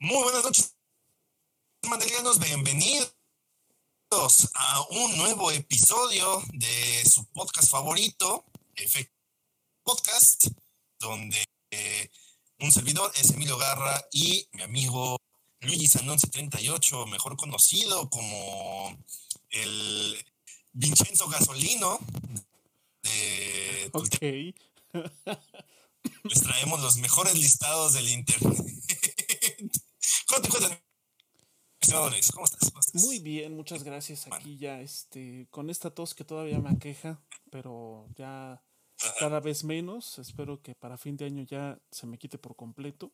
Muy buenas noches, mandelianos. Bienvenidos a un nuevo episodio de su podcast favorito, Efecto Podcast, donde un servidor es Emilio Garra y mi amigo Luigi Sanonce 38, mejor conocido como el Vincenzo Gasolino de Ok. Les traemos los mejores listados del internet. Cuéntame, ¿cómo estás? Muy bien, muchas gracias. Aquí ya, con esta tos que todavía me aqueja, pero ya cada vez menos. Espero que para fin de año ya se me quite por completo.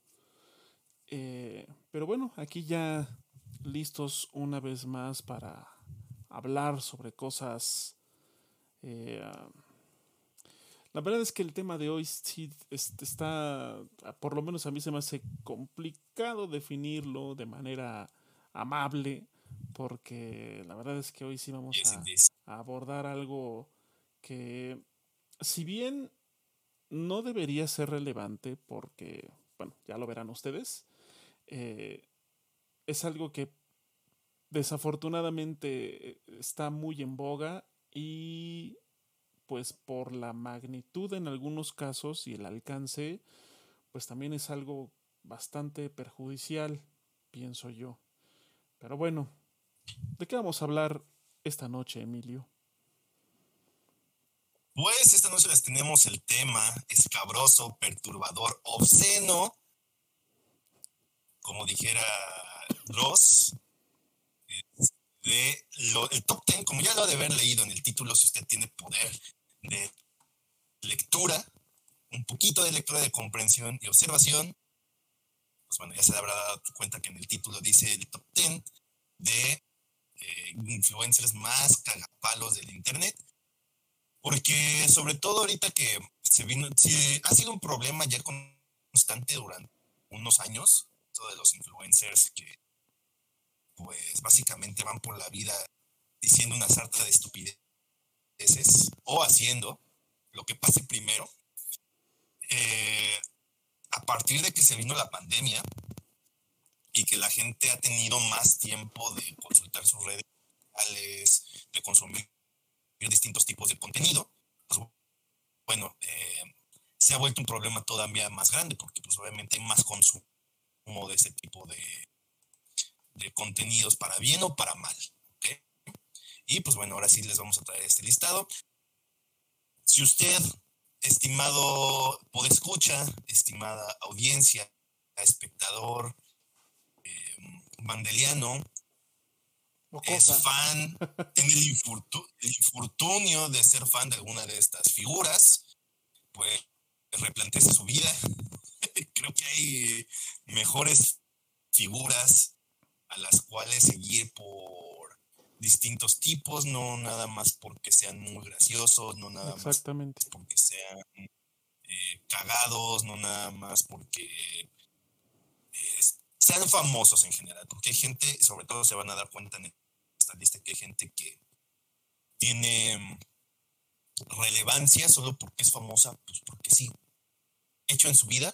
Pero bueno, aquí ya listos una vez más para hablar sobre cosas. eh, la verdad es que el tema de hoy sí está, por lo menos a mí se me hace complicado definirlo de manera amable, porque la verdad es que hoy sí vamos Yes, a, it is. a abordar algo que, si bien no debería ser relevante, porque, bueno, ya lo verán ustedes, eh, es algo que desafortunadamente está muy en boga y pues por la magnitud en algunos casos y el alcance, pues también es algo bastante perjudicial, pienso yo. Pero bueno, ¿de qué vamos a hablar esta noche, Emilio? Pues esta noche les tenemos el tema escabroso, perturbador, obsceno, como dijera Dross, el top 10, como ya lo ha de haber leído en el título, si usted tiene poder de lectura, un poquito de lectura de comprensión y observación, pues bueno, ya se habrá dado cuenta que en el título dice el top 10 de influencers más cagapalos del internet. Porque sobre todo ahorita que ha sido un problema ya constante durante unos años, eso de los influencers que pues básicamente van por la vida diciendo una sarta de estupideces o haciendo lo que pase primero. Eh, a partir de que se vino la pandemia y que la gente ha tenido más tiempo de consultar sus redes sociales, de consumir distintos tipos de contenido, pues bueno, se ha vuelto un problema todavía más grande porque pues obviamente hay más consumo de ese tipo de contenidos para bien o para mal. ¿Okay? Y pues bueno, ahora sí les vamos a traer este listado. Si usted, estimado podescucha, estimada audiencia, espectador, mandeliano, es Mocosa. fan, tiene el infortunio de ser fan de alguna de estas figuras, pues replanteese su vida. Creo que hay mejores figuras a las cuales seguir por distintos tipos, no nada más porque sean muy graciosos, no nada más Exactamente. porque sean cagados, no nada más porque sean famosos en general, porque hay gente, sobre todo se van a dar cuenta en esta lista que hay gente que tiene relevancia solo porque es famosa, pues porque sí, hecho en su vida,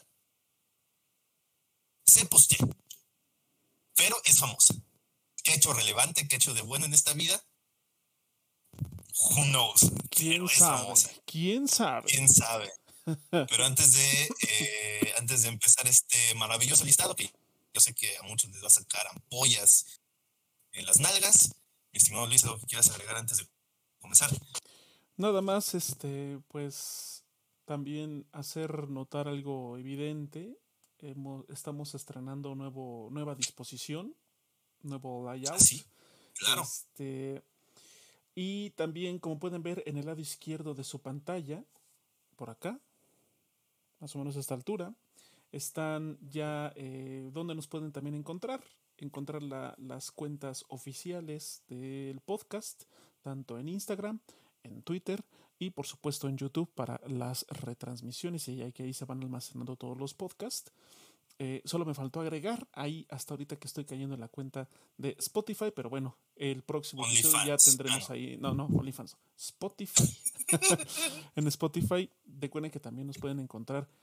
sepa usted, pero es famosa. ¿Qué ha hecho relevante? ¿Qué ha hecho de bueno en esta vida? Who knows? ¿Quién Pero es sabe? famosa. ¿Quién sabe? ¿Quién sabe? Pero antes de empezar este maravilloso listado, que yo sé que a muchos les va a sacar ampollas en las nalgas, mi estimado Luis, ¿algo que quieras agregar antes de comenzar? Nada más, pues también hacer notar algo evidente. Estamos estrenando nueva disposición, nuevo Ah, layout. sí, claro. Este, y también, como pueden ver en el lado izquierdo de su pantalla, por acá, más o menos a esta altura, están ya donde nos pueden también encontrar las cuentas oficiales del podcast, tanto en Instagram, en Twitter y por supuesto en YouTube para las retransmisiones y que ahí se van almacenando todos los podcasts. Solo me faltó agregar ahí hasta ahorita que estoy cayendo en la cuenta de Spotify, pero bueno, el próximo episodio ya OnlyFans. Ah, tendremos no. ahí, no, OnlyFans, Spotify. En Spotify, recuerden que también nos pueden encontrar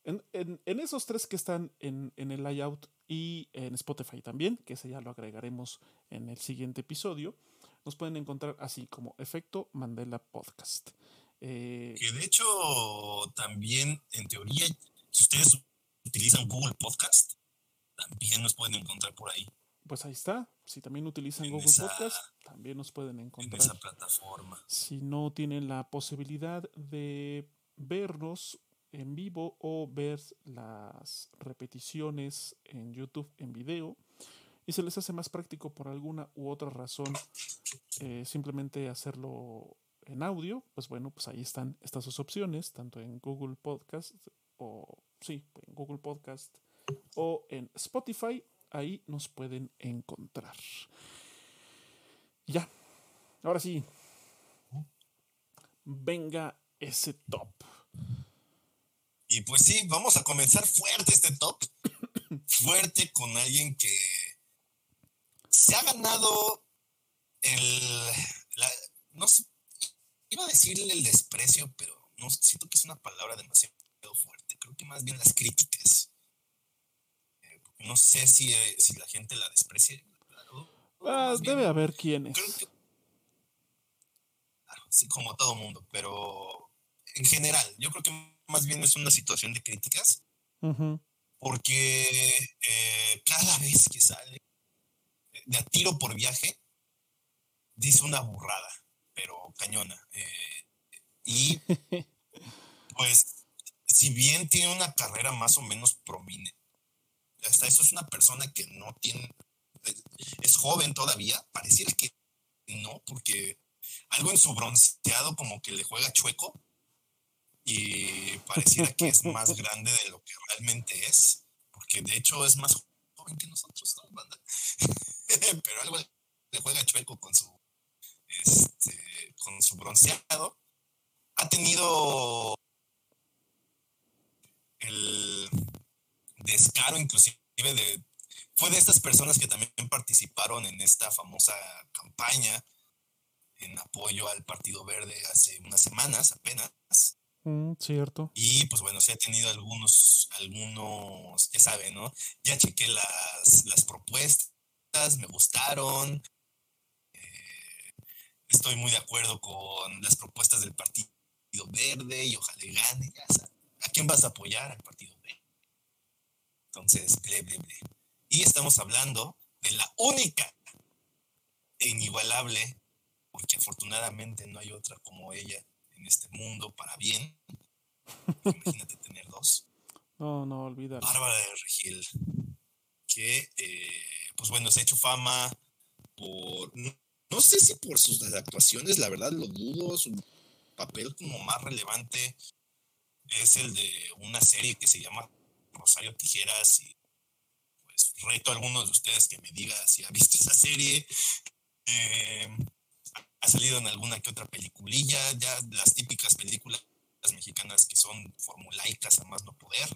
En esos tres que están en el layout y en Spotify también, que ese ya lo agregaremos en el siguiente episodio, nos pueden encontrar así como Efecto Mandela Podcast. Que de hecho, también en teoría, si ustedes utilizan Google Podcast, también nos pueden encontrar por ahí. Pues ahí está. Si también utilizan En Google esa, Podcast, también nos pueden en encontrar. esa plataforma. Si no tienen la posibilidad de vernos en vivo o ver las repeticiones en YouTube en video y se les hace más práctico por alguna u otra razón simplemente hacerlo en audio, pues bueno, pues ahí están estas dos opciones, tanto en Google Podcast o sí, en Google Podcast o en Spotify, ahí nos pueden encontrar. Ya, ahora sí, venga ese top. Y pues sí, vamos a comenzar fuerte este top. Fuerte con alguien que se ha ganado no sé, iba a decirle el desprecio, pero no siento que es una palabra demasiado fuerte. Creo que más bien las críticas. No sé si la gente la desprecia. Más Debe bien, haber quién creo es. que, claro, sí, como todo mundo, pero en general, yo creo que más bien es una situación de críticas, porque cada vez que sale de a tiro por viaje, dice una burrada, pero cañona. Y pues, si bien tiene una carrera más o menos prominente, hasta eso es una persona que no tiene, es joven todavía, pareciera que no, porque algo en su bronceado como que le juega chueco y pareciera que es más grande de lo que realmente es, porque de hecho es más joven que nosotros, ¿no, banda? Pero algo le juega chueco con su bronceado. Ha tenido el descaro inclusive fue de estas personas que también participaron en esta famosa campaña en apoyo al Partido Verde hace unas semanas apenas. Cierto. Y pues bueno, sí ha tenido algunos, ya saben, ¿no? Ya chequé las propuestas, me gustaron, estoy muy de acuerdo con las propuestas del Partido Verde y ojalá gane, ya sabes. ¿A quién vas a apoyar? Al Partido Verde. Entonces, ble, ble, ble. Y estamos hablando de la única e inigualable, porque afortunadamente no hay otra como ella en este mundo para bien. Imagínate tener dos. No, no, olvídalo. Bárbara de Regil, que pues bueno, se ha hecho fama por, no sé si por sus actuaciones, la verdad lo dudo, su papel como más relevante es el de una serie que se llama Rosario Tijeras y pues reto a algunos de ustedes que me diga si ha visto esa serie. Ha salido en alguna que otra peliculilla, ya las típicas películas mexicanas que son formulaicas a más no poder.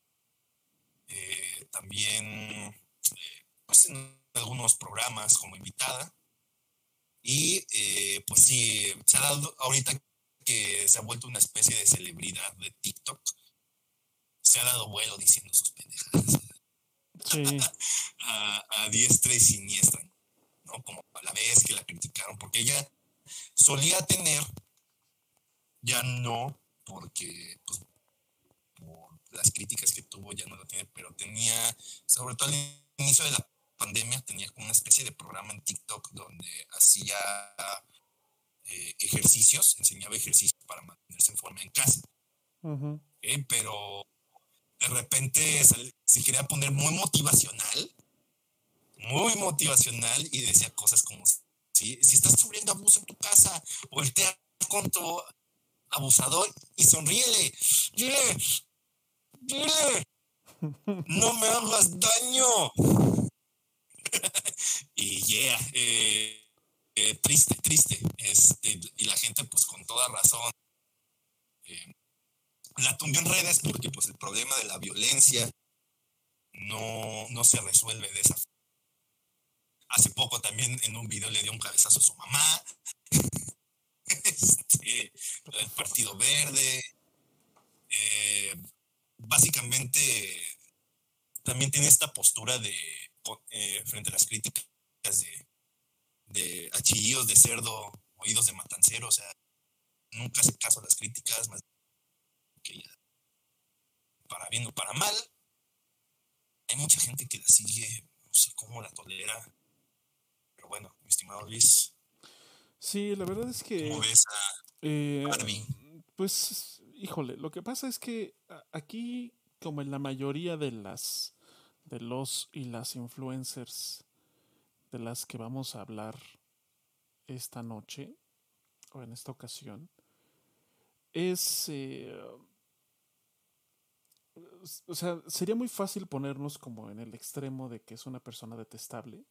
También pues en algunos programas como invitada. Y pues sí, se ha dado ahorita que se ha vuelto una especie de celebridad de TikTok, se ha dado vuelo diciendo sus pendejadas. Sí. a diestra y siniestra, ¿no? Como a la vez que la criticaron, porque ella solía tener, ya no, porque pues, por las críticas que tuvo ya no lo tiene, pero tenía, sobre todo al inicio de la pandemia, tenía una especie de programa en TikTok donde hacía ejercicios, enseñaba ejercicios para mantenerse en forma en casa. Pero de repente se quería poner muy motivacional y decía cosas como, si estás sufriendo abuso en tu casa, voltea con tu abusador y sonríele, dile, no me hagas daño. Y triste, y la gente pues con toda razón la tundió en redes porque pues el problema de la violencia no se resuelve de esa forma. Hace poco también en un video le dio un cabezazo a su mamá. El Partido Verde. básicamente también tiene esta postura de frente a las críticas de achillidos de cerdo, oídos de matancero, o sea, nunca hace caso a las críticas, más que ella, para bien o para mal, hay mucha gente que la sigue, no sé cómo la tolera, pero bueno, mi estimado Luis, Sí, la verdad es ¿cómo que, ves a eh, Barbie? pues, híjole, lo que pasa es que aquí, como en la mayoría de los y las influencers de las que vamos a hablar esta noche o en esta ocasión, es, o sea, sería muy fácil ponernos como en el extremo de que es una persona detestable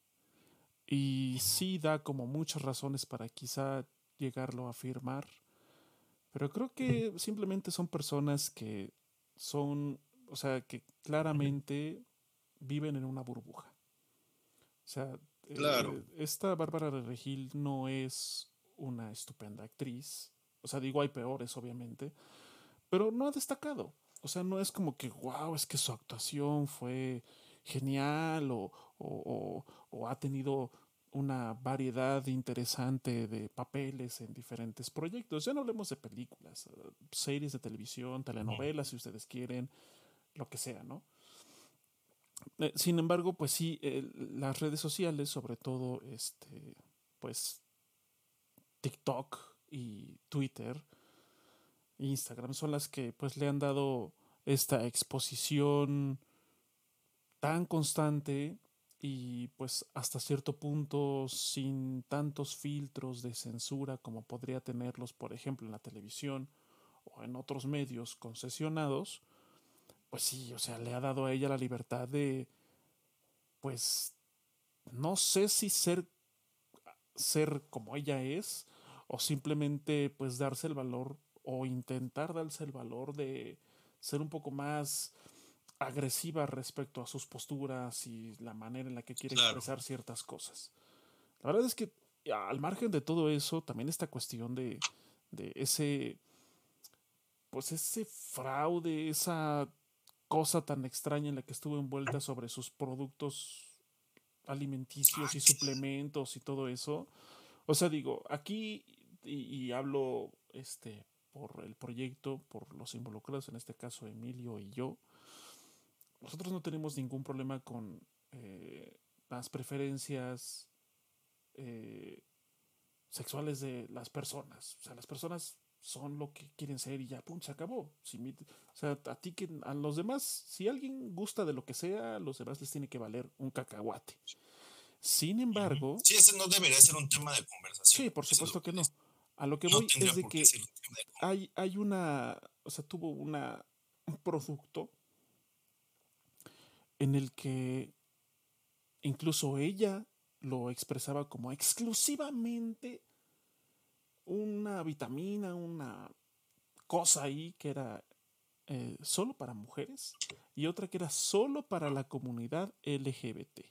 y sí da como muchas razones para quizá llegarlo a afirmar, pero creo que simplemente son personas que son, o sea, que claramente viven en una burbuja. O sea, Claro, esta Bárbara de Regil no es una estupenda actriz. O sea, digo, hay peores, obviamente, pero no ha destacado. O sea, no es como que, wow, es que su actuación fue genial o ha tenido una variedad interesante de papeles en diferentes proyectos. Ya no hablemos de películas, series de televisión, telenovelas, si ustedes quieren, lo que sea, ¿no? Sin embargo, pues sí, las redes sociales, sobre todo, pues TikTok y Twitter, Instagram, son las que pues le han dado esta exposición tan constante y pues hasta cierto punto sin tantos filtros de censura como podría tenerlos, por ejemplo, en la televisión o en otros medios concesionados, pues sí, o sea, le ha dado a ella la libertad de, pues, no sé si ser como ella es o simplemente pues darse el valor o intentar darse el valor de ser un poco más agresiva respecto a sus posturas y la manera en la que quiere claro. expresar ciertas cosas. La verdad es que al margen de todo eso, también esta cuestión de ese, pues ese fraude, esa cosa tan extraña en la que estuvo envuelta sobre sus productos alimenticios y suplementos y todo eso. O sea, digo, aquí, y hablo por el proyecto, por los involucrados, en este caso Emilio y yo, nosotros no tenemos ningún problema con las preferencias eh, sexuales de las personas. O sea, las personas son lo que quieren ser y ya, pum, se acabó. Si o sea, a ti que a los demás, si alguien gusta de lo que sea, a los demás les tiene que valer un cacahuate. Sin embargo, Sí, ese no debería ser un tema de conversación, sí, por eso es lo supuesto que que no. es. A lo que No voy es tendría de por qué que ser un tema de conversación. hay una, o sea, tuvo un producto en el que incluso ella lo expresaba como exclusivamente una vitamina, una cosa ahí que era solo para mujeres y otra que era solo para la comunidad LGBT.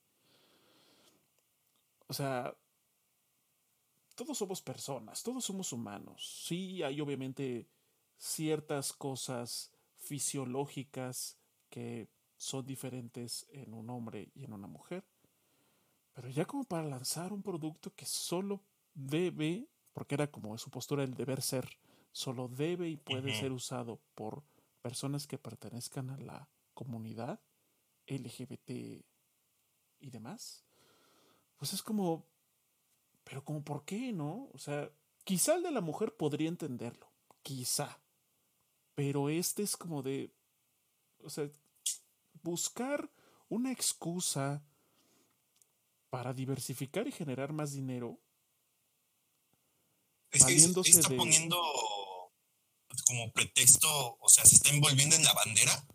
O sea, todos somos personas, todos somos humanos. Sí, hay obviamente ciertas cosas fisiológicas que son diferentes en un hombre y en una mujer, pero ya como para lanzar un producto que solo debe, porque era como su postura el deber ser, solo debe y puede Ujú. ser usado por personas que pertenezcan a la comunidad LGBT y demás, pues es como, pero como por qué, ¿no? O sea, quizá el de la mujer podría entenderlo, quizá, pero este es como de, o sea, buscar una excusa para diversificar y generar más dinero, Es que valiéndose está de, poniendo como pretexto, o sea, se está envolviendo en la bandera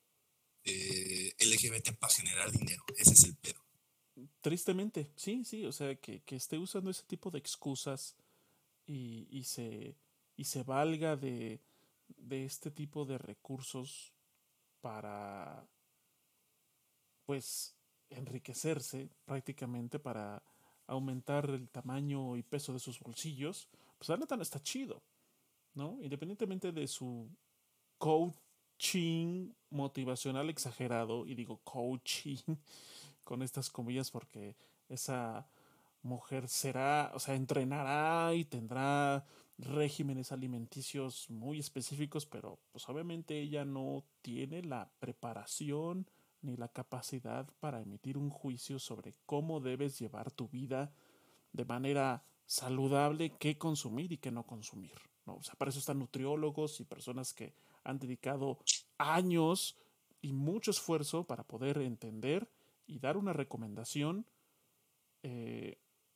LGBT para generar dinero. Ese es el pedo. tristemente, sí, sí, o sea, que esté usando ese tipo de excusas y, y se, y se valga de este tipo de recursos para, pues, enriquecerse prácticamente para aumentar el tamaño y peso de sus bolsillos, pues la neta no está chido, ¿no? Independientemente de su code coaching motivacional exagerado, y digo coaching con estas comillas porque esa mujer será, o sea, entrenará y tendrá regímenes alimenticios muy específicos, pero pues obviamente ella no tiene la preparación ni la capacidad para emitir un juicio sobre cómo debes llevar tu vida de manera saludable, qué consumir y qué no consumir, ¿no? O sea, para eso están nutriólogos y personas que han dedicado años y mucho esfuerzo para poder entender y dar una recomendación eh,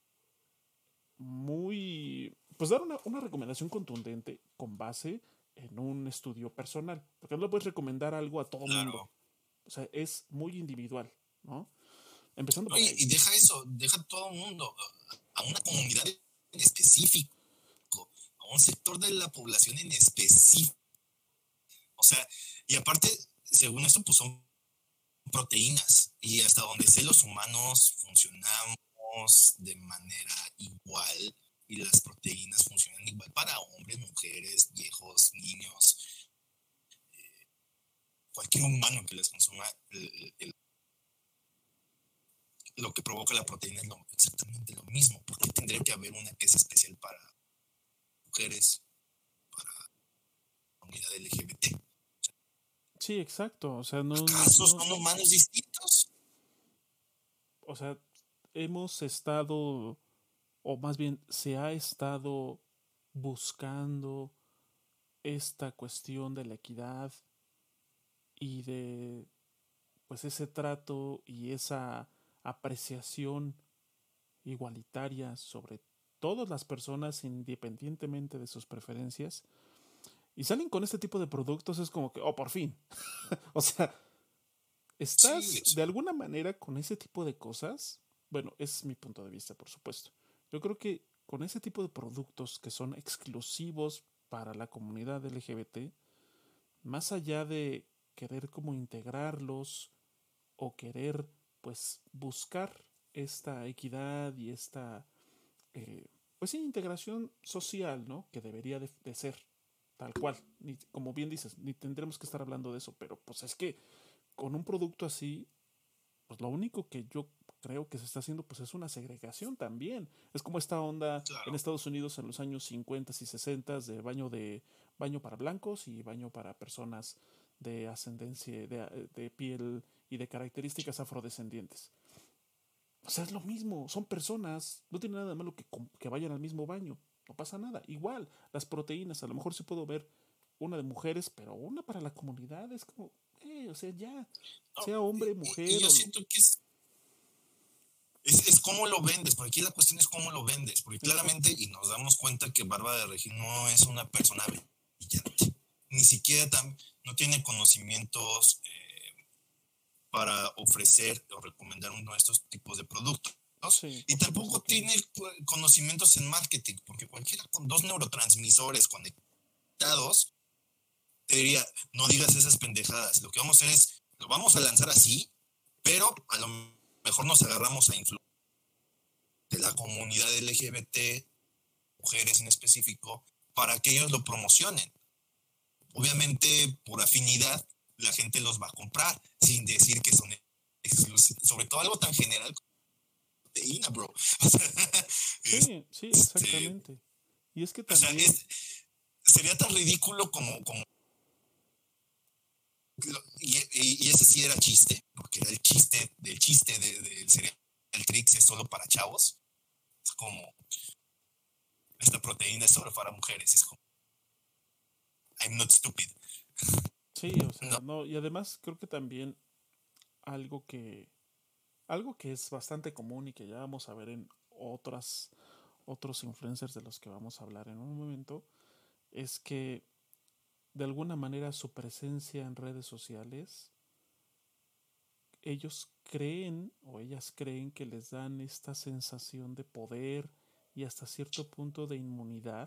pues dar una recomendación contundente con base en un estudio personal, porque no le puedes recomendar algo a todo mundo, Claro. o sea, es muy individual, ¿no? Empezando por Oye, ahí. y deja eso, deja a todo el mundo, a una comunidad en específico, a un sector de la población en específico. O sea, y aparte, según esto, pues son proteínas. Y hasta donde sé, los humanos funcionamos de manera igual. Y las proteínas funcionan igual para hombres, mujeres, viejos, niños. Cualquier humano que les consuma lo que provoca la proteína es exactamente lo mismo. ¿Por qué tendría que haber una que es especial para mujeres, para la comunidad LGBT? Sí, exacto, o sea, ¿Acaso son humanos distintos? o sea, hemos estado, o más bien se ha estado buscando esta cuestión de la equidad y de pues ese trato y esa apreciación igualitaria sobre todas las personas independientemente de sus preferencias y salen con este tipo de productos es como que, oh, por fin. O sea, Sí, estás o de sea, alguna manera con ese tipo de cosas. Bueno, es mi punto de vista, por supuesto. Yo creo que con ese tipo de productos que son exclusivos para la comunidad LGBT, más allá de querer como integrarlos o querer pues buscar esta equidad y esta pues sí, integración social, ¿no? Que debería de ser tal cual. Ni, como bien dices, ni tendremos que estar hablando de eso, pero pues es que con un producto así, pues lo único que yo creo que se está haciendo pues es una segregación también. Es como esta onda en claro. Estados Unidos en los años 50 y 60 de baño para blancos y baño para personas de ascendencia, de piel y de características afrodescendientes. O sea, es lo mismo, son personas, no tiene nada de malo que vayan al mismo baño, no pasa nada. Igual, las proteínas, a lo mejor sí puedo ver una de mujeres, pero una para la comunidad es como, o sea, ya, No, sea hombre, y mujer yo o siento que es cómo lo vendes, porque aquí la cuestión es cómo lo vendes, porque exacto. claramente, y nos damos cuenta que Barba de Regil no es una persona brillante, ni siquiera no tiene conocimientos para ofrecer o recomendar uno de estos tipos de productos. Sí, Y por supuesto tampoco que no. tiene conocimientos en marketing, porque cualquiera con dos neurotransmisores conectados te diría, no digas esas pendejadas, lo que vamos a hacer es, lo vamos a lanzar así, pero a lo mejor nos agarramos a influir de la comunidad LGBT, mujeres en específico, para que ellos lo promocionen. Obviamente, por afinidad, la gente los va a comprar, sin decir que son exclusivos, sobre todo algo tan general como proteína, bro. Sí, sí, Este, exactamente. Y es que o sea, también, sería tan ridículo como y ese sí era chiste, porque era el chiste del cereal Trix es solo para chavos. Es como, esta proteína es solo para mujeres. Es como, I'm not stupid. sí, o No, sea, no, y además creo que también algo que, algo que es bastante común y que ya vamos a ver en otros influencers de los que vamos a hablar en un momento, es que de alguna manera su presencia en redes sociales, ellos creen o ellas creen que les dan esta sensación de poder y hasta cierto punto de inmunidad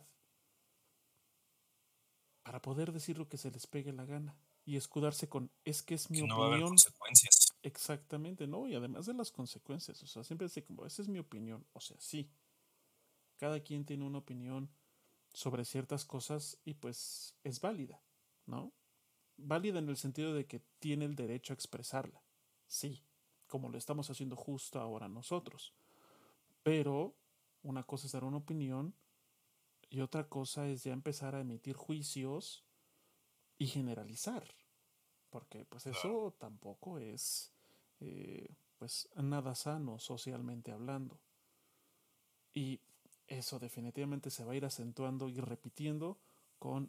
para poder decir lo que se les pegue la gana y escudarse con es que es mi que no va a haber opinión consecuencias. exactamente, ¿no? Y además de las consecuencias, o sea, siempre dice como esa es mi opinión, o sea, sí, cada quien tiene una opinión sobre ciertas cosas y pues es válida, ¿no? válida en el sentido de que tiene el derecho a expresarla, sí, como lo estamos haciendo justo ahora nosotros. Pero una cosa es dar una opinión y otra cosa es ya empezar a emitir juicios y generalizar, porque pues Claro. eso tampoco es pues nada sano socialmente hablando. Y eso definitivamente se va a ir acentuando y repitiendo con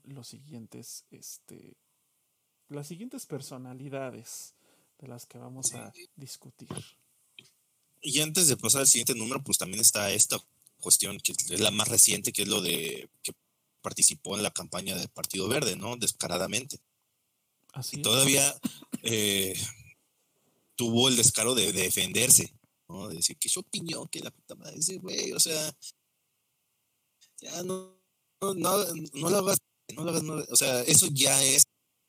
las siguientes personalidades de las que vamos Sí. a discutir. Y antes de pasar al siguiente número, pues también está esta cuestión que es la más reciente, que es lo de que participó en la campaña del Partido Verde, ¿no? Descaradamente. Y Así es. todavía eh, tuvo el descaro de defenderse, ¿no? De decir que su opinión, que la puta madre, ese güey, o sea, ya no lo hagas, no lo hagas, o sea, eso ya es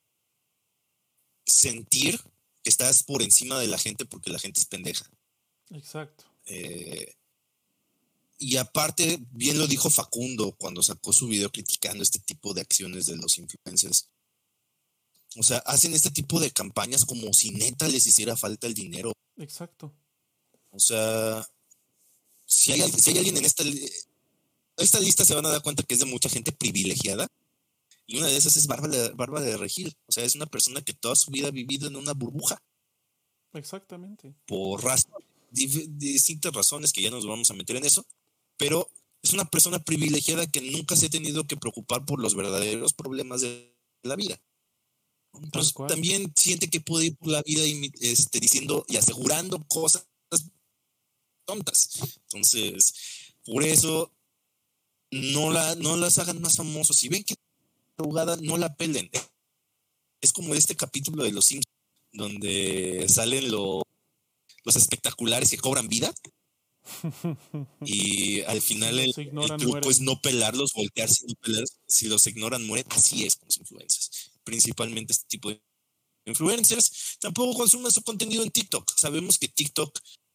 sentir que estás por encima de la gente porque la gente es pendeja. Exacto. Eh, y aparte, bien lo dijo Facundo cuando sacó su video criticando este tipo de acciones de los influencers. O sea, hacen este tipo de campañas como si neta les hiciera falta el dinero. Exacto. O sea, si hay alguien en esta lista, se van a dar cuenta que es de mucha gente privilegiada. Y una de esas es Bárbara de Regil. O sea, es una persona que toda su vida ha vivido en una burbuja. Exactamente. Por distintas razones que ya nos vamos a meter en eso. Pero es una persona privilegiada que nunca se ha tenido que preocupar por los verdaderos problemas de la vida. Tal Entonces cual. también siente que puede ir por la vida diciendo y asegurando cosas tontas. Entonces, por eso no las hagan más famosas. Si ven que jugada, no la pelen. Es como este capítulo de Los Simpsons, donde salen los espectaculares que cobran vida. Y al Si final los el ignoran, truco es mueren. no pelarlos, voltearse y no pelarlos. Si los ignoran, mueren. Así es con los influencers. Principalmente este tipo de influencers. Tampoco consumen su contenido en TikTok. Sabemos que TikTok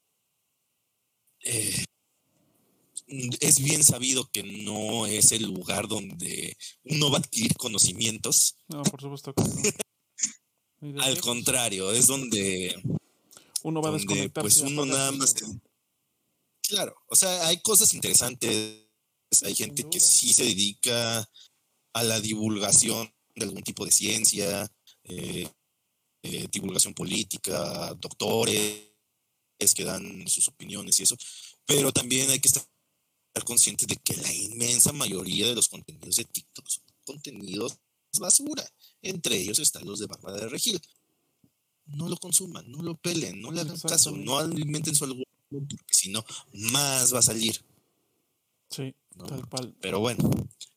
eh, es bien sabido que no es el lugar donde uno va a adquirir conocimientos. No, por supuesto que no. Ni de Al lejos. contrario, es Uno va a donde desconectarse pues y uno apagar nada su más, cerebro. claro, o sea, hay cosas interesantes, hay Sin gente que duda. sí se dedica a la divulgación de algún tipo de ciencia, eh, divulgación política, doctores que dan sus opiniones y eso, pero también hay que estar conscientes de que la inmensa mayoría de los contenidos de TikTok son contenidos basura. Entre ellos están los de Bárbara de Regil. No lo consuman, no lo pelen, no le hagan caso, no Exactamente. alimenten su algoritmo, porque si no, más va a salir, Sí, ¿no? tal cual. Pero bueno,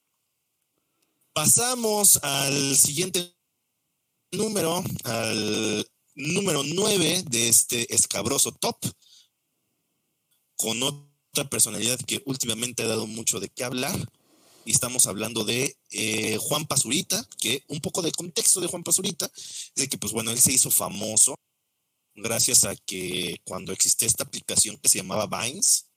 pasamos al siguiente número, al número 9 de este escabroso top, con otra personalidad que últimamente ha dado mucho de qué hablar. Y estamos hablando de Juan Pazurita, que un poco de contexto de Juan Pazurita, es de que, pues bueno, él se hizo famoso gracias a que cuando existía esta aplicación que se llamaba Vines,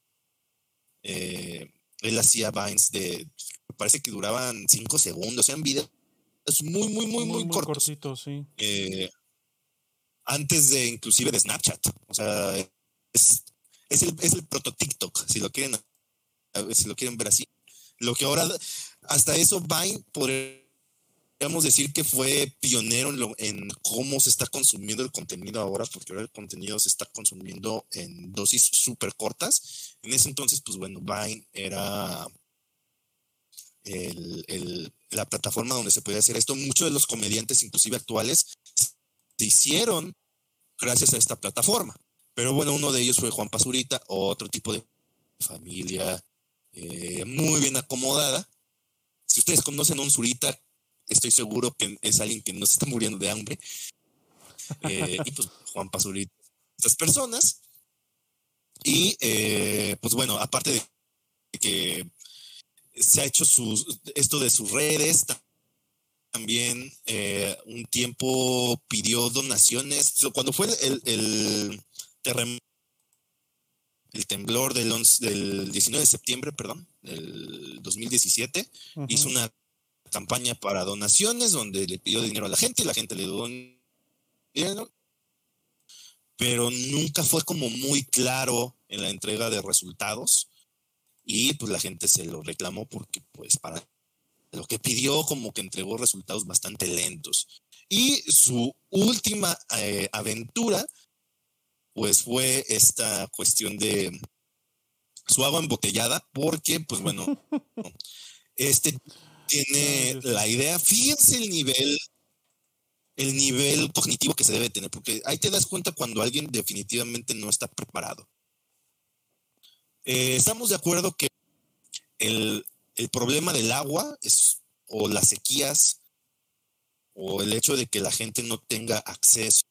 él hacía Vines me parece que duraban 5 segundos, eran videos muy, muy, muy, Muy, muy muy cortos, cortito, sí. antes de inclusive de Snapchat, o sea, es el proto TikTok, si lo quieren ver así. Lo que ahora, hasta eso, Vine podríamos decir que fue pionero en cómo se está consumiendo el contenido ahora, porque ahora el contenido se está consumiendo en dosis súper cortas. En ese entonces, pues bueno, Vine era la plataforma donde se podía hacer esto. Muchos de los comediantes, inclusive actuales, se hicieron gracias a esta plataforma. Pero bueno, uno de ellos fue Juan Pazurita, otro tipo de familia muy bien acomodada. Si ustedes conocen a un Zurita, estoy seguro que es alguien que no se está muriendo de hambre. Y pues Juan Pazurita, estas personas. Y pues bueno, aparte de que se ha hecho esto de sus redes, también un tiempo pidió donaciones. Cuando fue el terremoto, el temblor del 19 de septiembre, perdón, del 2017, hizo Ujú. una campaña para donaciones donde le pidió dinero a la gente y la gente le dio dinero, pero nunca fue como muy claro en la entrega de resultados y pues la gente se lo reclamó porque pues para lo que pidió como que entregó resultados bastante lentos. Y su última aventura pues fue esta cuestión de su agua embotellada porque pues bueno, este tiene la idea, fíjense el nivel cognitivo que se debe tener, porque ahí te das cuenta cuando alguien definitivamente no está preparado. Estamos de acuerdo que el problema del agua es, o las sequías, o el hecho de que la gente no tenga acceso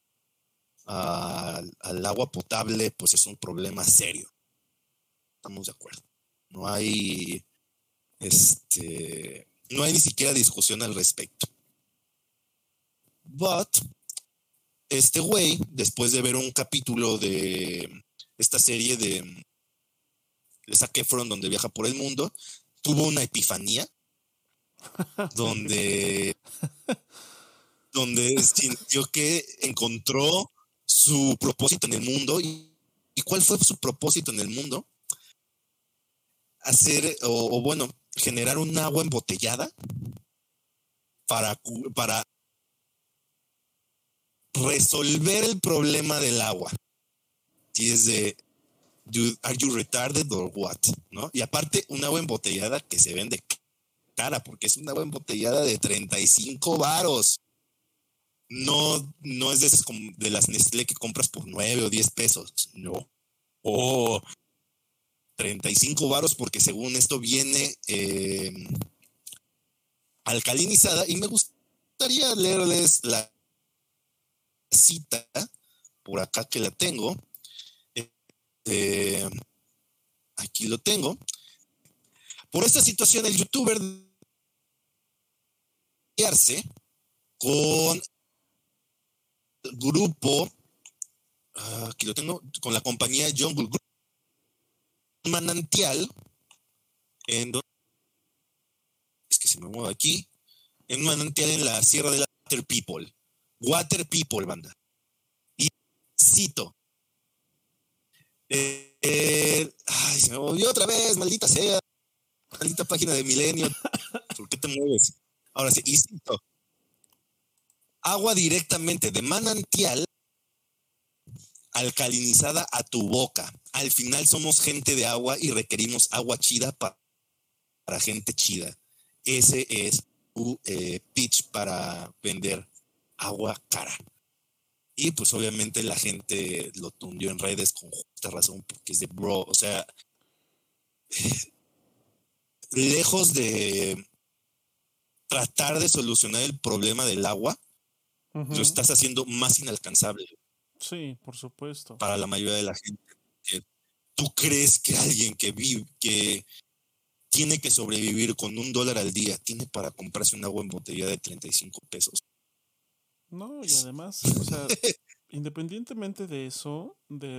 al agua potable, pues es un problema serio. Estamos de acuerdo. No hay, no hay ni siquiera discusión al respecto. But este güey, después de ver un capítulo de esta serie de Zac Efron donde viaja por el mundo, tuvo una epifanía donde sintió que encontró su propósito en el mundo. ¿Y cuál fue su propósito en el mundo? Hacer, o bueno, generar un agua embotellada para resolver el problema del agua. Si es de, ¿are you retarded or what? ¿No? Y aparte, un agua embotellada que se vende cara, porque es una agua embotellada de 35 varos. No es de esas de las Nestlé que compras por 9 o 10 pesos. No. 35 varos porque según esto viene alcalinizada. Y me gustaría leerles la cita por acá que la tengo. Aquí lo tengo. Por esta situación, el youtuber con grupo, aquí lo tengo, con la compañía Jungle Group, manantial, en donde, es que se me mueve aquí, en un manantial en la Sierra de la Water People, banda. Y cito, ay, se me movió otra vez, maldita sea, maldita página de Milenio, ¿por qué te mueves? Ahora sí, y cito, agua directamente de manantial alcalinizada a tu boca. Al final somos gente de agua y requerimos agua chida para gente chida. Ese es tu pitch para vender agua cara. Y pues obviamente la gente lo tundió en redes con justa razón porque es de bro, o sea, lejos de tratar de solucionar el problema del agua, lo estás haciendo más inalcanzable. Sí, por supuesto. Para la mayoría de la gente. ¿Tú crees que alguien que tiene que sobrevivir con $1 al día tiene para comprarse un agua embotellada de 35 pesos? No, y además, o sea, independientemente de eso,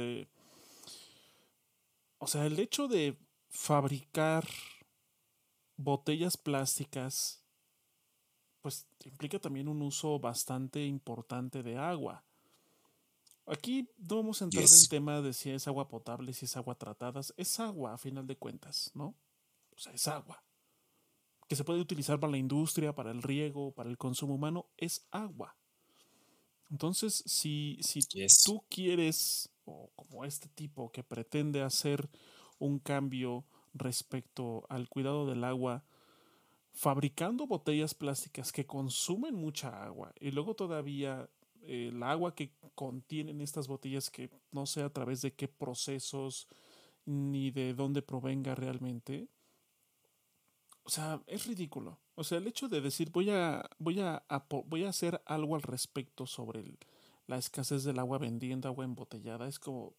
o sea, el hecho de fabricar botellas plásticas, pues implica también un uso bastante importante de agua. Aquí no vamos a entrar en tema de si es agua potable, si es agua tratada. Es agua, a final de cuentas, ¿no? O sea, es agua. Que se puede utilizar para la industria, para el riego, para el consumo humano, es agua. Entonces, si tú quieres, o como este tipo que pretende hacer un cambio respecto al cuidado del agua, fabricando botellas plásticas que consumen mucha agua y luego todavía el agua que contienen estas botellas, que no sé a través de qué procesos ni de dónde provenga realmente, o sea, es ridículo. O sea, el hecho de decir voy a hacer algo al respecto sobre la escasez del agua vendiendo agua embotellada es como,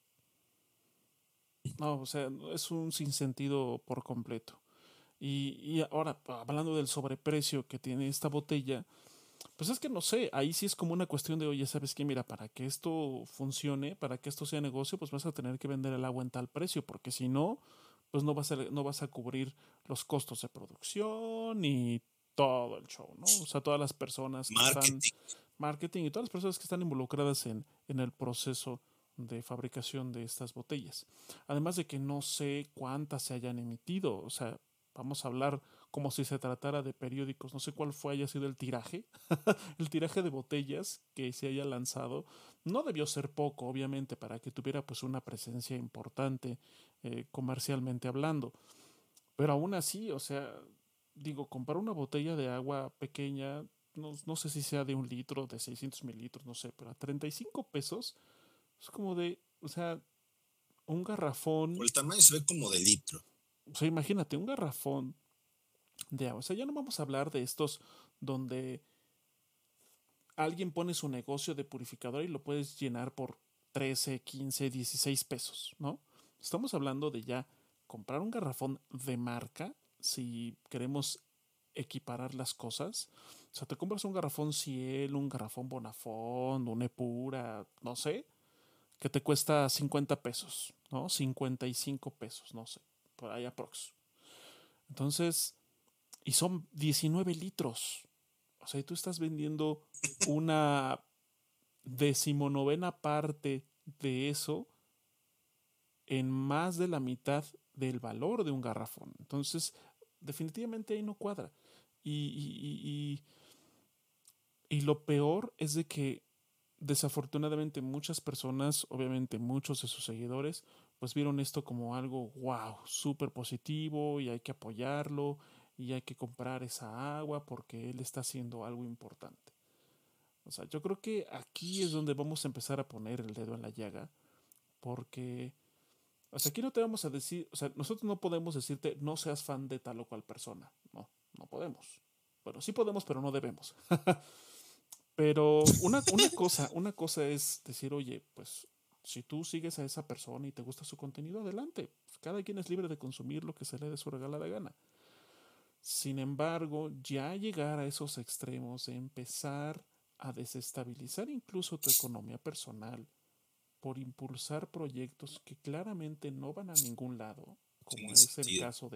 no, o sea, es un sinsentido por completo. Y ahora, hablando del sobreprecio que tiene esta botella, pues es que no sé, ahí sí es como una cuestión de, oye, ¿sabes qué? Mira, para que esto funcione, para que esto sea negocio, pues vas a tener que vender el agua en tal precio, porque si no, pues no vas a cubrir los costos de producción, ni todo el show, ¿no? O sea, todas las personas que están, marketing. marketing y todas las personas que están involucradas en el proceso de fabricación de estas botellas. Además de que no sé cuántas se hayan emitido, o sea, vamos a hablar como si se tratara de periódicos, no sé cuál haya sido el tiraje, el tiraje de botellas que se haya lanzado. No debió ser poco, obviamente, para que tuviera pues una presencia importante comercialmente hablando, pero aún así, o sea, digo, comprar una botella de agua pequeña, no sé si sea de 1 litro, de 600 mililitros, no sé, pero a 35 pesos es como de, o sea, un Por garrafón, el tamaño se ve como de litro. o sea, imagínate, un garrafón de agua. O sea, ya no vamos a hablar de estos donde alguien pone su negocio de purificador y lo puedes llenar por 13, 15, 16 pesos, ¿no? Estamos hablando de ya comprar un garrafón de marca si queremos equiparar las cosas. O sea, te compras un garrafón Ciel, un garrafón Bonafont, un Epura, no sé, que te cuesta 50 pesos, ¿no? 55 pesos, no sé, por ahí aprox. Entonces, y son 19 litros. O sea, y tú estás vendiendo una decimonovena parte de eso en más de la mitad del valor de un garrafón. Entonces, definitivamente ahí no cuadra. Y, y, y lo peor es de que desafortunadamente muchas personas, obviamente muchos de sus seguidores, pues vieron esto como algo, wow, súper positivo y hay que apoyarlo y hay que comprar esa agua porque él está haciendo algo importante. O sea, yo creo que aquí es donde vamos a empezar a poner el dedo en la llaga porque, o sea, aquí no te vamos a decir, o sea, nosotros no podemos decirte no seas fan de tal o cual persona. No, no podemos. Bueno, sí podemos, pero no debemos. Pero una cosa es decir, oye, pues si tú sigues a esa persona y te gusta su contenido, adelante. Pues, cada quien es libre de consumir lo que se le dé su regalada gana. Sin embargo, ya llegar a esos extremos de empezar a desestabilizar incluso tu economía personal por impulsar proyectos que claramente no van a ningún lado, como Tiene es el sentido. caso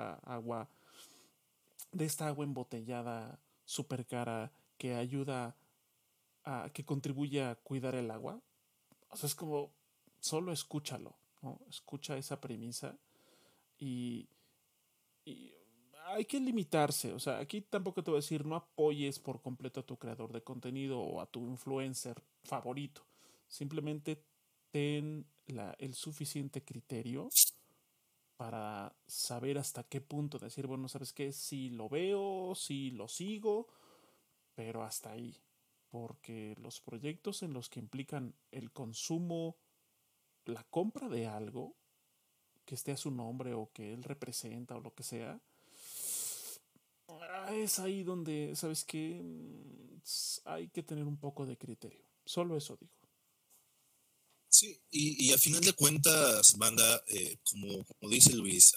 de esta agua embotellada super cara que ayuda que contribuye a cuidar el agua. O sea, es como, solo escúchalo, ¿no? Escucha esa premisa y, y hay que limitarse. O sea, aquí tampoco te voy a decir no apoyes por completo a tu creador de contenido o a tu influencer favorito. Simplemente ten el suficiente criterio para saber hasta qué punto decir, bueno, ¿sabes qué? Si lo veo, si lo sigo, pero hasta ahí. Porque los proyectos en los que implican el consumo, la compra de algo que esté a su nombre o que él representa o lo que sea, es ahí donde, ¿sabes qué? Hay que tener un poco de criterio. Solo eso digo. Sí, y a final de cuentas, banda, como dice Luis,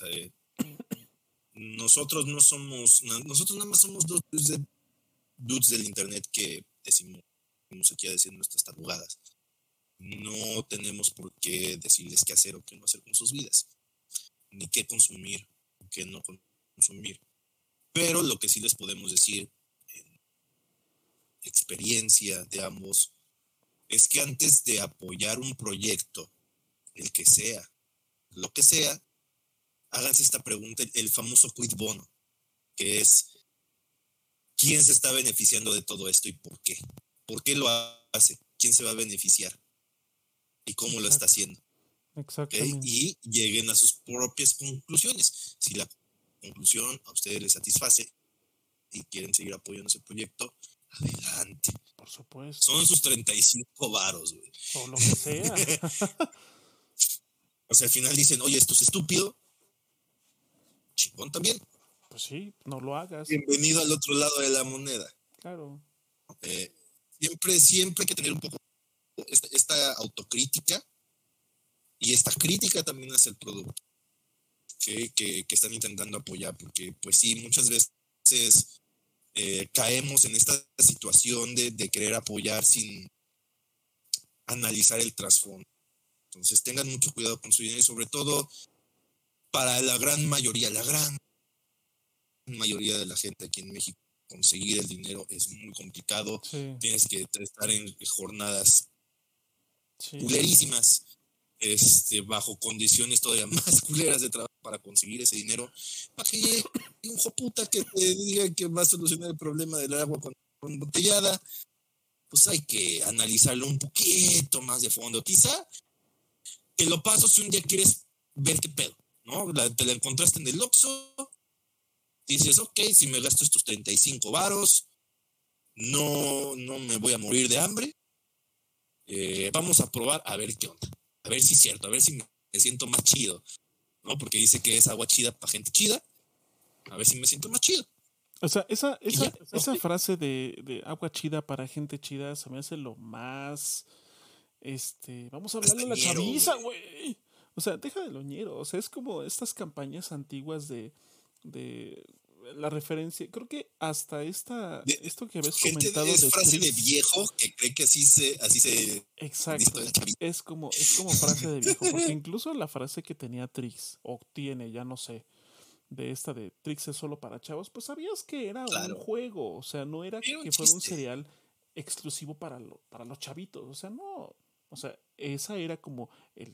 nosotros nada más somos dos dudes del internet que decimos aquí a decir nuestras tarugadas. No tenemos por qué decirles qué hacer o qué no hacer con sus vidas, ni qué consumir o qué no consumir. Pero lo que sí les podemos decir, en experiencia de ambos, es que antes de apoyar un proyecto, el que sea, lo que sea, háganse esta pregunta, el famoso quid bono, que es, ¿quién se está beneficiando de todo esto y por qué? ¿Por qué lo hace? ¿Quién se va a beneficiar? ¿Y cómo lo está Exacto, haciendo? ¿Okay? exactamente. Y lleguen a sus propias conclusiones. Si la conclusión a ustedes les satisface y quieren seguir apoyando ese proyecto, adelante. Por supuesto. Son sus 35 varos, güey. O lo que sea. O sea, al final dicen, oye, esto es estúpido, chingón también. Pues sí, no lo hagas. Bienvenido al otro lado de la moneda. Claro. Eh, siempre hay que tener un poco esta autocrítica y esta crítica también hacia el producto que están intentando apoyar, porque pues sí, muchas veces caemos en esta situación de querer apoyar sin analizar el trasfondo. Entonces tengan mucho cuidado con su dinero y sobre todo para la gran mayoría de la gente aquí en México, conseguir el dinero es muy complicado. Sí, Tienes que estar en jornadas sí. culerísimas, bajo condiciones todavía más culeras de trabajo para conseguir ese dinero, para que llegue un joputa que te diga que va a solucionar el problema del agua con embotellada. Pues hay que analizarlo un poquito más de fondo. Quizá te lo paso si un día quieres ver qué pedo, ¿no? Te la encontraste en el Oxxo, dices, ok, si me gasto estos 35 varos, no me voy a morir de hambre. Vamos a probar a ver qué onda. A ver si es cierto, a ver si me siento más chido, ¿no? Porque dice que es agua chida para gente chida. A ver si me siento más chido. O sea, esa, Y esa, ya, esa frase de agua chida para gente chida se me hace lo más. Vamos a hablarle a la castañero, chaviza, güey. güey. O sea, deja de loñero. O sea, es como estas campañas antiguas de la referencia. Creo que hasta esto que habías Gente comentado es de frase de Trix. viejo que cree que así se dice todo Exacto. el chavito. Es como frase de viejo. Porque incluso la frase que tenía Trix, o tiene, ya no sé, de esta de Trix es solo para chavos, pues sabías que era un Claro, juego. O sea, no era era un que fuera un chiste. cereal exclusivo para los chavitos. O sea, no. O sea, esa era como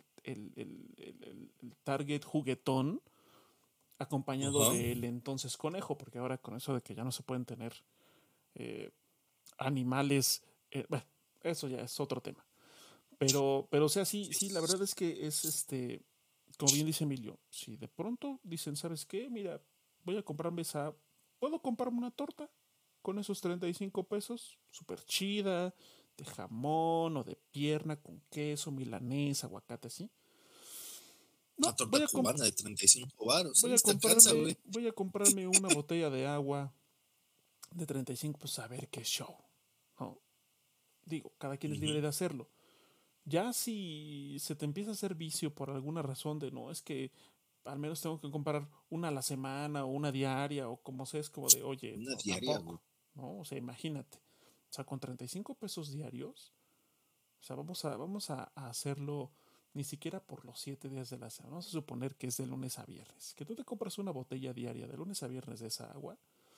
el target juguetón acompañado Ajá. del entonces conejo, porque ahora con eso de que ya no se pueden tener eh, animales, bueno, eso ya es otro tema. Pero o sea, sí, sí, la verdad es que es como bien dice Emilio, si de pronto dicen, ¿sabes qué? Mira, voy a comprarme ¿puedo comprarme una torta con esos 35 pesos? Súper chida, de jamón o de pierna con queso, milanesa, aguacate, así. Una No, torta cubana de 35 varos. voy Sí, a te alcanza, comprarme, güey. voy a comprarme una botella de agua de 35, pues a ver qué show. ¿No? Digo, cada quien es Ujú. libre de hacerlo. Ya si se te empieza a hacer vicio por alguna razón de no, es que al menos tengo que comprar una a la semana o una diaria o como sea, es como de, oye, Una no, diaria, güey. tampoco, ¿no? O sea, imagínate. O sea, con 35 pesos diarios, o sea, vamos a hacerlo ni siquiera por los 7 días de la semana. Vamos a suponer que es de lunes a viernes. Que tú te compras una botella diaria de lunes a viernes de esa agua,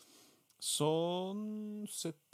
son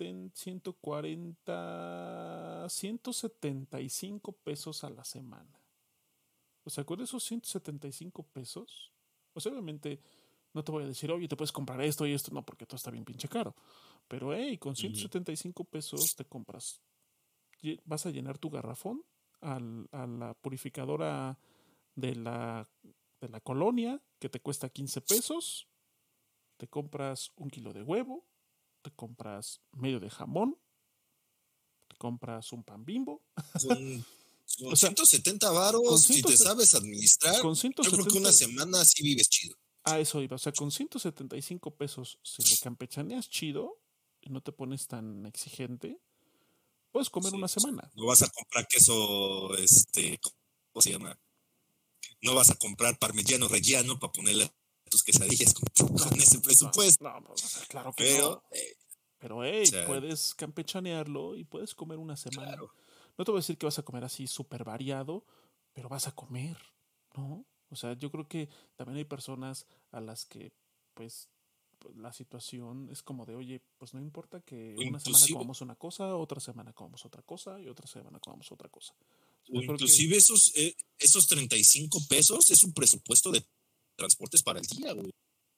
175 pesos a la semana. O sea, con esos 175 pesos, pues obviamente no te voy a decir, oye, te puedes comprar esto y esto, no, porque todo está bien pinche caro. Pero, hey, con ciento Ujú. setenta y cinco pesos te compras, vas a llenar tu garrafón a la purificadora de la colonia, que te cuesta 15 pesos, te compras un kilo de huevo, te compras medio de jamón, te compras un pan Bimbo. Con, O con sea, 170 con, varos, si 100 te sabes administrar, con yo creo que 170, una semana sí vives chido. a eso iba. O sea, con 175 pesos, si le campechaneas chido y no te pones tan exigente, puedes comer Sí, una o sea, semana. no vas a comprar queso, ¿cómo se llama? No vas a comprar parmigiano reggiano para ponerle a tus quesadillas con, No, con ese no, presupuesto. no, pues, o sea, claro que Pero, no. Pero, o hey, sea, puedes campechanearlo y puedes comer una semana. claro, No te voy a decir que vas a comer así súper variado, pero vas a comer, ¿no? O sea, yo creo que también hay personas a las que, pues, la situación es como de, oye, pues no importa que o una semana inclusive, comamos una cosa, otra semana comamos otra cosa y otra semana comamos otra cosa. O sea, o yo creo que inclusive esos 35 pesos es un presupuesto de transportes para el día, güey.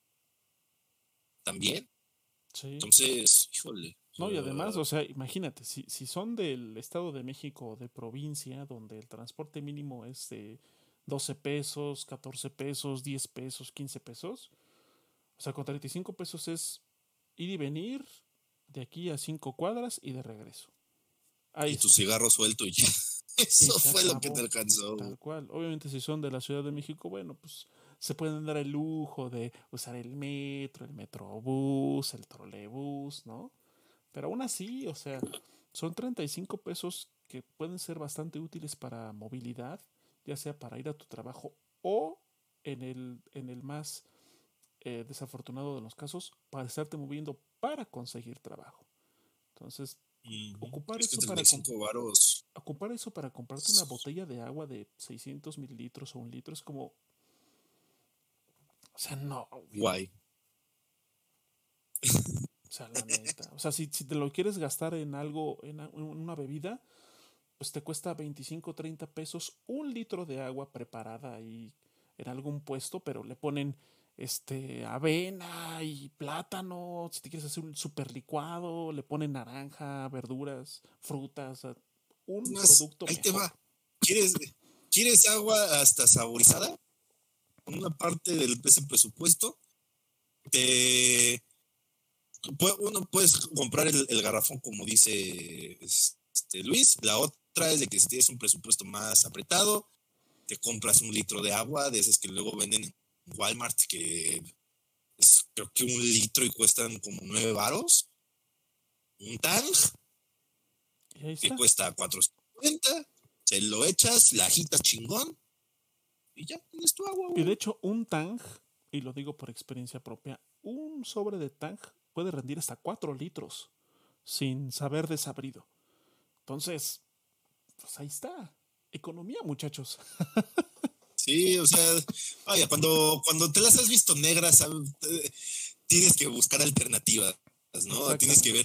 También. sí. Entonces, híjole. No, y además, o sea, imagínate, si son del Estado de México o de provincia, donde el transporte mínimo es de 12 pesos, 14 pesos, 10 pesos, 15 pesos, o sea, con 35 pesos es ir y venir de aquí a 5 cuadras y de regreso. Ahí Y tu está. cigarro suelto y ya. Y Eso se fue lo que te acabó. alcanzó, güey. Tal cual. Obviamente, si son de la Ciudad de México, bueno, pues se pueden dar el lujo de usar el metrobús, el trolebús, ¿no? Pero aún así, o sea, son 35 pesos que pueden ser bastante útiles para movilidad, ya sea para ir a tu trabajo o en el más desafortunado de los casos, para estarte moviendo para conseguir trabajo. Entonces, Ujú. ocupar Es que eso para, 35 varos, ocupar eso para comprarte una botella de agua de 600 mililitros o un litro es como, o sea, no, güey. guay. O sea, la neta. O sea, si te lo quieres gastar en algo, en una bebida, pues te cuesta 25, 30 pesos un litro de agua preparada ahí en algún puesto, pero le ponen avena y plátano, si te quieres hacer un super licuado, le ponen naranja, verduras, frutas, o sea, Es un más, producto ahí te mejor. va. ¿Quieres, ¿Quieres agua hasta saborizada? Una parte de ese presupuesto, te, uno puedes comprar el garrafón, como dice Luis. La otra es de que si tienes un presupuesto más apretado, te compras un litro de agua, de esas que luego venden en Walmart, que es, creo que un litro y cuestan como 9 varos. Un tank Y ahí que está. cuesta 4.50, se lo echas, la agitas chingón y ya tienes tu agua, Y de güey. hecho, un Tang, y lo digo por experiencia propia, un sobre de Tang puede rendir hasta 4 litros sin saber desabrido. Entonces, pues ahí está. Economía, muchachos. Sí, o sea, vaya, cuando te las has visto negras, tienes que buscar alternativas, ¿no? Tienes que Exactamente. ver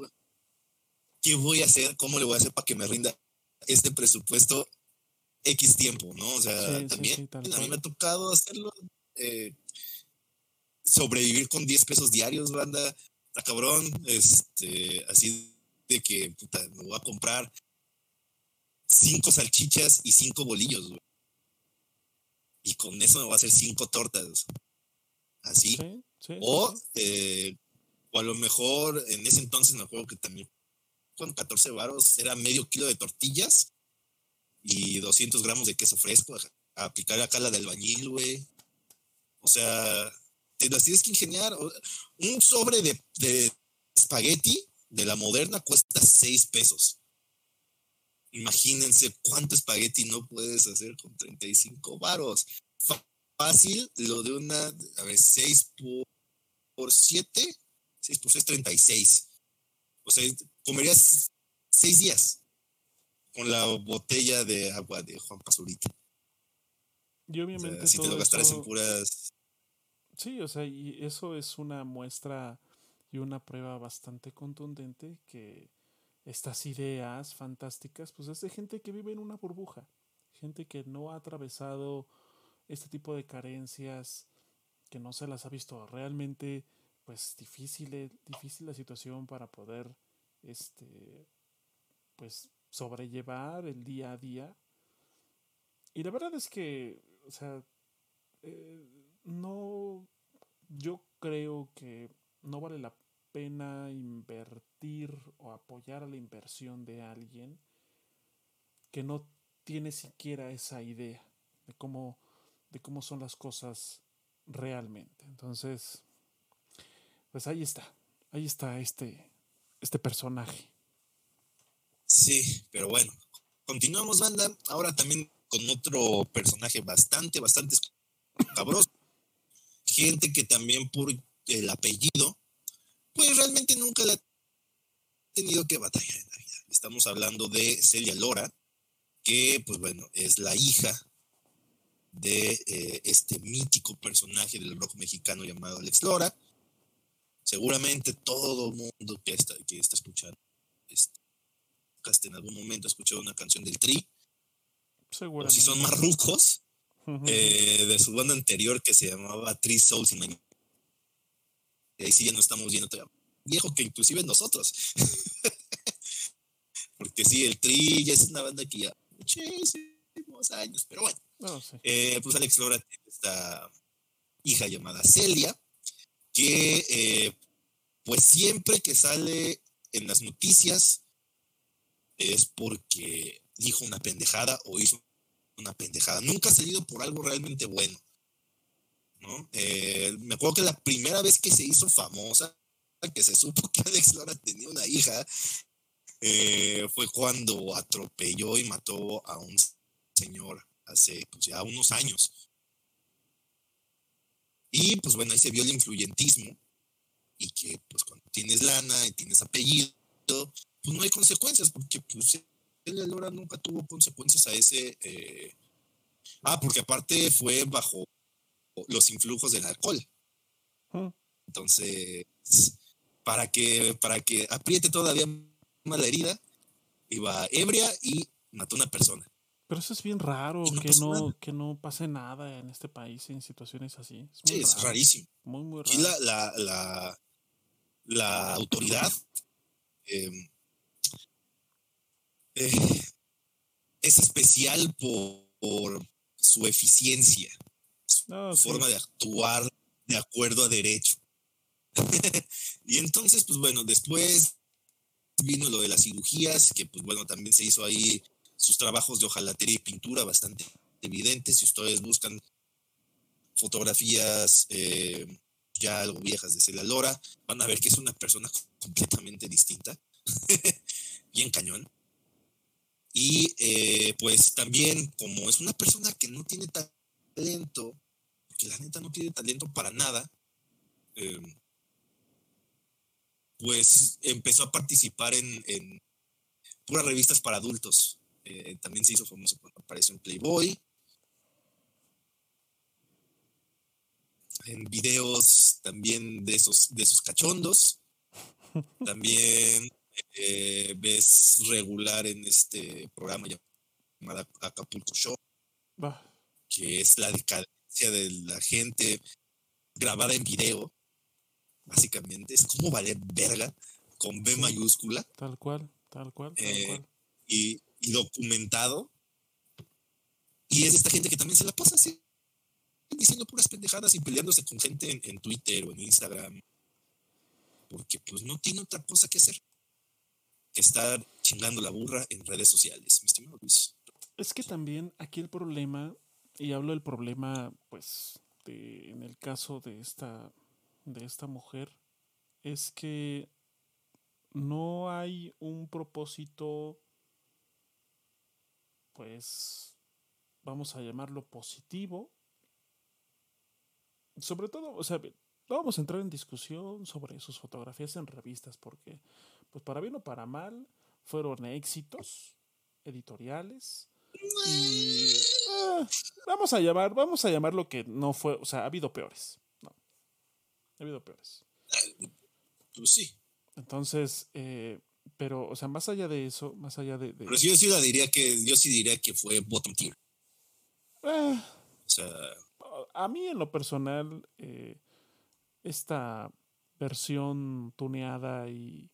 qué voy a hacer, cómo le voy a hacer para que me rinda este presupuesto X tiempo, ¿no? O sea, Sí, sí, también sí, tal a mí me cual. ha tocado hacerlo, eh, sobrevivir con 10 pesos diarios, banda, está cabrón, así de que, puta, me voy a comprar 5 salchichas y 5 bolillos, güey, y con eso me voy a hacer 5 tortas, así. Sí, sí, sí, O, sí. o a lo mejor, en ese entonces me acuerdo que también con 14 varos era medio kilo de tortillas y 200 gramos de queso fresco, a aplicar acá la del albañil, güey. O sea, te las tienes que ingeniar. Un sobre de espagueti de la Moderna cuesta 6 pesos. Imagínense cuánto espagueti no puedes hacer con 35 varos. Fácil, lo de una, a ver, 6 por 7, 6 por 6, 36. O sea, comerías 6 días con la botella de agua de Juan Pazurita. Y O sea, obviamente si te lo todo gastaras en eso, puras. sí, o sea, y eso es una muestra y una prueba bastante contundente que estas ideas fantásticas, pues es de gente que vive en una burbuja, gente que no ha atravesado este tipo de carencias, que no se las ha visto realmente, pues difícil la situación para poder, pues sobrellevar el día a día. Y la verdad es que, o sea, eh, no, yo creo que no vale la pena invertir o apoyar a la inversión de alguien que no tiene siquiera esa idea de cómo son las cosas realmente. Entonces, pues ahí está este personaje. Sí, pero bueno. Continuamos, banda. Ahora también con otro personaje bastante cabroso. Gente que también por el apellido, pues realmente nunca le ha tenido que batallar en la vida. Estamos hablando de Celia Lora, que pues bueno, es la hija de este mítico personaje del rock mexicano llamado Alex Lora. Seguramente todo el mundo que está escuchando este, en algún momento ha escuchado una canción del Tri, o si son Seguramente. más rucos, de su banda anterior que se llamaba Three Souls in. Y ahí sí ya no estamos viendo todavía viejo que inclusive nosotros. Porque sí, el Tri ya es una banda que ya muchísimos años. Pero bueno, No sé. pues Alex Lora tiene esta hija llamada Celia, que pues siempre que sale en las noticias es porque dijo una pendejada o hizo una pendejada. Nunca ha salido por algo realmente bueno, ¿no? Me acuerdo que la primera vez que se hizo famosa, que se supo que Alex Lora tenía una hija, fue cuando atropelló y mató a un señor hace pues, ya unos años. Y pues bueno, ahí se vio el influyentismo y que pues cuando tienes lana y tienes apellido, pues no hay consecuencias, porque pues él Lora nunca tuvo consecuencias a ese. Porque aparte fue bajo los influjos del alcohol. Mm. Entonces, para que apriete todavía más la herida, iba ebria y mató a una persona. Pero eso es bien raro, Y no pasó nada. que no pase nada en este país en situaciones así. Es muy Sí, es raro, rarísimo. muy, muy Aquí raro. la autoridad eh, eh, es especial por su eficiencia, No, su sí, forma de actuar de acuerdo a derecho. Y entonces, pues bueno, después vino lo de las cirugías, que pues bueno, también se hizo ahí sus trabajos de hojalatería y pintura bastante evidentes. Si ustedes buscan fotografías ya algo viejas de Celia Lora, van a ver que es una persona completamente distinta, bien cañón. Y pues también, como es una persona que no tiene talento, que la neta no tiene talento para nada, eh, pues empezó a participar en puras revistas para adultos. También se hizo famoso cuando apareció en Playboy, en videos también de esos cachondos. También ves regular en este programa llamado Acapulco Show, bah, que es la decadencia de la gente grabada en video, básicamente. Es como valer verga con B sí, mayúscula tal cual, tal cual, tal eh, cual. y documentado. Y es esta gente que también se la pasa así, diciendo puras pendejadas y peleándose con gente en Twitter o en Instagram, porque pues no tiene otra cosa que hacer que estar chingando la burra en redes sociales, mi estimado Luis. Es que también aquí el problema, y hablo del problema, pues, en el caso de esta mujer, es que no hay un propósito, pues, vamos a llamarlo positivo. Sobre todo, o sea, no vamos a entrar en discusión sobre sus fotografías en revistas, porque, pues, para bien o para mal, fueron éxitos editoriales. Y vamos a llamar lo que no fue, o sea, ha habido peores, no, ha habido peores. Pues sí. Entonces, pero, o sea, más allá de eso, más allá Pero sí, yo sí diría que fue bottom tier. eh, O sea, a mí en lo personal, esta versión tuneada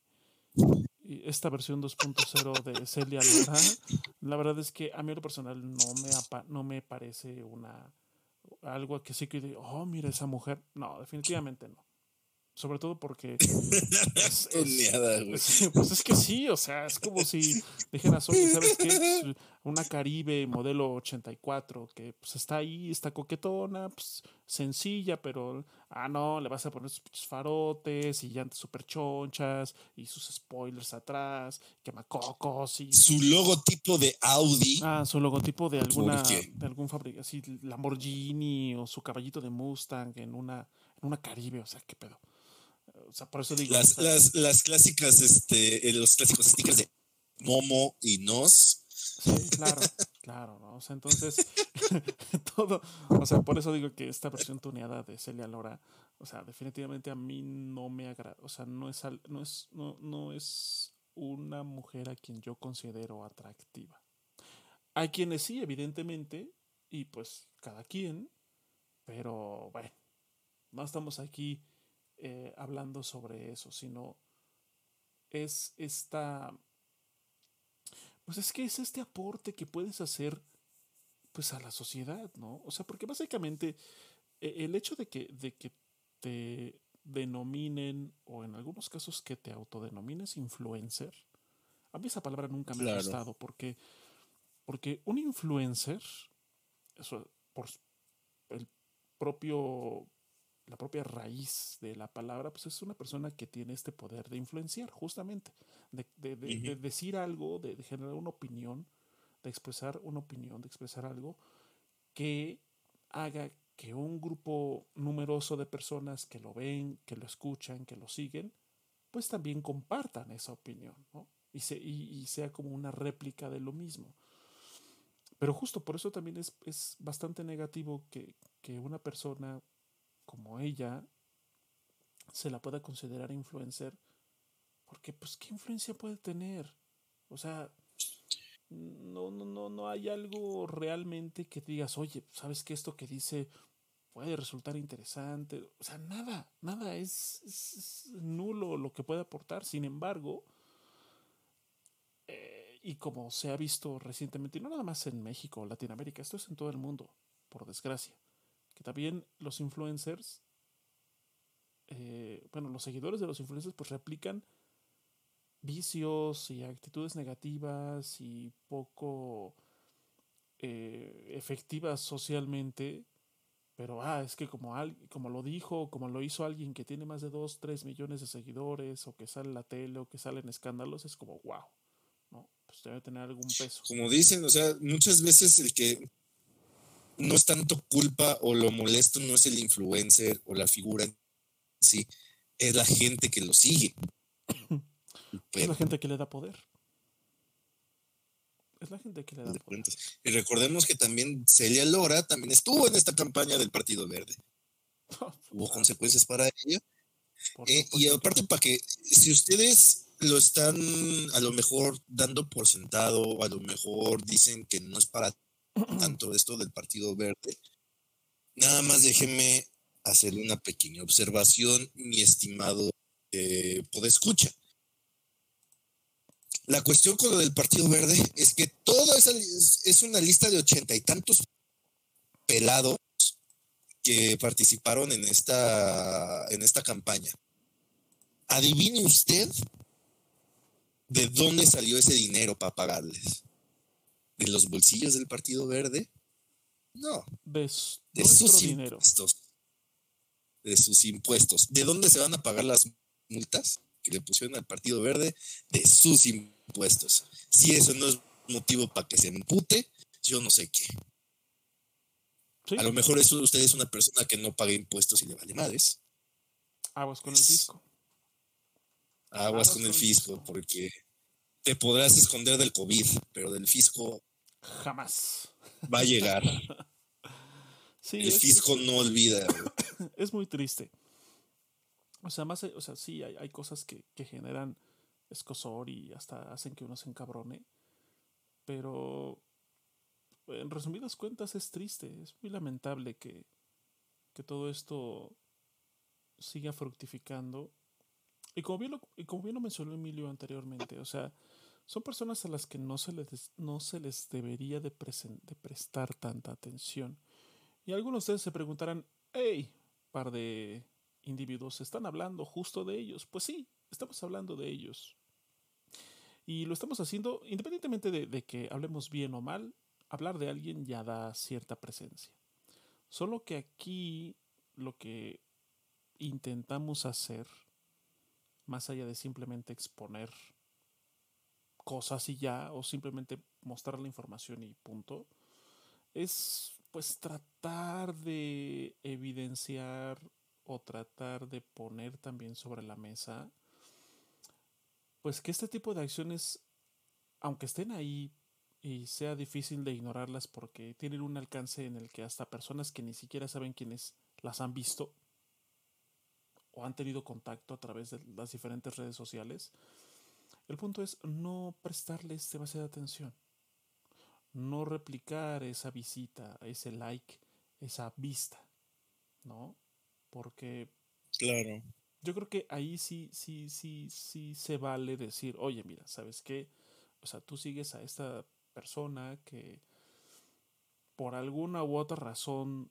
y esta versión 2.0 de Celia Lora, la verdad es que a mí en lo personal no me parece algo que sí que digo, oh, mira esa mujer. No, definitivamente no. Sobre todo porque tuneada, güey. sí, pues es que sí, o sea, es como si dijeras, oye, ¿sabes qué? Pues una Caribe modelo 84 que pues está ahí, está coquetona, pues sencilla, pero, no, le vas a poner sus farotes y llantas súper chonchas y sus spoilers atrás, quemacocos y Su logotipo de Audi, su logotipo porque de algún fabricante, así Lamborghini o su caballito de Mustang en una Caribe, o sea, qué pedo. O sea, por eso digo, o sea, las clásicas, los clásicos stickers de Momo y Nos. sí, claro, claro, ¿no? O sea, entonces, todo, o sea, por eso digo que esta versión tuneada de Celia Lora, o sea, definitivamente a mí no me agrada, o sea, no es una mujer a quien yo considero atractiva. Hay quienes sí, evidentemente, y pues cada quien, pero bueno, no estamos aquí hablando sobre eso, sino es esta, pues es que es este aporte que puedes hacer pues a la sociedad, ¿no? O sea, porque básicamente el hecho de que te denominen o en algunos casos que te autodenomines influencer, a mí esa palabra nunca me ha Claro. gustado porque un influencer, eso por el propio la propia raíz de la palabra, pues es una persona que tiene este poder de influenciar, justamente, de Ujú. decir algo, de generar una opinión, de expresar una opinión, de expresar algo que haga que un grupo numeroso de personas que lo ven, que lo escuchan, que lo siguen, pues también compartan esa opinión, ¿no? Y sea como una réplica de lo mismo. Pero justo por eso también es bastante negativo que una persona como ella se la pueda considerar influencer, porque pues ¿qué influencia puede tener? O sea, no hay algo realmente que digas, oye, ¿sabes qué? Esto que dice puede resultar interesante. O sea, nada, es nulo lo que puede aportar. Sin embargo, y como se ha visto recientemente, y no nada más en México o Latinoamérica, esto es en todo el mundo, por desgracia, que también los influencers, bueno, los seguidores de los influencers pues replican vicios y actitudes negativas y poco efectivas socialmente, pero es que como lo dijo, como lo hizo alguien que tiene más de 2 3 millones de seguidores, o que sale en la tele, o que sale en escándalos, es como, wow, ¿no? Pues debe tener algún peso. Como dicen, o sea, muchas veces el que no es tanto culpa o lo molesto no es el influencer o la figura en sí, es la gente que lo sigue. Es la Pero, gente que le da poder. Es la gente que le da de poder. cuentas. Y recordemos que también Celia Lora también estuvo en esta campaña del Partido Verde. Hubo Claro, consecuencias para ella. por Y supuesto que aparte, sí. para que si ustedes lo están a lo mejor dando por sentado, o a lo mejor dicen que no es para tanto esto del Partido Verde, nada más déjenme hacerle una pequeña observación, mi estimado podescucha. La cuestión con lo del Partido Verde es que todo es una lista de 80 y tantos pelados que participaron en esta campaña. Adivine usted de dónde salió ese dinero para pagarles. ¿De los bolsillos del Partido Verde? No, De de nuestro sus dinero. impuestos. De sus impuestos. ¿De dónde se van a pagar las multas que le pusieron al Partido Verde? De sus impuestos. Si eso no es motivo para que se empute, yo no sé qué. A Sí, lo mejor usted es una persona que no paga impuestos y le vale madres. aguas con el Pues, fisco. aguas Aguas con el con el fisco, fisco. porque te podrás esconder del COVID, pero del fisco Jamás. va a llegar. Sí, El fisco no olvida. es muy triste. O sea, o sea, sí, hay cosas que generan escozor y hasta hacen que uno se encabrone. Pero en resumidas cuentas es triste. Es muy lamentable que todo esto siga fructificando. Y como bien lo mencionó Emilio anteriormente, o sea, son personas a las que no se les debería de prestar tanta atención. Y algunos de ustedes se preguntarán, hey, par de individuos, ¿están hablando justo de ellos? Pues sí, estamos hablando de ellos. Y lo estamos haciendo independientemente de que hablemos bien o mal, hablar de alguien ya da cierta presencia. Solo que aquí lo que intentamos hacer, más allá de simplemente exponer cosas y ya, o simplemente mostrar la información y punto, es pues tratar de evidenciar o tratar de poner también sobre la mesa pues que este tipo de acciones, aunque estén ahí y sea difícil de ignorarlas porque tienen un alcance en el que hasta personas que ni siquiera saben quiénes las han visto o han tenido contacto a través de las diferentes redes sociales, el punto es no prestarles demasiada atención, no replicar esa visita, ese like, esa vista, ¿no? Porque Claro. yo creo que ahí sí se vale decir, oye, mira, ¿sabes qué? O sea, tú sigues a esta persona que por alguna u otra razón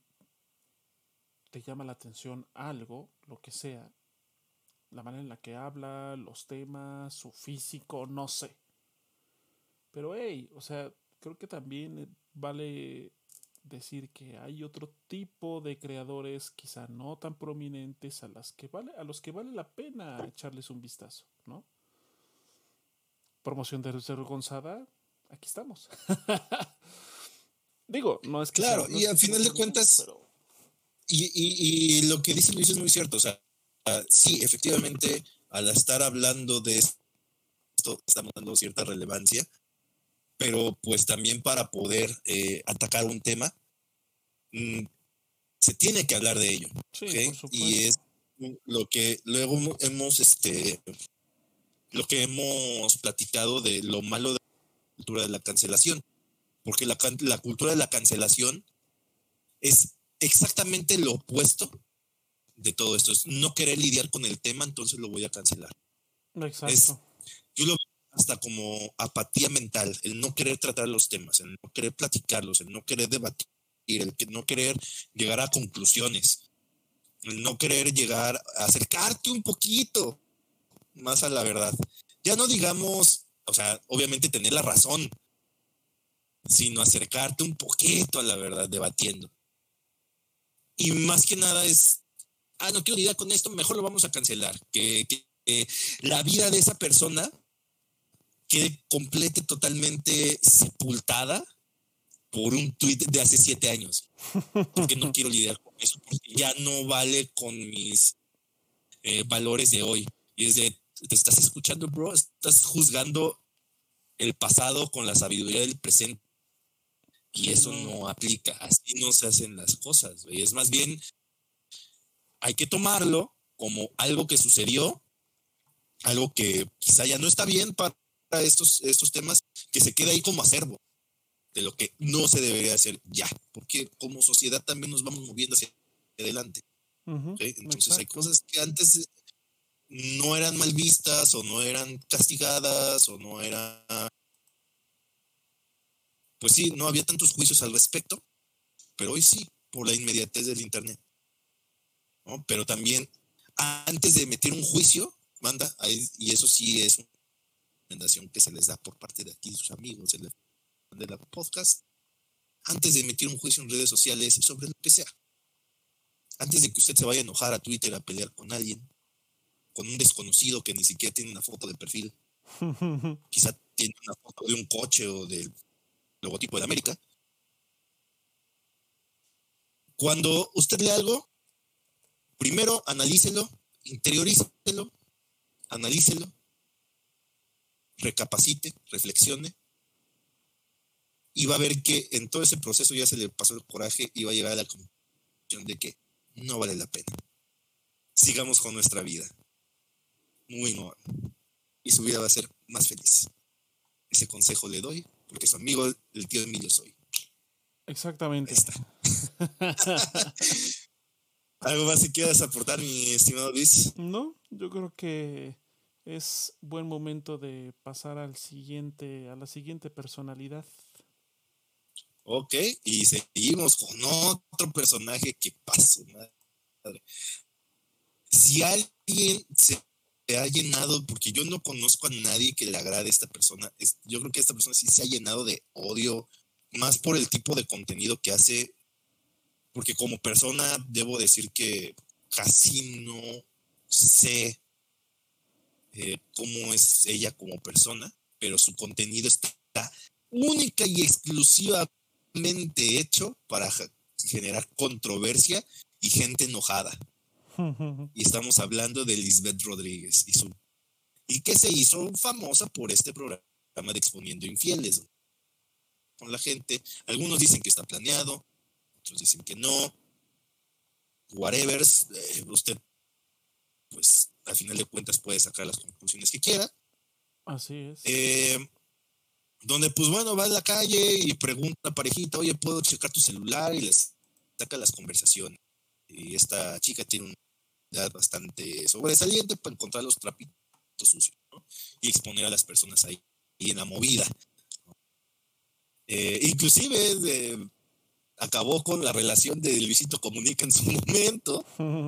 te llama la atención algo, lo que sea, la manera en la que habla, los temas, su físico, no sé. Pero hey, o sea, creo que también vale decir que hay otro tipo de creadores quizá no tan prominentes a los que vale la pena echarles un vistazo, ¿no? Promoción de Cero Gonzaga, aquí estamos. Digo, Claro, no y es que al final estemos de promocionando, cuentas, pero y lo que dice Luis es muy cierto. O sea, sí, efectivamente, al estar hablando de esto, estamos dando cierta relevancia, pero pues también para poder atacar un tema, se tiene que hablar de ello. sí, por ¿Okay? Y es supuesto. lo que luego lo que hemos platicado de lo malo de la cultura de la cancelación, porque la cultura de la cancelación es exactamente lo opuesto de todo esto, es no querer lidiar con el tema, entonces lo voy a cancelar. Exacto. Yo lo veo hasta como apatía mental, el no querer tratar los temas, el no querer platicarlos, el no querer debatir, el no querer llegar a conclusiones, el no querer llegar a acercarte un poquito más a la verdad. Ya no digamos, o sea, obviamente tener la razón, sino acercarte un poquito a la verdad, debatiendo. Y más que nada es, no quiero lidiar con esto, mejor lo vamos a cancelar. Que la vida de esa persona quede completa y totalmente sepultada por un tuit de hace 7 años. Porque no quiero lidiar con eso, porque ya no vale con mis valores de hoy. Y es de, te estás escuchando, bro, estás juzgando el pasado con la sabiduría del presente. Y eso no aplica, así no se hacen las cosas, güey. Es más bien, hay que tomarlo como algo que sucedió, algo que quizá ya no está bien para estos temas, que se queda ahí como acervo de lo que no se debería hacer ya, porque como sociedad también nos vamos moviendo hacia adelante. ¿Okay? Entonces hay cosas que antes no eran mal vistas o no eran castigadas o no eran, pues sí, no había tantos juicios al respecto, pero hoy sí, por la inmediatez del internet, ¿no? Pero también antes de emitir un juicio, manda, y eso sí es una recomendación que se les da por parte de aquí sus amigos de la podcast, antes de emitir un juicio en redes sociales sobre lo que sea, antes de que usted se vaya a enojar a Twitter a pelear con alguien, con un desconocido que ni siquiera tiene una foto de perfil, quizá tiene una foto de un coche o del logotipo de América. Cuando usted lee algo, primero analícelo, interiorícelo, analícelo, recapacite, reflexione, y va a ver que en todo ese proceso ya se le pasó el coraje y va a llegar a la conclusión de que no vale la pena. Sigamos con nuestra vida. Muy normal. Y su vida va a ser más feliz. Ese consejo le doy, porque su amigo, el tío Emilio, soy. Exactamente. Ahí está. ¿Algo más que quieras aportar, mi estimado Luis? No, yo creo que es buen momento de pasar a la siguiente personalidad. Ok, y seguimos con otro personaje que pasó, madre. Si alguien se ha llenado, porque yo no conozco a nadie que le agrade a esta persona, yo creo que esta persona sí se ha llenado de odio, más por el tipo de contenido que hace, porque como persona debo decir que casi no sé cómo es ella como persona, pero su contenido está única y exclusivamente hecho para generar controversia y gente enojada. Y estamos hablando de Lisbeth Rodríguez y que se hizo famosa por este programa de Exponiendo Infieles con la gente. Algunos dicen que está planeado, otros dicen que no. Whatever, usted pues al final de cuentas puede sacar las conclusiones que quiera. Así es. Donde pues bueno, va a la calle y pregunta a la parejita, oye, ¿puedo checar tu celular? Y les saca las conversaciones. Y esta chica tiene una edad bastante sobresaliente para encontrar los trapitos sucios, ¿no? Y exponer a las personas ahí en la movida, ¿no? Inclusive acabó con la relación de Luisito Comunica en su momento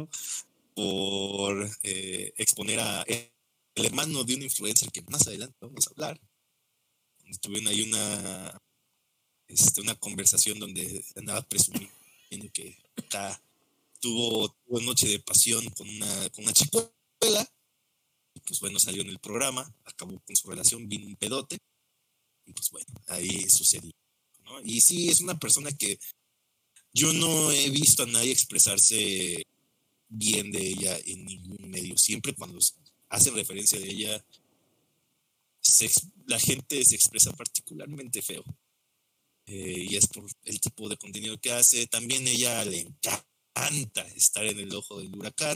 por exponer a el hermano de un influencer que más adelante vamos a hablar. Tuvieron ahí una conversación donde andaba presumiendo que acá tuvo noche de pasión con una chicuela, y pues bueno, salió en el programa, acabó con su relación, vino un pedote, y pues bueno, ahí sucedió, ¿no? Y sí, es una persona que yo no he visto a nadie expresarse bien de ella en ningún medio. Siempre cuando hacen referencia de ella, la gente se expresa particularmente feo. Y es por el tipo de contenido que hace. También ella le encanta estar en el ojo del huracán.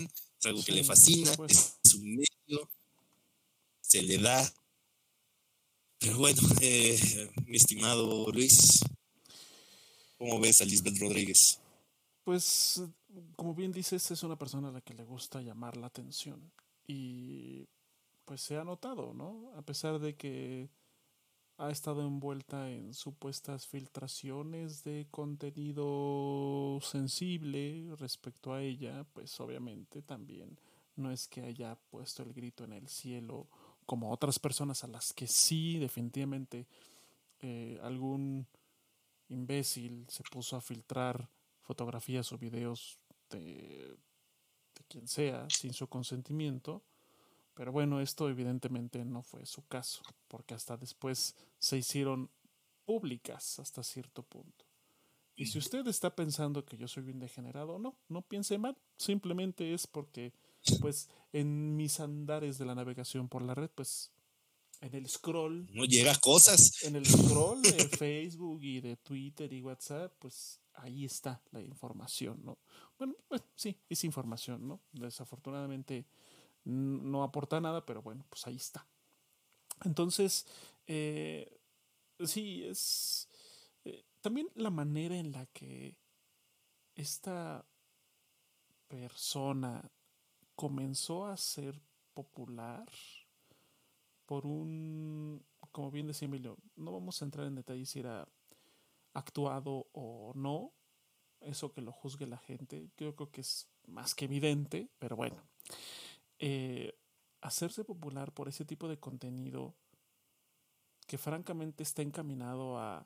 Es algo que Sí, le fascina, por supuesto. es su medio, se le da. Pero bueno, mi estimado Luis, ¿cómo ves a Lisbeth Rodríguez? Pues, como bien dices, es una persona a la que le gusta llamar la atención. Y pues se ha notado, ¿no? A pesar de que ha estado envuelta en supuestas filtraciones de contenido sensible respecto a ella, pues obviamente también no es que haya puesto el grito en el cielo como otras personas a las que sí definitivamente algún imbécil se puso a filtrar fotografías o videos de quien sea sin su consentimiento. Pero bueno, esto evidentemente no fue su caso, porque hasta después se hicieron públicas hasta cierto punto. Y si usted está pensando que yo soy un degenerado, no, no piense mal, simplemente es porque, pues, en mis andares de la navegación por la red, pues, en el scroll, No llega a cosas. en el scroll de Facebook y de Twitter y WhatsApp, pues ahí está la información, ¿no? Bueno, pues sí, es información, ¿no? Desafortunadamente no aporta nada, pero bueno, pues ahí está. Entonces, eh, sí, es también la manera en la que esta persona comenzó a ser popular por un, como bien decía Emilio, no vamos a entrar en detalles si era actuado o no, eso que lo juzgue la gente, yo creo que es más que evidente, pero bueno, eh, hacerse popular por ese tipo de contenido que francamente está encaminado a,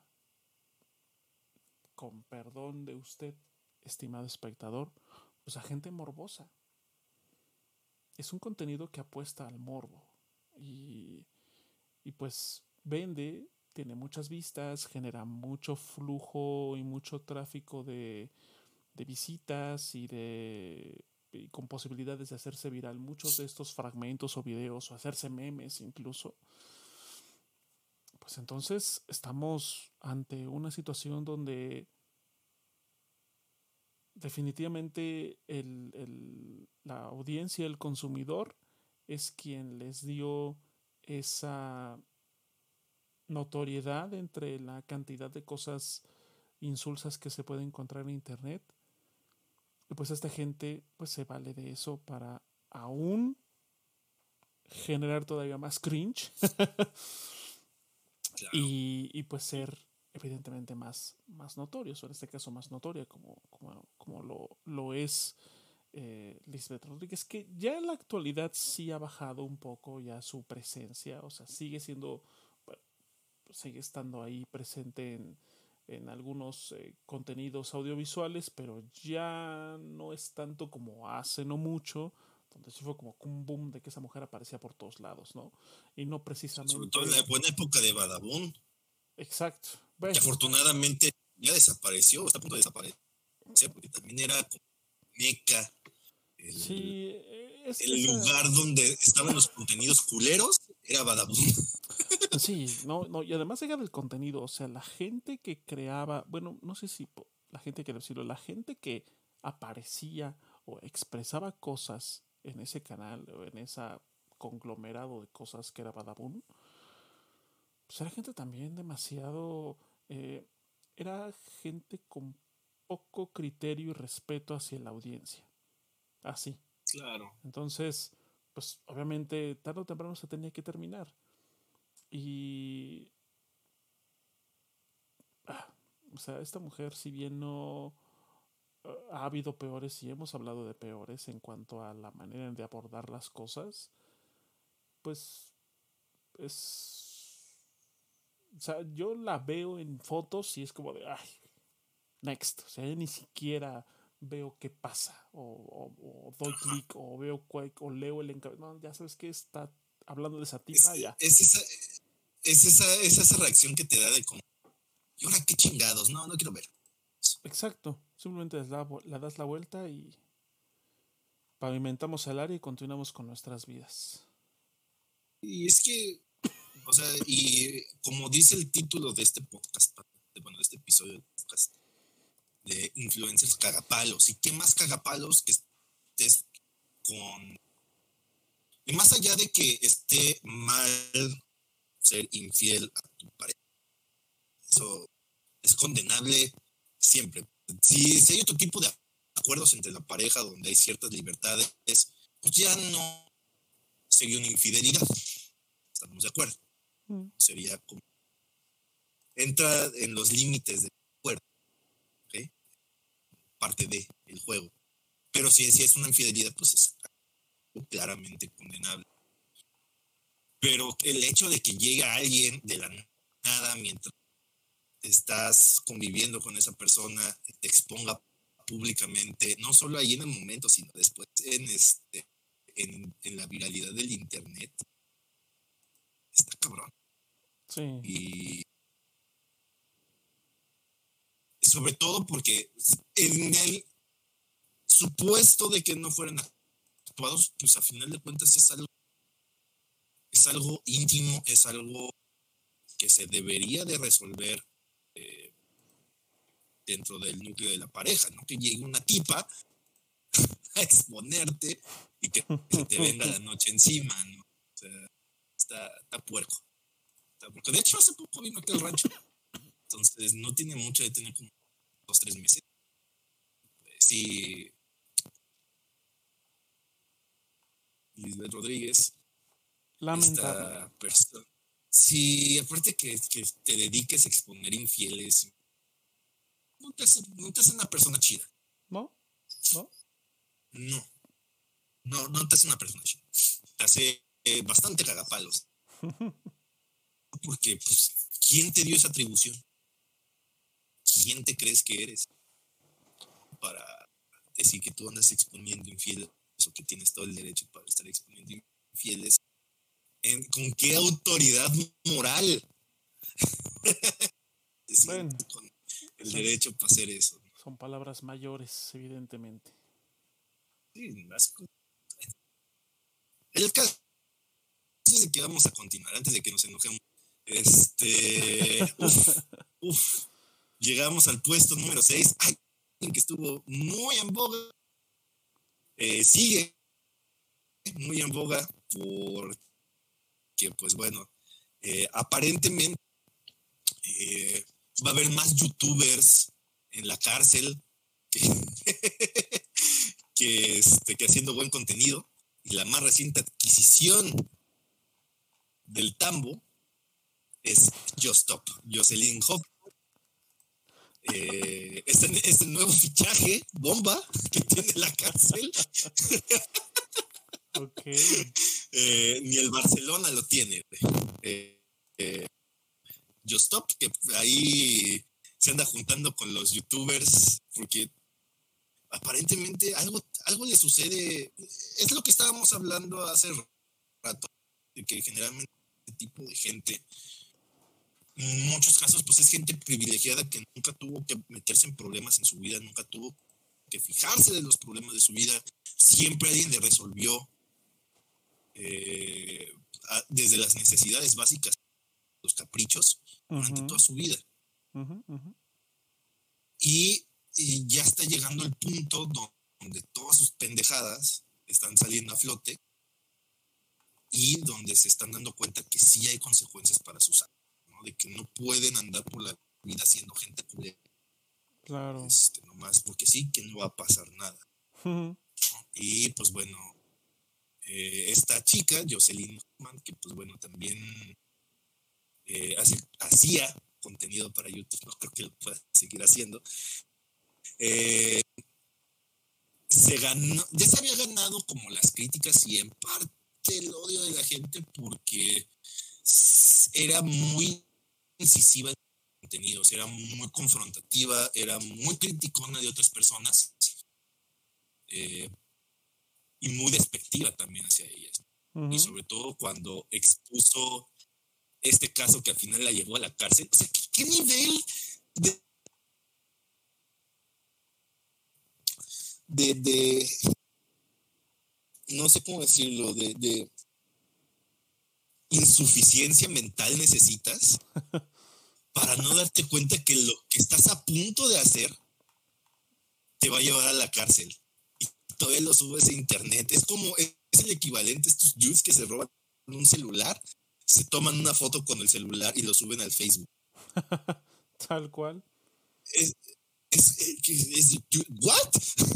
con perdón de usted, estimado espectador, pues a gente morbosa. Es un contenido que apuesta al morbo y, y pues vende, tiene muchas vistas, genera mucho flujo y mucho tráfico de visitas y con posibilidades de hacerse viral muchos de estos fragmentos o videos o hacerse memes incluso. Pues entonces estamos ante una situación donde definitivamente la audiencia, el consumidor, es quien les dio esa notoriedad entre la cantidad de cosas insulsas que se puede encontrar en internet. Y pues esta gente pues se vale de eso para aún generar todavía más cringe Claro. y pues ser evidentemente más notorios, o en este caso más notoria como lo es Lisbeth Rodríguez, que ya en la actualidad sí ha bajado un poco ya su presencia, o sea, sigue siendo, bueno, sigue estando ahí presente en algunos contenidos audiovisuales, pero ya no es tanto como hace no mucho, donde sí fue como un boom de que esa mujer aparecía por todos lados, ¿no? Y no Sobre todo en precisamente. la buena época de Badabun, Exacto. que Bueno, afortunadamente ya desapareció, está a punto de desaparecer, porque también era como meca, el, sí, el lugar donde estaban los contenidos culeros, era Badabun. sí, no, no, y además llega del contenido, o sea, la gente que creaba, bueno, no sé si la gente que decirlo, la gente que aparecía o expresaba cosas en ese canal o en ese conglomerado de cosas que era Badabun, pues era gente también demasiado, eh, era gente con poco criterio y respeto hacia la audiencia, así. Claro. Entonces, pues obviamente tarde o temprano se tenía que terminar. Y, o sea, esta mujer, si bien no ha habido peores y hemos hablado de peores en cuanto a la manera de abordar las cosas, pues es... O sea, yo la veo en fotos y es como de, ay, next. O sea, yo ni siquiera veo qué pasa o doy clic o veo o leo el encabezado. No, ya sabes que está hablando de esa Es, tipa, ya. es esa, es esa reacción que te da de como, ¿y ahora qué chingados? No, no quiero ver. Exacto. Simplemente la das la vuelta y pavimentamos el área y continuamos con nuestras vidas. Y es que, o sea, y como dice el título de este podcast, bueno, de este episodio del podcast, de influencers cagapalos. ¿Y qué más cagapalos que estés Y más allá de que esté mal ser infiel a tu pareja, eso es condenable siempre. Si hay otro tipo de acuerdos entre la pareja donde hay ciertas libertades, pues ya no sería una infidelidad. Estamos de acuerdo. Sería como entra en los límites del acuerdo, ¿okay? Parte del juego. Pero si es una infidelidad, pues es claramente condenable. Pero el hecho de que llegue alguien de la nada mientras estás conviviendo con esa persona, te exponga públicamente, no solo ahí en el momento, sino después en la viralidad del internet, está cabrón. Sí. Y sobre todo porque en el supuesto de que no fueran actuados, pues a final de cuentas es algo íntimo, es algo que se debería de resolver dentro del núcleo de la pareja, ¿no? Que llegue una tipa a exponerte y que se te venga la noche encima, ¿no? O sea, está puerco. Porque de hecho hace poco vino aquí al rancho, entonces no tiene mucho de tener como 2-3 meses. Sí, Lisbeth Rodríguez, Lamentable. esta persona. Sí, aparte que te dediques a exponer infieles, no te hace una persona chida. ¿No? No te hace una persona chida. Te hace bastante cagapalos. Porque, pues, ¿quién te dio esa atribución? ¿Quién te crees que eres? Para decir que tú andas exponiendo infieles o que tienes todo el derecho para estar exponiendo infieles. ¿Con qué autoridad moral? Bueno, con el derecho para hacer eso. Son palabras mayores, evidentemente. Sí, el caso es de que vamos a continuar antes de que nos enojemos. Llegamos al puesto número 6. Alguien que estuvo muy en boga. Sigue muy en boga porque, pues bueno, aparentemente va a haber más youtubers en la cárcel que haciendo buen contenido. Y la más reciente adquisición del tambo es Justop, Jocelyn Hop. Este nuevo fichaje, bomba, que tiene la cárcel. Okay. Ni el Barcelona lo tiene. Justop, que ahí se anda juntando con los youtubers, porque aparentemente algo le sucede. Es lo que estábamos hablando hace rato, de que generalmente este tipo de gente, en muchos casos, pues es gente privilegiada que nunca tuvo que meterse en problemas en su vida, nunca tuvo que fijarse de los problemas de su vida, siempre alguien le resolvió desde las necesidades básicas, los caprichos, durante toda su vida. Y ya está llegando el punto donde todas sus pendejadas están saliendo a flote y donde se están dando cuenta que sí hay consecuencias para sus actos, ¿no? De que no pueden andar por la vida siendo gente culera. Claro. Nomás porque sí, que no va a pasar nada. Y pues bueno, esta chica, Jocelyn Hoffman, que pues bueno, también hacía contenido para YouTube, no creo que lo pueda seguir haciendo. Ya se había ganado como las críticas y en parte el odio de la gente porque era muy incisiva en contenidos, era muy confrontativa, era muy criticona de otras personas y muy despectiva también hacia ellas. Y sobre todo cuando expuso este caso que al final la llevó a la cárcel. O sea, ¿qué nivel de no sé cómo decirlo, de insuficiencia mental necesitas para no darte cuenta que lo que estás a punto de hacer te va a llevar a la cárcel y todavía lo subes a internet. Es como, es el equivalente a estos dudes que se roban un celular, se toman una foto con el celular y lo suben al Facebook. Tal cual. ¿What?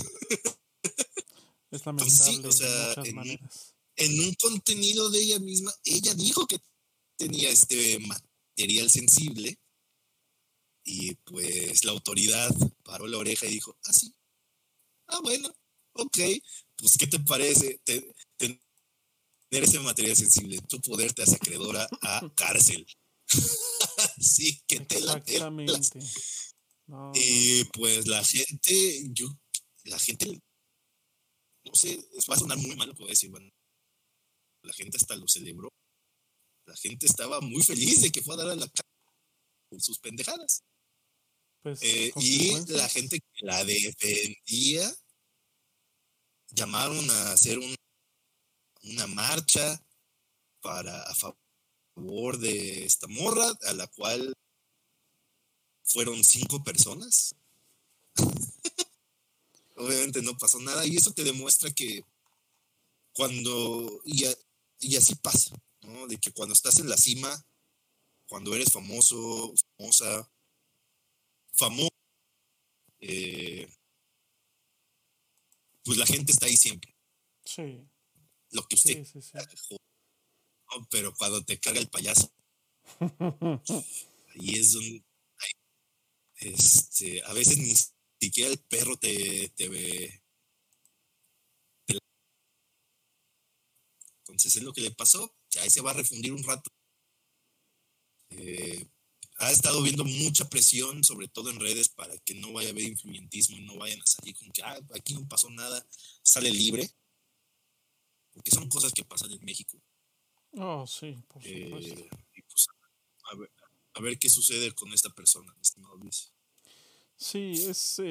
Es Entonces sí, lamentable o sea, de muchas maneras. en un contenido de ella misma, ella dijo que tenía este material sensible y pues la autoridad paró la oreja y dijo, ah, sí, ah, bueno, ok, pues ¿qué te parece tener ese material sensible? Tu poder te hace acreedora a cárcel. Sí, que te la pelas. Exactamente. No. Y pues la gente, no sé, va a sonar muy mal lo que voy a decir, bueno, la gente hasta lo celebró. La gente estaba muy feliz de que fue a dar a la cara por sus pendejadas. Pues Y la consecuencias. gente que la defendía llamaron a hacer una marcha a favor de esta morra, a la cual fueron 5 personas. Obviamente no pasó nada y eso te demuestra que y así pasa, ¿no? De que cuando estás en la cima, cuando eres famoso, famoso, eh, pues la gente está ahí siempre. Sí. Lo que usted, Sí. ¿no? Pero cuando te caga el payaso, ahí es donde a veces ni siquiera el perro te ve. Entonces es lo que le pasó, ya ahí se va a refundir un rato. Ha estado viendo mucha presión, sobre todo en redes, para que no vaya a haber influyentismo y no vayan a salir con que aquí no pasó nada, sale libre, porque son cosas que pasan en México. Oh, sí, por supuesto. Y pues a ver qué sucede con esta persona, estimado Luis. Sí,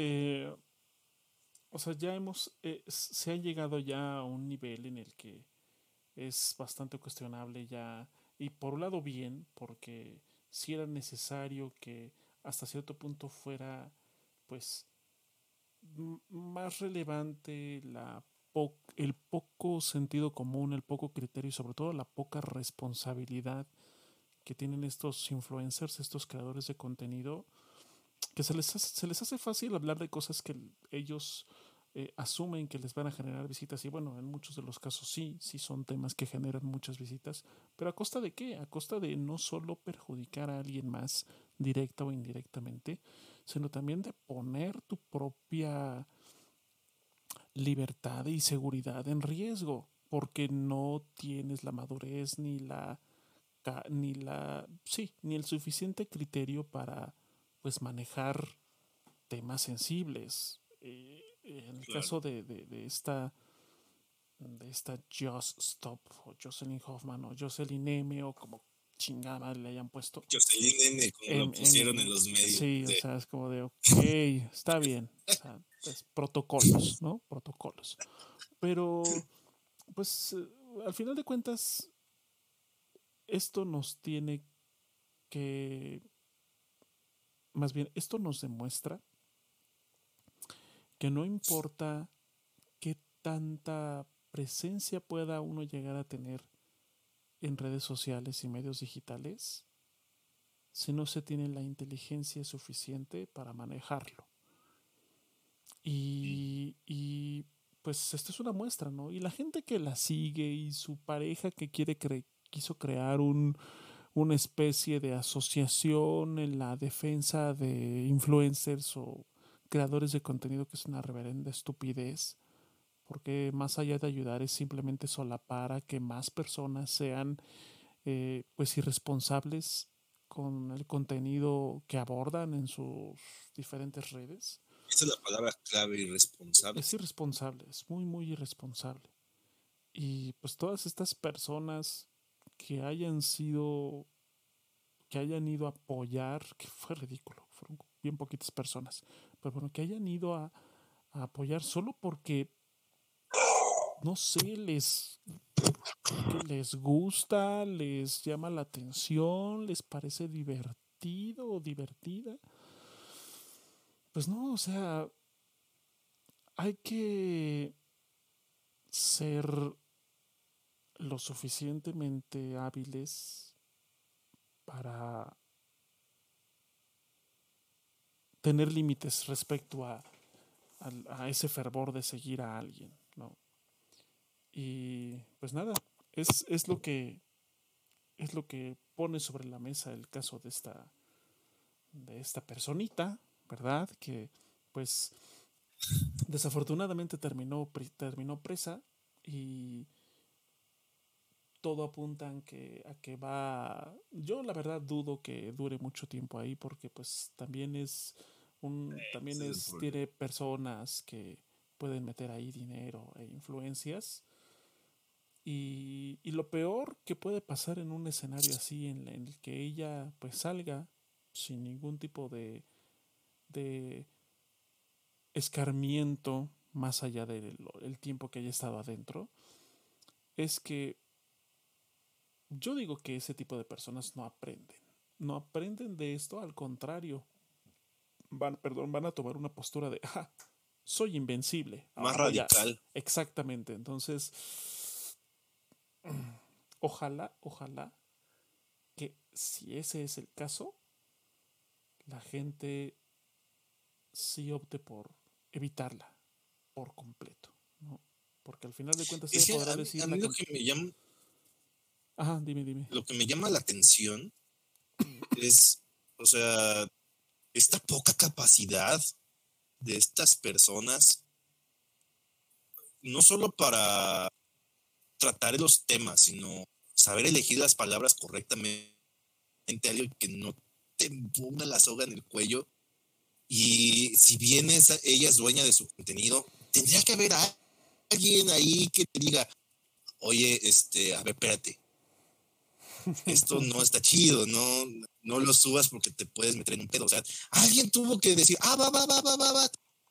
o sea, se ha llegado ya a un nivel en el que es bastante cuestionable ya, y por un lado bien, porque si era necesario que hasta cierto punto fuera, pues, más relevante el poco sentido común, el poco criterio y sobre todo la poca responsabilidad que tienen estos influencers, estos creadores de contenido, que se les hace fácil hablar de cosas que ellos asumen que les van a generar visitas y bueno, en muchos de los casos sí son temas que generan muchas visitas, pero ¿a costa de qué? A costa de no solo perjudicar a alguien más directa o indirectamente, sino también de poner tu propia libertad y seguridad en riesgo, porque no tienes la madurez ni el suficiente criterio para pues manejar temas sensibles. En el Claro. caso de esta Just Stop o Jocelyn Hoffman o Jocelyn M o como chingada le hayan puesto. Jocelyn N, como lo pusieron en los medios. Sí, o sea, es como de, ok, está bien. O sea, es protocolos, ¿no? Protocolos. Pero, pues, al final de cuentas, esto nos tiene que, más bien, esto nos demuestra que no importa qué tanta presencia pueda uno llegar a tener en redes sociales y medios digitales, si no se tiene la inteligencia suficiente para manejarlo. Y pues esta es una muestra, ¿no? Y la gente que la sigue y su pareja que quiso crear una especie de asociación en la defensa de influencers o creadores de contenido, que es una reverenda estupidez, porque más allá de ayudar es simplemente solapar a que más personas sean pues irresponsables con el contenido que abordan en sus diferentes redes. Esa es la palabra clave, irresponsable. Es irresponsable, es muy irresponsable. Y pues todas estas personas que que hayan ido a apoyar, que fue ridículo, fueron bien poquitas personas, pero bueno, que hayan ido a apoyar solo porque, no sé, les gusta, les llama la atención, les parece divertido o divertida. Pues no, o sea, hay que ser lo suficientemente hábiles para tener límites respecto a ese fervor de seguir a alguien, ¿no? Y pues nada, es lo que pone sobre la mesa el caso de esta personita, ¿verdad? Que pues desafortunadamente terminó presa y todo apunta a que va. Yo la verdad dudo que dure mucho tiempo ahí porque pues también Ese es el problema. tiene personas que pueden meter ahí dinero e influencias. Y lo peor que puede pasar en un escenario así en el que ella pues salga sin ningún tipo de escarmiento más allá del el tiempo que haya estado adentro, es que yo digo que ese tipo de personas no aprenden. No aprenden de esto, al contrario, van a tomar una postura de, soy invencible, Más ahora voy a. radical. Exactamente, entonces, ojalá que si ese es el caso, la gente sí opte por evitarla por completo, ¿no? Porque al final de cuentas Es ella que podrá decir a la mí cantidad. Ajá, dime. lo que me llama la atención es, o sea, esta poca capacidad de estas personas, no solo para tratar los temas, sino saber elegir las palabras correctamente, algo que no te ponga la soga en el cuello. Y si bien ella es dueña de su contenido, tendría que haber alguien ahí que te diga, oye, a ver, espérate, esto no está chido, no lo subas porque te puedes meter en un pedo. O sea, alguien tuvo que decir, va.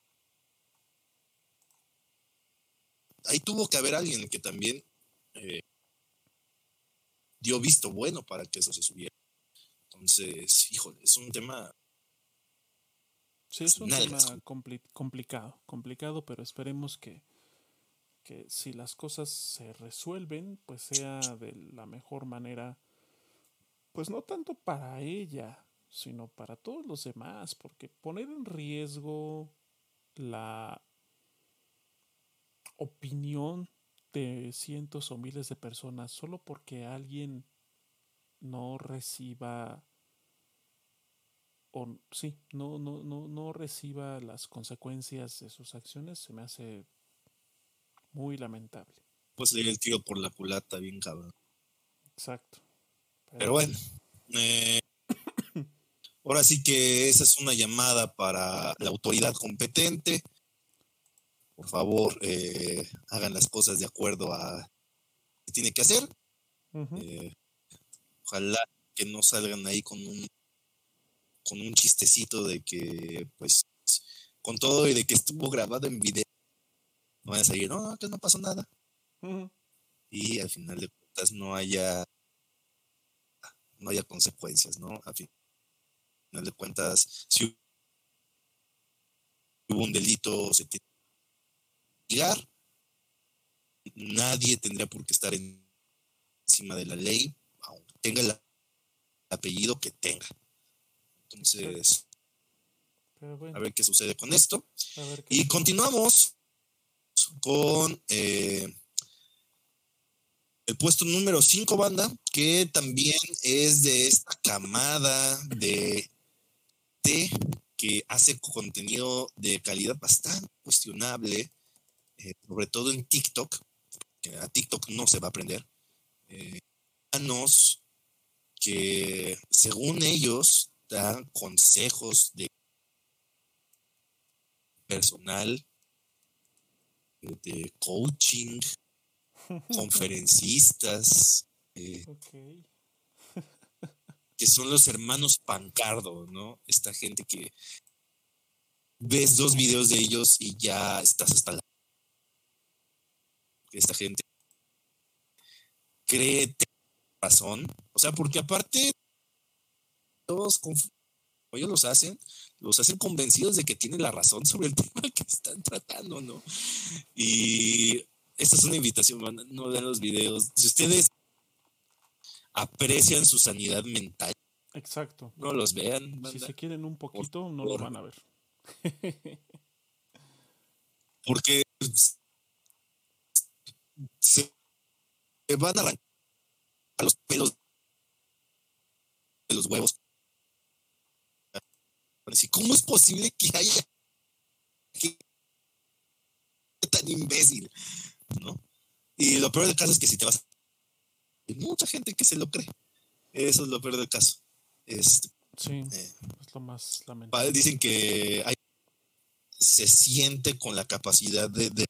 Ahí tuvo que haber alguien que también eh, dio visto bueno para que eso se subiera. Entonces, híjole, es un tema Sí, es sin un nalgas. tema complicado, pero esperemos que si las cosas se resuelven, pues sea de la mejor manera, pues no tanto para ella, sino para todos los demás, porque poner en riesgo la opinión de cientos o miles de personas solo porque alguien no reciba o sí, no reciba las consecuencias de sus acciones, se me hace muy lamentable. Pues le dio el tiro por la culata, bien cabrón. Exacto. Pero Pero bueno. bueno, ahora sí que esa es una llamada para la autoridad competente. Por favor, hagan las cosas de acuerdo a lo que tiene que hacer. Uh-huh. Ojalá que no salgan ahí con un chistecito de que, pues, con todo y de que estuvo grabado en video, no van a salir, no, que no pasó nada. Uh-huh. Y al final de cuentas no haya consecuencias, ¿no? Al final de cuentas, si hubo un delito, se tiene que investigar. Nadie tendría por qué estar encima de la ley, aunque tenga el apellido que tenga. Entonces, Pero bueno, a ver qué sucede con esto. a ver qué Y sucede. continuamos con el puesto número 5, banda, que también es de esta camada de T que hace contenido de calidad bastante cuestionable, sobre todo en TikTok, que a TikTok no se va a aprender. Que según ellos dan consejos de personal, de coaching, conferencistas, Ok. que son los hermanos Pancardo, ¿no? Esta gente que ves 2 videos de ellos y ya estás hasta la... Esta gente cree tener razón. O sea, porque aparte todos, como ellos los hacen convencidos de que tienen la razón sobre el tema que están tratando, ¿no? Y esta es una invitación, banda, no vean los videos. Si ustedes aprecian su sanidad mental, Exacto. no los vean, Si banda, se quieren un por poquito, no lo favor. van a ver. Porque se van a arrancar los pelos de los huevos. ¿Cómo es posible que haya gente tan imbécil? ¿No? Y lo peor del caso es que si te vas, hay mucha gente que se lo cree. Eso es lo peor del caso. Sí, es lo más lamentable. Dicen que se siente con la capacidad de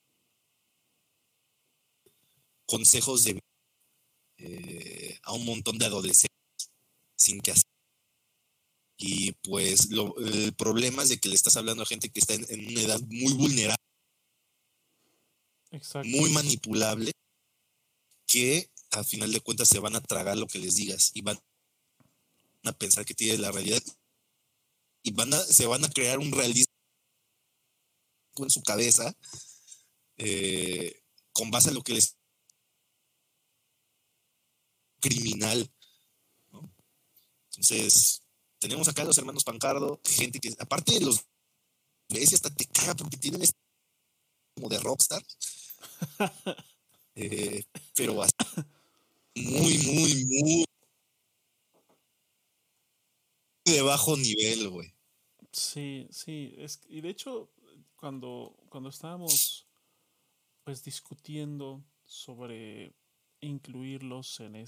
consejos de a un montón de adolescentes sin que hacer. Y pues el problema es de que le estás hablando a gente que está en una edad muy vulnerable, Exacto. muy manipulable, que al final de cuentas se van a tragar lo que les digas y van a pensar que tiene la realidad y se van a crear un realismo en su cabeza con base a lo que les criminal, ¿no? Entonces tenemos acá a los hermanos Pancardo, gente que aparte de los ves hasta te caga porque tienen como de rockstar, pero muy de bajo nivel, güey. Sí, sí, y de hecho, cuando estábamos pues discutiendo sobre incluirlos en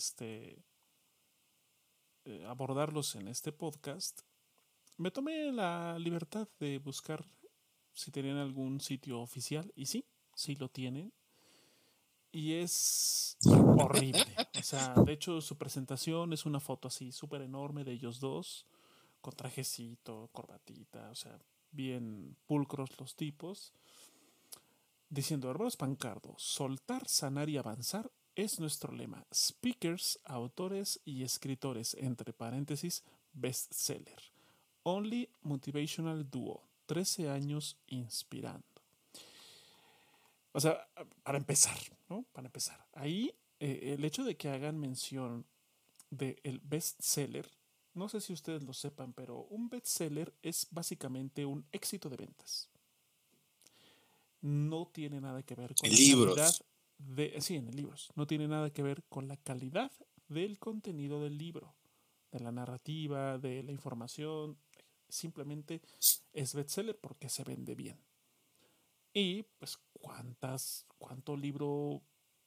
abordarlos en este podcast, me tomé la libertad de buscar si tenían algún sitio oficial, y sí lo tienen, y es horrible. O sea, de hecho su presentación es una foto así súper enorme de ellos dos, con trajecito, corbatita, o sea, bien pulcros los tipos, diciendo: hermanos Pancardo, soltar, sanar y avanzar es nuestro lema. Speakers, autores y escritores, entre paréntesis, bestseller. Only Motivational Duo, 13 años inspirando. O sea, para empezar, ¿no? Para empezar. Ahí, el hecho de que hagan mención del bestseller, no sé si ustedes lo sepan, pero un bestseller es básicamente un éxito de ventas. No tiene nada que ver con En la libros. calidad de... Sí, en libros. No tiene nada que ver con la calidad del contenido del libro, de la narrativa, de la información. Simplemente es bestseller porque se vende bien. Y pues cuánto libro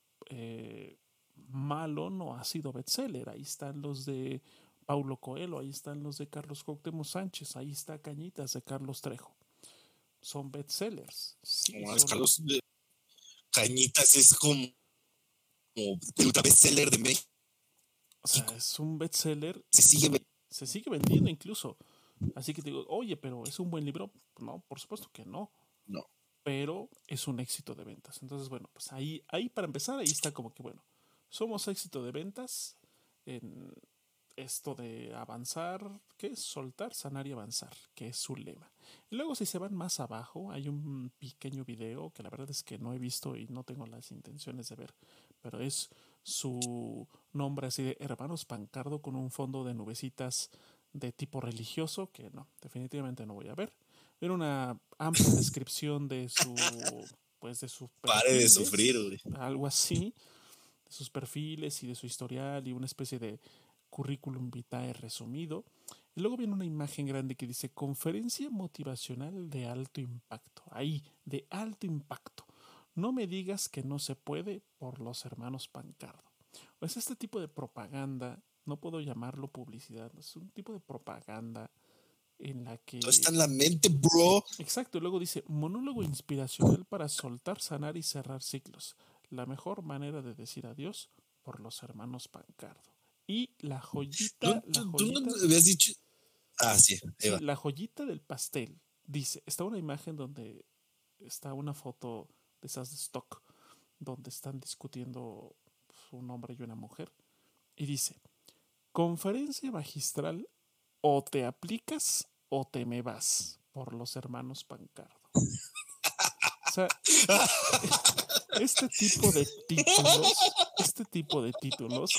malo no ha sido bestseller. Ahí están los de Paulo Coelho, ahí están los de Carlos Cuauhtémoc Sánchez, ahí está Cañitas de Carlos Trejo. Son bestsellers. Sí, No, son... Carlos Cañitas es como el ultra bestseller de México. O sea, es un bestseller Se sigue y se sigue vendiendo incluso. Así que te digo, oye, pero ¿es un buen libro? No, por supuesto que no. No. Pero es un éxito de ventas. Entonces, bueno, pues ahí para empezar, ahí está como que, bueno, somos éxito de ventas en esto de avanzar, ¿qué es? Soltar, sanar y avanzar, que es su lema. Y luego si se van más abajo, hay un pequeño video que la verdad es que no he visto y no tengo las intenciones de ver, pero es su nombre así de Hermanos Pancardo con un fondo de nubecitas de tipo religioso que no, definitivamente no voy a ver. Ver una amplia descripción de de sus Pare de perfiles, sufrir, güey. algo así, de sus perfiles y de su historial y una especie de currículum vitae resumido. Y luego viene una imagen grande que dice conferencia motivacional de alto impacto. Ahí, de alto impacto. No me digas que no se puede por los hermanos Pancardo. O es este tipo de propaganda, no puedo llamarlo publicidad, es un tipo de propaganda en la que... Todo está en la mente, bro. Exacto, y luego dice, monólogo inspiracional para soltar, sanar y cerrar ciclos. La mejor manera de decir adiós por los hermanos Pancardo. Y la joyita, ¿Tú no habías dicho? Ah, sí, sí, Eva. la joyita del pastel. Dice, está una imagen donde está una foto de esas de stock, donde están discutiendo un hombre y una mujer. Y dice, conferencia magistral, o te aplicas o te me vas, por los hermanos Pancardo. O sea, Este tipo de títulos, este tipo de títulos,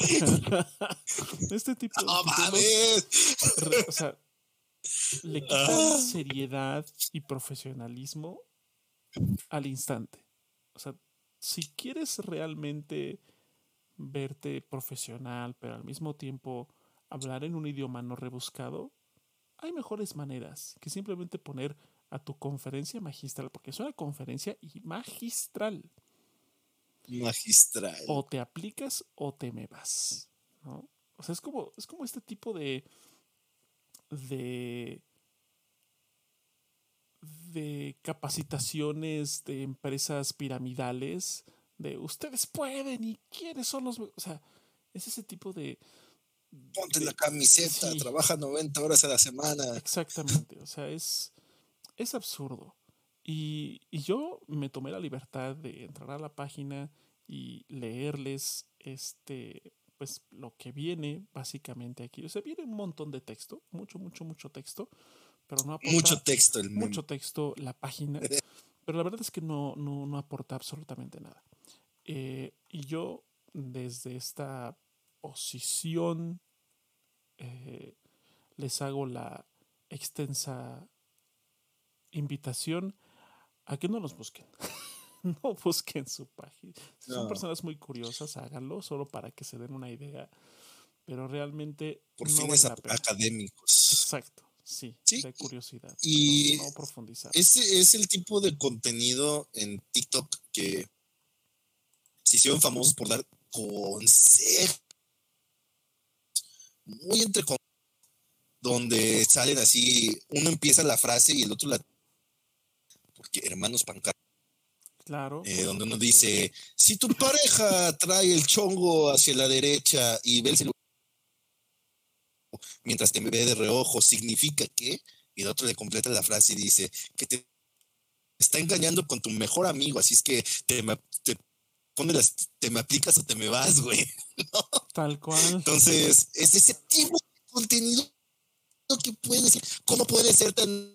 ¡No mames! o sea, le quitan seriedad y profesionalismo al instante. O sea, si quieres realmente verte profesional, pero al mismo tiempo hablar en un idioma no rebuscado, hay mejores maneras que simplemente poner a tu conferencia magistral, porque es una conferencia y magistral. Magistral. O te aplicas o te me vas, ¿no? O sea, es como este tipo de, de capacitaciones de empresas piramidales, de ustedes pueden y quiénes son los... O sea, es ese tipo Ponte la camiseta, sí, trabaja 90 horas a la semana. exactamente. O sea, es absurdo. Y yo me tomé la libertad de entrar a la página y leerles pues lo que viene básicamente aquí. O sea, viene un montón de texto, mucho texto, pero no Mucho aporta texto el meme. mucho texto la página, pero la verdad es que no aporta absolutamente nada. Y yo, desde esta posición, les hago la extensa invitación a que no los busquen. No busquen su página. Si son No, personas muy curiosas, háganlo solo para que se den una idea, pero realmente por no fines vale la pena. académicos. Exacto, sí, Sí, de curiosidad, pero y no profundizar. ese es el tipo de contenido en TikTok que se hicieron famosos por dar consejos muy entre donde salen así, uno empieza la frase y el otro la... Porque hermanos Pancar, Claro, por donde uno supuesto. dice, si tu pareja trae el chongo hacia la derecha y ve el celular mientras te ve de reojo, ¿significa que? Y el otro le completa la frase y dice, que te está engañando con tu mejor amigo, así es que te pone te me aplicas o te me vas, güey. ¿No? Tal cual. Entonces, es ese tipo de contenido que puede decir, ¿cómo puede ser tan...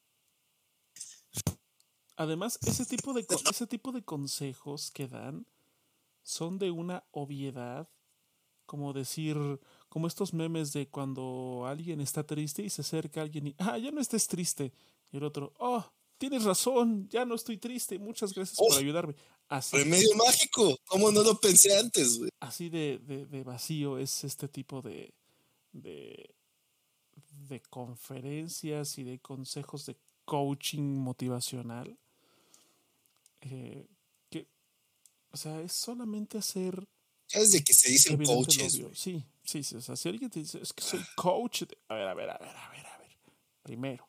Además, ese tipo de consejos que dan son de una obviedad, como decir, como estos memes de cuando alguien está triste y se acerca a alguien y, ya no estés triste. Y el otro, tienes razón, ya no estoy triste, muchas gracias por ¡Oh! ayudarme. Así, Remedio mágico. ¿Cómo no lo pensé antes, güey? así de vacío es este tipo de, de conferencias y de consejos de coaching motivacional. eh, que, o sea, es solamente hacer Ya desde que se dicen evidente lo coaches, obvio. güey. Sí, sí, sí. O sea, si alguien te dice, es que soy coach. A ver. Primero,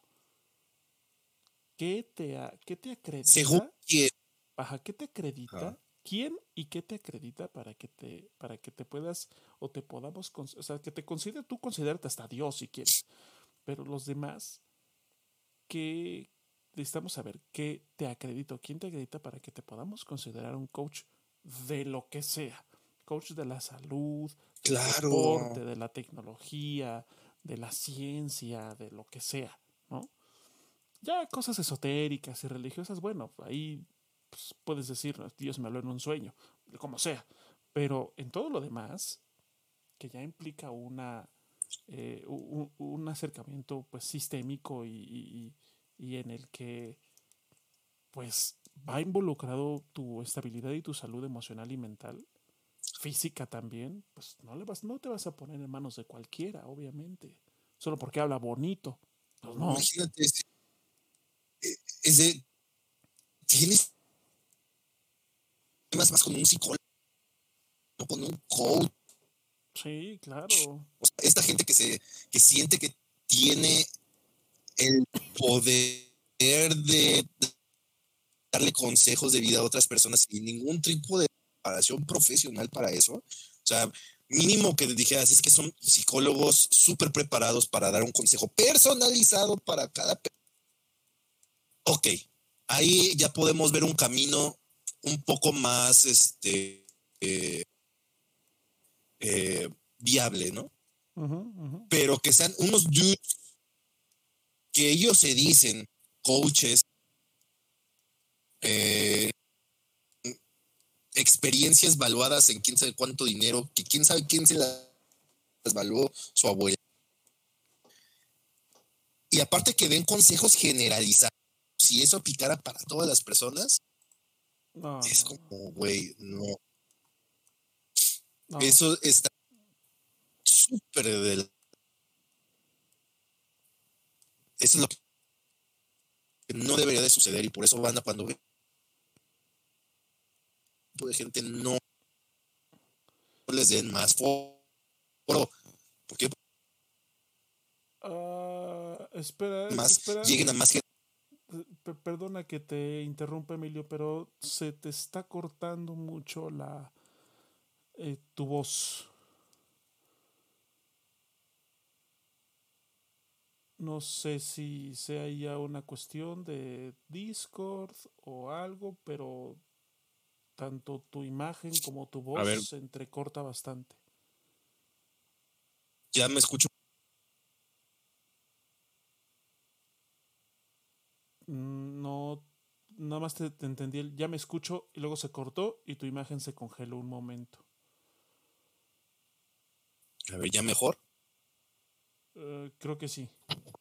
¿qué te Según acredita? quién. Ajá, ¿qué te Ajá. acredita? ¿Quién y qué te acredita para que te puedas o te podamos, o sea, que te considere, tú considérate hasta Dios si quieres, pero los demás, ¿qué necesitamos saber? ¿Qué te acredita? ¿Quién te acredita para que te podamos considerar un coach de lo que sea? Coach de la salud, del Claro. deporte, de la tecnología, de la ciencia, de lo que sea, ¿no? Ya cosas esotéricas y religiosas, bueno, ahí pues, puedes decir, Dios me habló en un sueño, como sea. Pero en todo lo demás, que ya implica un acercamiento pues sistémico y en el que pues va involucrado tu estabilidad y tu salud emocional y mental, física también, pues no te vas a poner en manos de cualquiera, obviamente, solo porque habla bonito. Pues no. Imagínate, es de, tienes más con un psicólogo, no con un coach. Sí, claro. O sea, esta gente que siente que tiene el poder de darle consejos de vida a otras personas sin ningún tipo de preparación profesional para eso. O sea, mínimo que dijeras, es que son psicólogos súper preparados para dar un consejo personalizado para cada persona. Ok, ahí ya podemos ver un camino un poco más eh, viable, ¿no? Uh-huh. Pero que sean unos dudes que ellos se dicen coaches, eh, experiencias valuadas en quién sabe cuánto dinero, que quién sabe quién se las valuó, su abuela. Y aparte que den consejos generalizados. Si eso aplicara para todas las personas, es como, güey, no. Eso está súper del... Eso es lo que no debería de suceder y por eso banda cuando ve de gente no les den más foro. ¿Por qué? Espera. Lleguen a más gente. Perdona que te interrumpa, Emilio, pero se te está cortando mucho tu voz. No sé si sea ya una cuestión de Discord o algo, pero tanto tu imagen como tu voz se entrecorta bastante. Ya me escucho. No, nada más te entendí. Ya me escucho y luego se cortó y tu imagen se congeló un momento. A ver, ¿ya mejor? Creo que sí.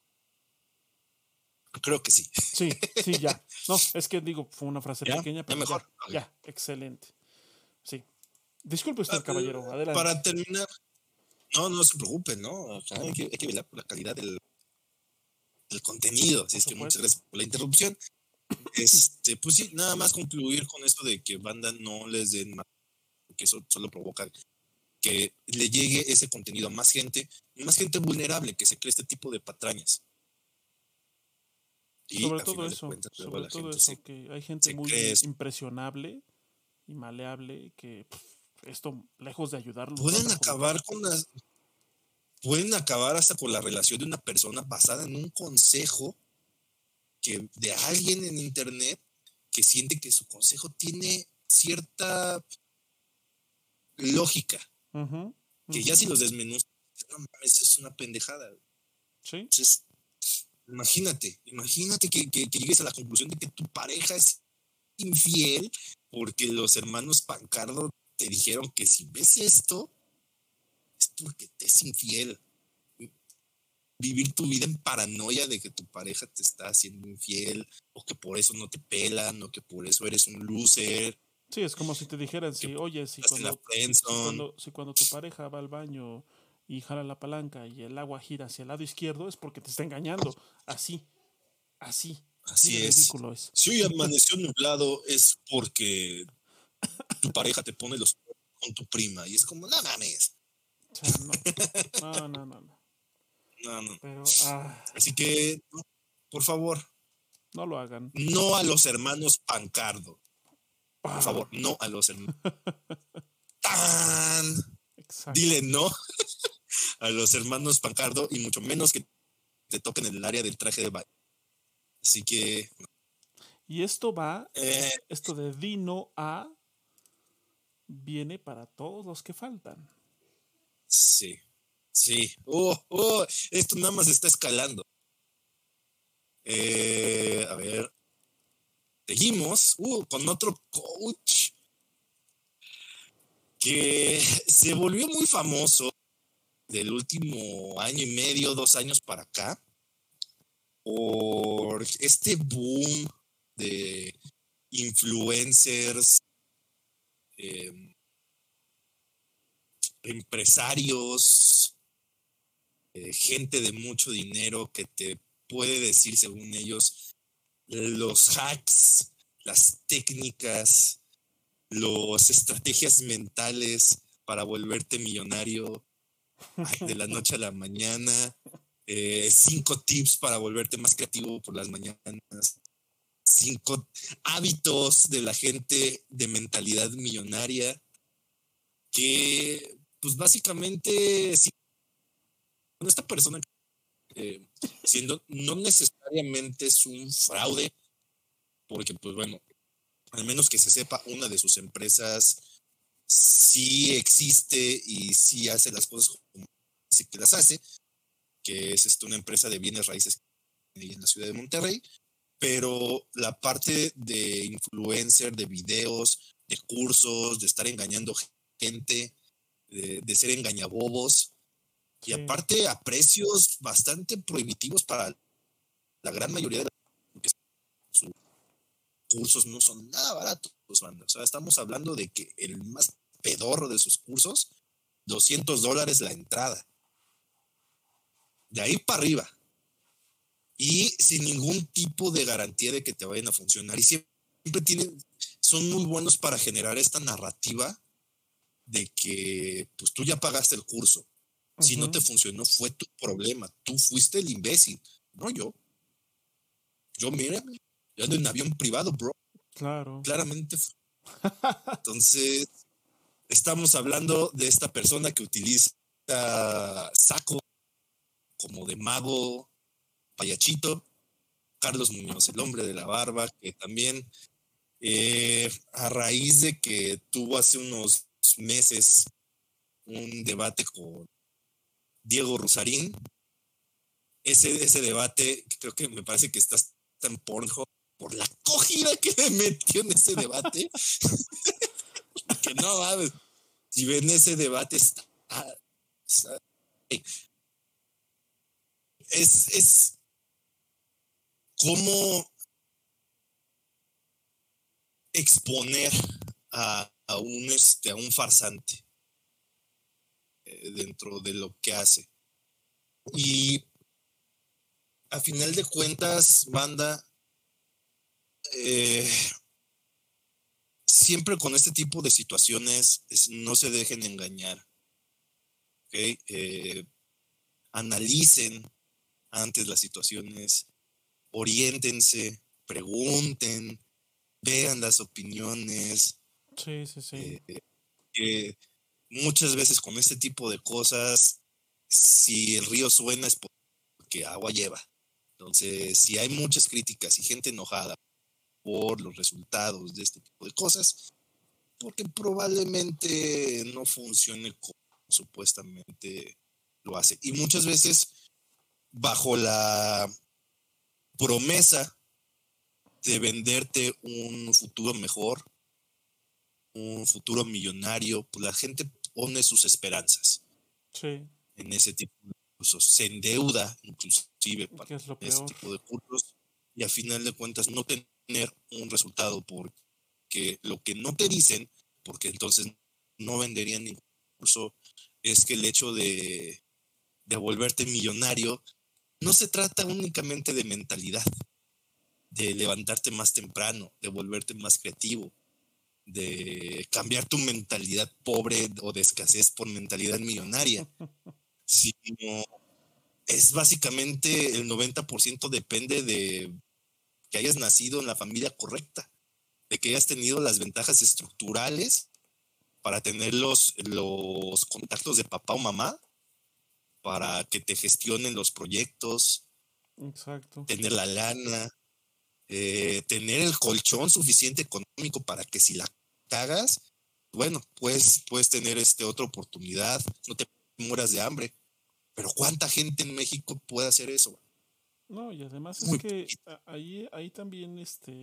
Creo que sí. Sí, ya. No, es que digo, fue una frase pequeña, pero ¿Ya mejor? Ya, okay. Ya, excelente. Sí. Disculpe usted, caballero, adelante. Para terminar, no se preocupen, ¿no? Hay que velar por la calidad del contenido. Así es que muchas gracias por la interrupción. Pues sí, nada más concluir con esto de que banda no les den más, porque eso solo provoca que le llegue ese contenido a más gente vulnerable que se cree este tipo de patrañas. Y sobre todo eso, que hay gente muy impresionable y maleable que esto, lejos de ayudarlos, pueden acabar hasta con la relación de una persona basada en un consejo de alguien en internet que siente que su consejo tiene cierta lógica, que ya si los desmenuzan, no mames, es una pendejada. Sí. Entonces, imagínate que llegues a la conclusión de que tu pareja es infiel porque los hermanos Pancardo te dijeron que si ves esto es porque te es infiel. Vivir tu vida en paranoia de que tu pareja te está haciendo infiel o que por eso no te pelan o que por eso eres un loser. Sí, es como si te dijeran, oye, si cuando tu pareja va al baño y jala la palanca y el agua gira hacia el lado izquierdo es porque te está engañando. Así es. Ridículo es. Si hoy amaneció nublado es porque tu pareja te pone los con tu prima y es como, no mames. O sea, no. Pero, así que, por favor, no lo hagan. No a los hermanos Pancardo. Por favor, no a los hermanos. Dile no a los hermanos Pancardo y mucho menos que te toquen en el área del traje de baño. Así que. Y esto esto de Dino A viene para todos los que faltan. Sí. Esto nada más está escalando. A ver. Seguimos con otro coach que se volvió muy famoso del último año y medio, 2 años para acá, por este boom de influencers, empresarios, gente de mucho dinero que te puede decir, según ellos, los hacks, las técnicas, las estrategias mentales para volverte millonario de la noche a la mañana, 5 tips para volverte más creativo por las mañanas, 5 hábitos de la gente de mentalidad millonaria que pues básicamente si esta persona siendo no necesariamente es un fraude, porque pues bueno, al menos que se sepa, una de sus empresas sí existe y sí hace las cosas como dice que las hace, que es una empresa de bienes raíces en la ciudad de Monterrey, pero la parte de influencer, de videos, de cursos, de estar engañando gente, de ser engañabobos, y Sí, aparte a precios bastante prohibitivos para la gran mayoría de las porque sus cursos no son nada baratos, banda. O sea, estamos hablando de que el más pedorro de sus cursos, $200 la entrada. De ahí para arriba. Y sin ningún tipo de garantía de que te vayan a funcionar. Y siempre son muy buenos para generar esta narrativa de que pues tú ya pagaste el curso. Si no te funcionó, fue tu problema. Tú fuiste el imbécil, no yo. Mira, yo ando en avión privado, bro. claro. Claramente. Entonces, estamos hablando de esta persona que utiliza saco como de mago, payachito, Carlos Muñoz, el hombre de la barba, que también a raíz de que tuvo hace unos meses un debate con Diego Rusarín, ese debate, creo que me parece que está en Pornhub por la cogida que le metió en ese debate, que no mames, si ven ese debate está es cómo exponer a un farsante dentro de lo que hace. Y a final de cuentas, banda, siempre con este tipo de situaciones no se dejen engañar. ¿Okay? Analicen antes las situaciones, oriéntense, pregunten, vean las opiniones. Sí, sí, sí. Muchas veces con este tipo de cosas, si el río suena es porque agua lleva. Entonces, si hay muchas críticas y gente enojada por los resultados de este tipo de cosas, porque probablemente no funcione como supuestamente lo hace. Y muchas veces bajo la promesa de venderte un futuro mejor, un futuro millonario, pues la gente pone sus esperanzas Sí. en ese tipo de cursos, se endeuda inclusive para ¿Qué es lo ese peor? tipo de cursos y a final de cuentas no tener un resultado porque lo que no te dicen, porque entonces no venderían ningún curso, es que el hecho de volverte millonario no se trata únicamente de mentalidad, de levantarte más temprano, de volverte más creativo, de cambiar tu mentalidad pobre o de escasez por mentalidad millonaria, sino es básicamente el 90% depende de que hayas nacido en la familia correcta, de que hayas tenido las ventajas estructurales para tener los contactos de papá o mamá, para que te gestionen los proyectos, Exacto. tener la lana, tener el colchón suficiente económico para que si la cagas, bueno, puedes tener otra oportunidad, no te mueras de hambre. Pero ¿cuánta gente en México puede hacer eso? No, y además es Muy que poquito. ahí también,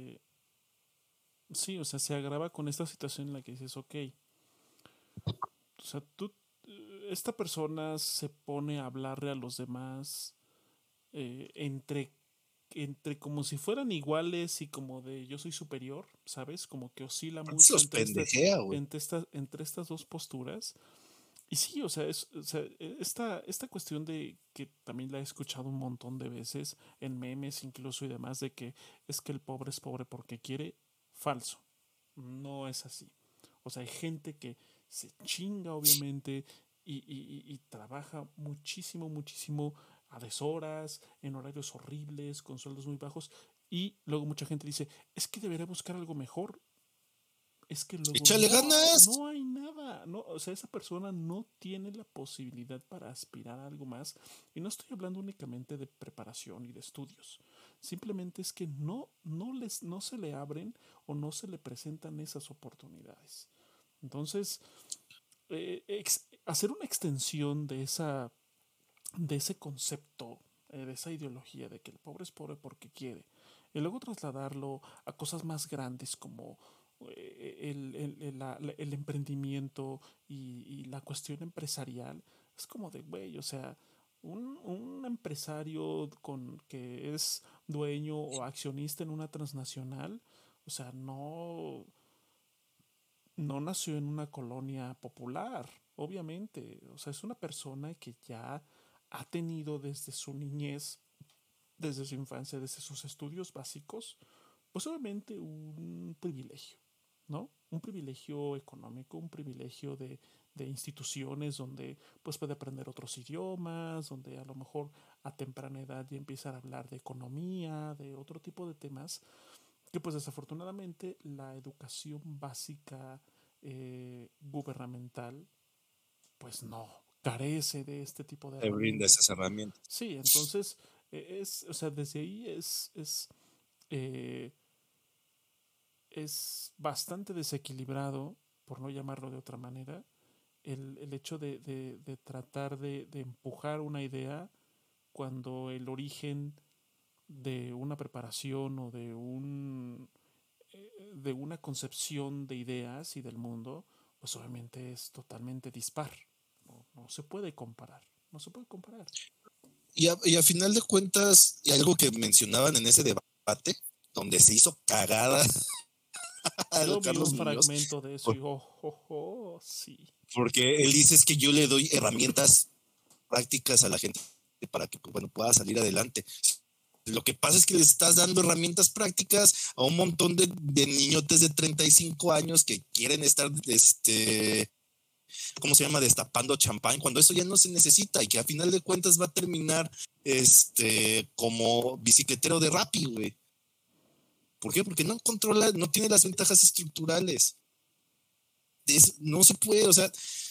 sí, o sea, se agrava con esta situación en la que dices, ok, o sea, esta persona se pone a hablarle a los demás entre como si fueran iguales y como de yo soy superior, ¿sabes? Como que oscila Se mucho los pendejea, güey. entre estas dos posturas. Y sí, o sea, esta cuestión de que también la he escuchado un montón de veces en memes incluso y demás, de que es que el pobre es pobre porque quiere, falso. No es así. O sea, hay gente que se chinga, obviamente, y trabaja muchísimo, muchísimo a deshoras, en horarios horribles, con sueldos muy bajos. Y luego mucha gente dice, es que debería buscar algo mejor. Es que luego Échale ganas. no hay nada. No, o sea, esa persona no tiene la posibilidad para aspirar a algo más. Y no estoy hablando únicamente de preparación y de estudios. Simplemente es que no se le abren o no se le presentan esas oportunidades. Entonces, hacer una extensión de ese concepto, de esa ideología de que el pobre es pobre porque quiere, y luego trasladarlo a cosas más grandes como el emprendimiento y la cuestión empresarial, es como de, güey, o sea, un empresario que es dueño o accionista en una transnacional, o sea, no nació en una colonia popular, obviamente. O sea, es una persona que ya ha tenido desde su niñez, desde su infancia, desde sus estudios básicos, pues obviamente un privilegio, ¿no? Un privilegio económico, un privilegio de instituciones donde pues puede aprender otros idiomas, donde a lo mejor a temprana edad ya empieza a hablar de economía, de otro tipo de temas, que pues desafortunadamente la educación básica gubernamental pues no carece de este tipo de Te brinda esas herramientas. herramientas. Sí, entonces o sea, desde ahí eh, es bastante desequilibrado, por no llamarlo de otra manera, el hecho de tratar de empujar una idea cuando el origen de una preparación o de una concepción de ideas y del mundo, pues obviamente es totalmente dispar. No se puede comparar. No se puede comparar. Y a final de cuentas, y algo que mencionaban en ese debate, donde se hizo cagada a Yo vi un Carlos Muñoz, fragmento de eso y sí. porque él dice es que yo le doy herramientas prácticas a la gente para que pues, bueno, pueda salir adelante. Lo que pasa es que le estás dando herramientas prácticas a un montón de niñotes de 35 años que quieren estar, ¿cómo se llama? Destapando champán, cuando eso ya no se necesita y que a final de cuentas va a terminar como bicicletero de Rappi, güey. ¿Por qué? Porque no controla, no tiene las ventajas estructurales. No se puede, o sea,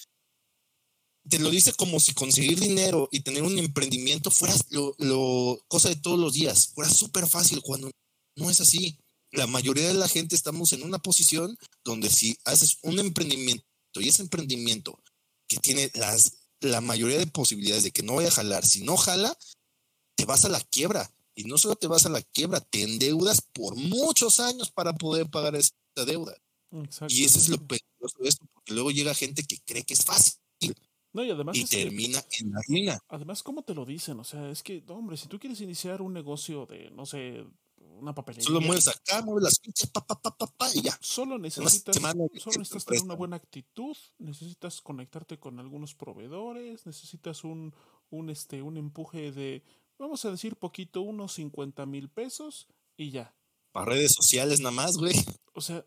te lo dice como si conseguir dinero y tener un emprendimiento fuera cosa de todos los días, fuera súper fácil cuando no es así. La mayoría de la gente estamos en una posición donde si haces un emprendimiento y ese emprendimiento que tiene la mayoría de posibilidades de que no vaya a jalar, si no jala, te vas a la quiebra. Y no solo te vas a la quiebra, te endeudas por muchos años para poder pagar esa deuda. Y eso es lo Exactamente. peligroso de esto, porque luego llega gente que cree que es fácil No, y además y es que, termina en la ruina. además, ¿cómo te lo dicen? O sea, es que, no, hombre, si tú quieres iniciar un negocio de, no sé, una Solo papelería, mueves acá, mueves las fichas, y ya. solo En una necesitas, semana solo te necesitas tener una prestan. buena actitud, necesitas conectarte con algunos proveedores, necesitas un empuje de, vamos a decir poquito, unos 50,000 pesos y ya. Para redes sociales nada más, güey. O sea,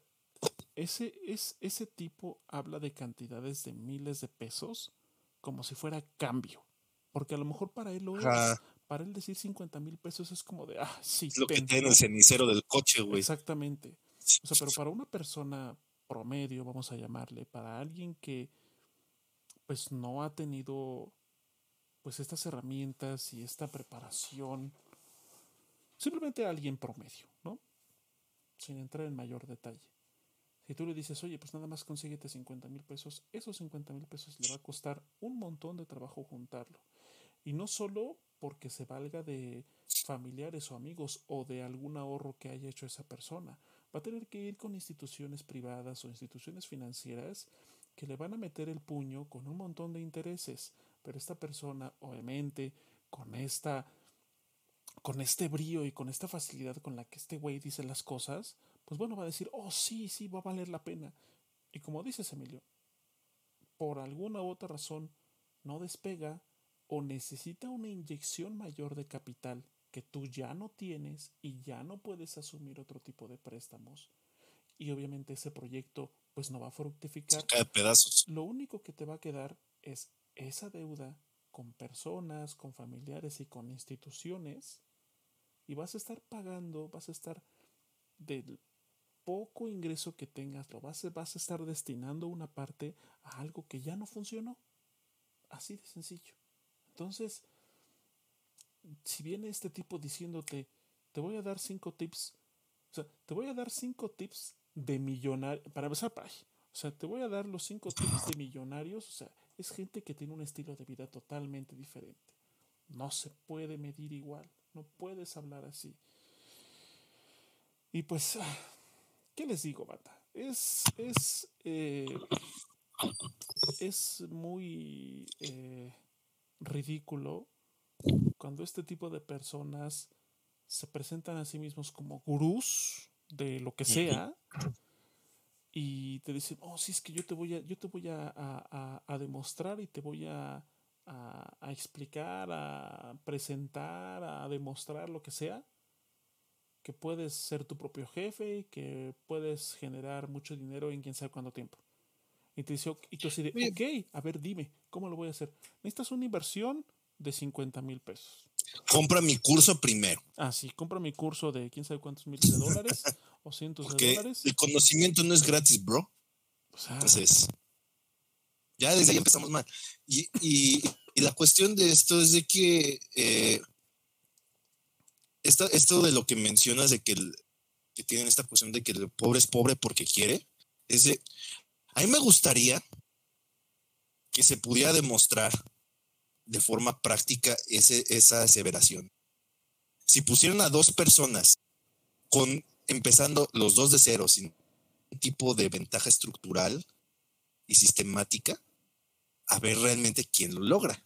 ese tipo habla de cantidades de miles de pesos como si fuera cambio. Porque a lo mejor para él lo es. Ajá. Para él decir 50,000 pesos es como de, sí, Es lo que ten, tiene el ¿no? cenicero del coche, güey. Exactamente. O sea, pero para una persona promedio, vamos a llamarle, para alguien que pues no ha tenido pues estas herramientas y esta preparación, simplemente alguien promedio, ¿no? Sin entrar en mayor detalle. Si tú le dices, oye, pues nada más consíguete 50,000 pesos, esos 50,000 pesos le va a costar un montón de trabajo juntarlo. Y no solo porque se valga de familiares o amigos o de algún ahorro que haya hecho esa persona. Va a tener que ir con instituciones privadas o instituciones financieras que le van a meter el puño con un montón de intereses. Pero esta persona, obviamente, con esta con este brío y con esta facilidad con la que este güey dice las cosas, pues bueno, va a decir, oh sí, sí, va a valer la pena. Y como dices, Emilio, por alguna u otra razón no despega o necesita una inyección mayor de capital que tú ya no tienes y ya no puedes asumir otro tipo de préstamos. Y obviamente ese proyecto pues no va a Se fructificar. cae de pedazos. Lo único que te va a quedar es esa deuda con personas, con familiares y con instituciones y vas a estar pagando, vas a estar del poco ingreso que tengas, vas a estar destinando una parte a algo que ya no funcionó. Así de sencillo. Entonces, si viene este tipo diciéndote, te voy a dar 5 tips, o sea, te voy a dar 5 tips de millonario, para empezar, o sea, te voy a dar los 5 tips de millonarios, o sea, es gente que tiene un estilo de vida totalmente diferente. No se puede medir igual, no puedes hablar así. Y pues, ¿qué les digo, bata? es, es muy ridículo cuando este tipo de personas se presentan a sí mismos como gurús de lo que Ujú. sea y te dicen, oh, sí, es que yo te voy a demostrar y te voy a explicar, a presentar, a demostrar lo que sea, que puedes ser tu propio jefe y que puedes generar mucho dinero en quién sabe cuánto tiempo. Y te dice, y tú así de, Oye, ok, a ver, dime, ¿cómo lo voy a hacer? Necesitas una inversión de 50,000 pesos. compra mi curso primero, Ah, sí, compra mi curso de quién sabe cuántos miles de dólares o cientos de porque dólares. el conocimiento no es gratis, bro. O sea, Entonces, ya desde ahí empezamos mal. Y la cuestión de esto es de que esto de lo que mencionas de que, que tienen esta cuestión de que el pobre es pobre porque quiere, es de, a mí me gustaría que se pudiera demostrar de forma práctica esa aseveración. Si pusieran a dos personas empezando los dos de cero, sin un tipo de ventaja estructural y sistemática, a ver realmente quién lo logra.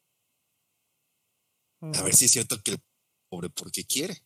A ver ujú. si es cierto que el pobre porque quiere.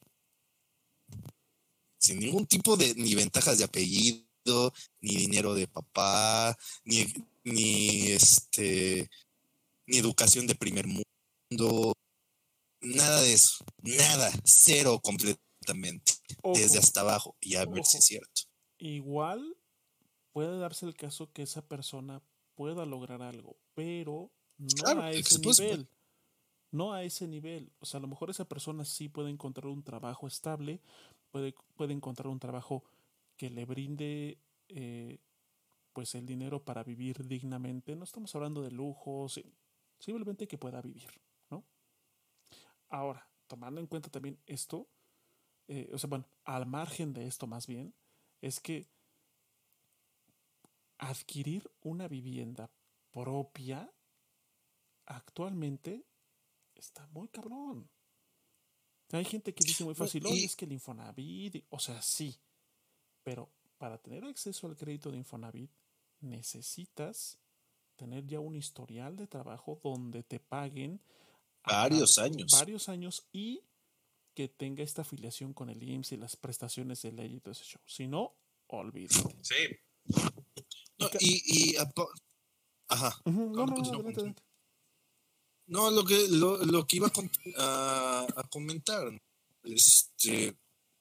Sin ningún tipo de ni ventajas de apellido, ni dinero de papá, ni, ni ni educación de primer mundo, nada de eso, nada, cero completamente, desde Ojo, hasta abajo, y a ver si es ojo. cierto. Igual puede darse el caso que esa persona pueda lograr algo, pero no Claro, a ese se puede. nivel. No a ese nivel. O sea, a lo mejor esa persona sí puede encontrar un trabajo estable, puede encontrar un trabajo que le brinde pues el dinero para vivir dignamente. No estamos hablando de lujos, simplemente que pueda vivir, ¿no? Ahora, tomando en cuenta también esto, o sea, bueno, al margen de esto más bien, es que adquirir una vivienda propia actualmente está muy cabrón. Hay gente que dice muy No, fácil, oye, es que el Infonavit, o sea, sí, pero para tener acceso al crédito de Infonavit necesitas tener ya un historial de trabajo donde te paguen varios años. varios años y que tenga esta afiliación con el IMSS y las prestaciones de ley y todo ese show. Si no, olvídate. Sí. Y No, ajá. Ujú, no, No, no, no, no, continúo, adelante, continúo. adelante. No, lo que iba a comentar, ¿no? este,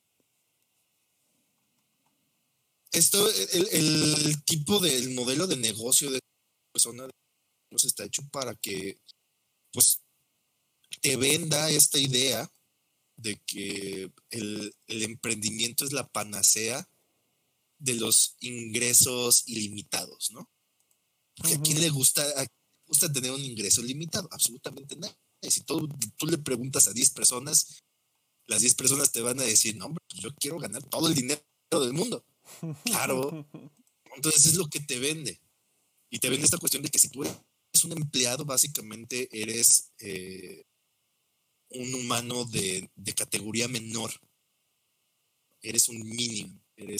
esto, el tipo del modelo de negocio de persona pues, está hecho para que pues te venda esta idea de que el emprendimiento es la panacea de los ingresos ilimitados, ¿no? Porque Ujú. a quién le gusta tener un ingreso limitado? Absolutamente nada. Si tú le preguntas a 10 personas, las 10 personas te van a decir, no, hombre, pues yo quiero ganar todo el dinero del mundo. Claro. Entonces es lo que te vende. Y te vende esta cuestión de que si tú eres un empleado, básicamente eres un humano de categoría menor. Eres un mínimo.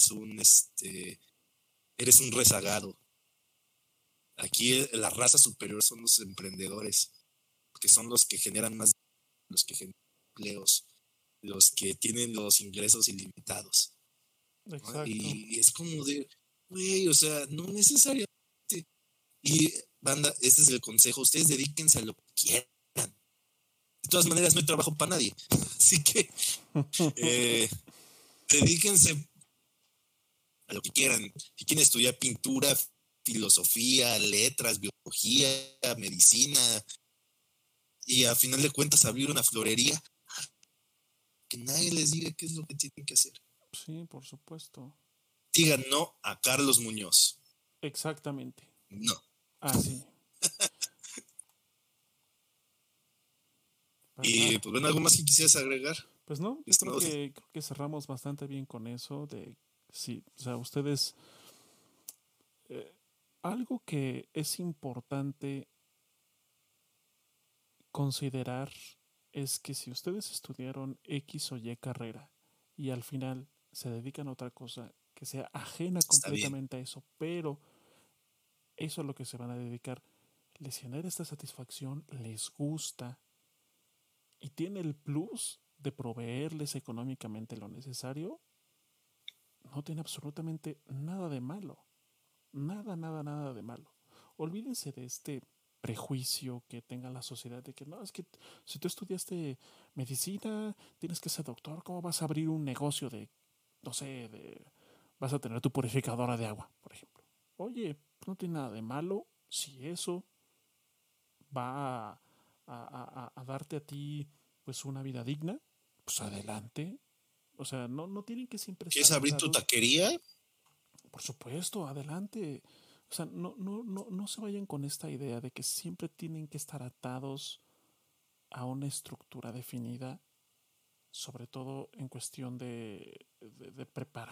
Eres un rezagado. Aquí la raza superior son los emprendedores, que son los que generan más, los que generan empleos, los que tienen los ingresos ilimitados, ¿no? Exacto. Y es como de, güey, o sea, no necesariamente. Y banda, este es el consejo, ustedes dedíquense a lo que quieran. De todas maneras, no hay trabajo para nadie. Así que eh, dedíquense a lo que quieran. Si quieren estudiar pintura, filosofía, letras, biología, medicina, y a final de cuentas abrir una florería, que nadie les diga qué es lo que tienen que hacer. Sí, por supuesto. Digan no a Carlos Muñoz. Exactamente. No. Así. Pero Y nada. pues bueno, algo más que quisieras agregar, Pues no, yo estimado. creo que cerramos bastante bien con eso de sí, o sea, ustedes eh, algo que es importante considerar es que si ustedes estudiaron X o Y carrera y al final se dedican a otra cosa que que sea ajena Está bien. completamente a eso, pero eso es lo que se van a dedicar. Les genera esta satisfacción, les gusta y tiene el plus de proveerles económicamente lo necesario, no tiene absolutamente nada de malo. Nada, nada, nada de malo. Olvídense de este prejuicio que tenga la sociedad de que no, es que si tú estudiaste medicina, tienes que ser doctor, ¿cómo vas a abrir un negocio de, no sé, vas a tener tu purificadora de agua, por ejemplo? Oye, no tiene nada de malo si eso va a darte a ti pues una vida digna, pues adelante. O sea, no tienen que siempre estar ¿Quieres abrir tu atados. taquería? Por supuesto, adelante. O sea, no se vayan con esta idea de que siempre tienen que estar atados a una estructura definida, sobre todo en cuestión de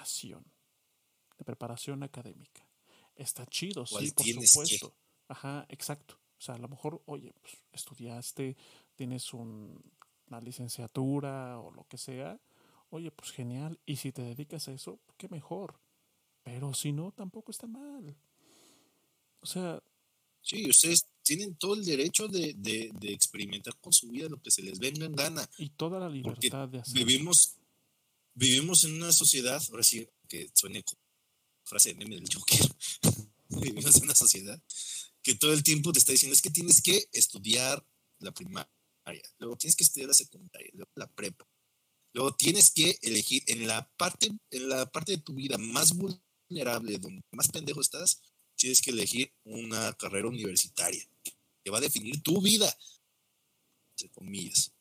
preparación académica. Está chido, sí, ¿Cuál por tienes que? supuesto. Ajá, exacto. O sea, a lo mejor, oye, pues estudiaste, tienes una licenciatura o lo que sea. Oye, pues genial. Y si te dedicas a eso, qué mejor. Pero si no, tampoco está mal. O sea, Sí, ustedes tienen todo el derecho de experimentar con su vida lo que se les venga en gana, y toda la porque libertad de hacerlo. vivimos, vivimos en una sociedad, ahora sí que suene como frase de meme del Joker, vivimos en una sociedad que todo el tiempo te está diciendo es que tienes que estudiar la primaria, luego tienes que estudiar la secundaria, luego la prepa, luego tienes que elegir en la parte de tu vida más vulnerable, donde más pendejo estás, tienes que elegir una carrera universitaria que va a definir tu vida, entre comillas.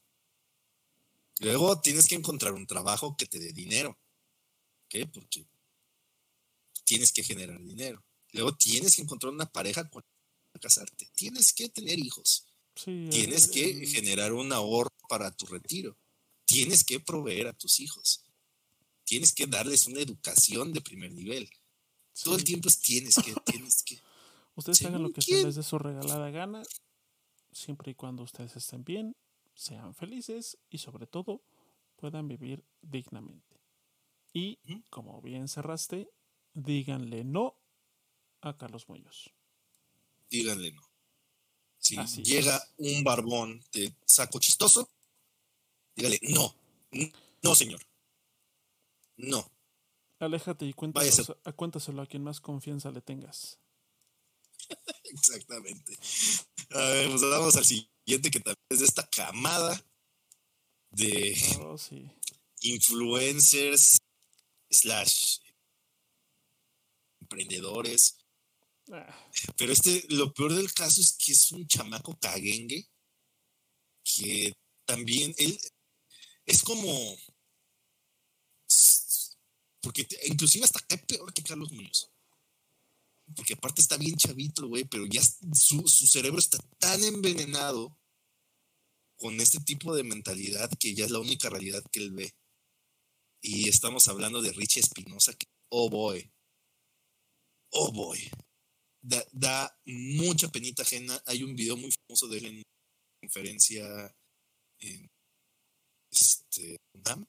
Luego tienes que encontrar un trabajo que te dé dinero, ¿ok? Porque tienes que generar dinero. Luego tienes que encontrar una pareja con la que casarte. Tienes que tener hijos. Sí, Tienes que generar un ahorro para tu retiro. Tienes que proveer a tus hijos. Tienes que darles una educación de primer nivel. Todo el sí. tiempo es tienes que. Ustedes hagan lo ¿Según que se les quién? dé su regalada gana, siempre y cuando ustedes estén bien, sean felices y sobre todo puedan vivir dignamente. Y, ¿Mm? como bien cerraste, díganle no a Carlos Muñoz. Díganle no. Si Así llega es. un barbón de saco chistoso, dígale no. No, señor. No. Aléjate y Váyase. cuéntaselo a quien más confianza le tengas. Exactamente. A ver, pues vamos al siguiente que también es de esta camada de Oh, sí. influencers slash emprendedores. Ah, Pero lo peor del caso es que es un chamaco caguengue que también él es como, porque inclusive hasta cae peor que Carlos Muñoz. Porque aparte está bien chavito, güey, pero ya su cerebro está tan envenenado con este tipo de mentalidad que ya es la única realidad que él ve. Y estamos hablando de Richie Espinosa, que, oh boy, da mucha penita ajena. Hay un video muy famoso de él en una conferencia en UNAM,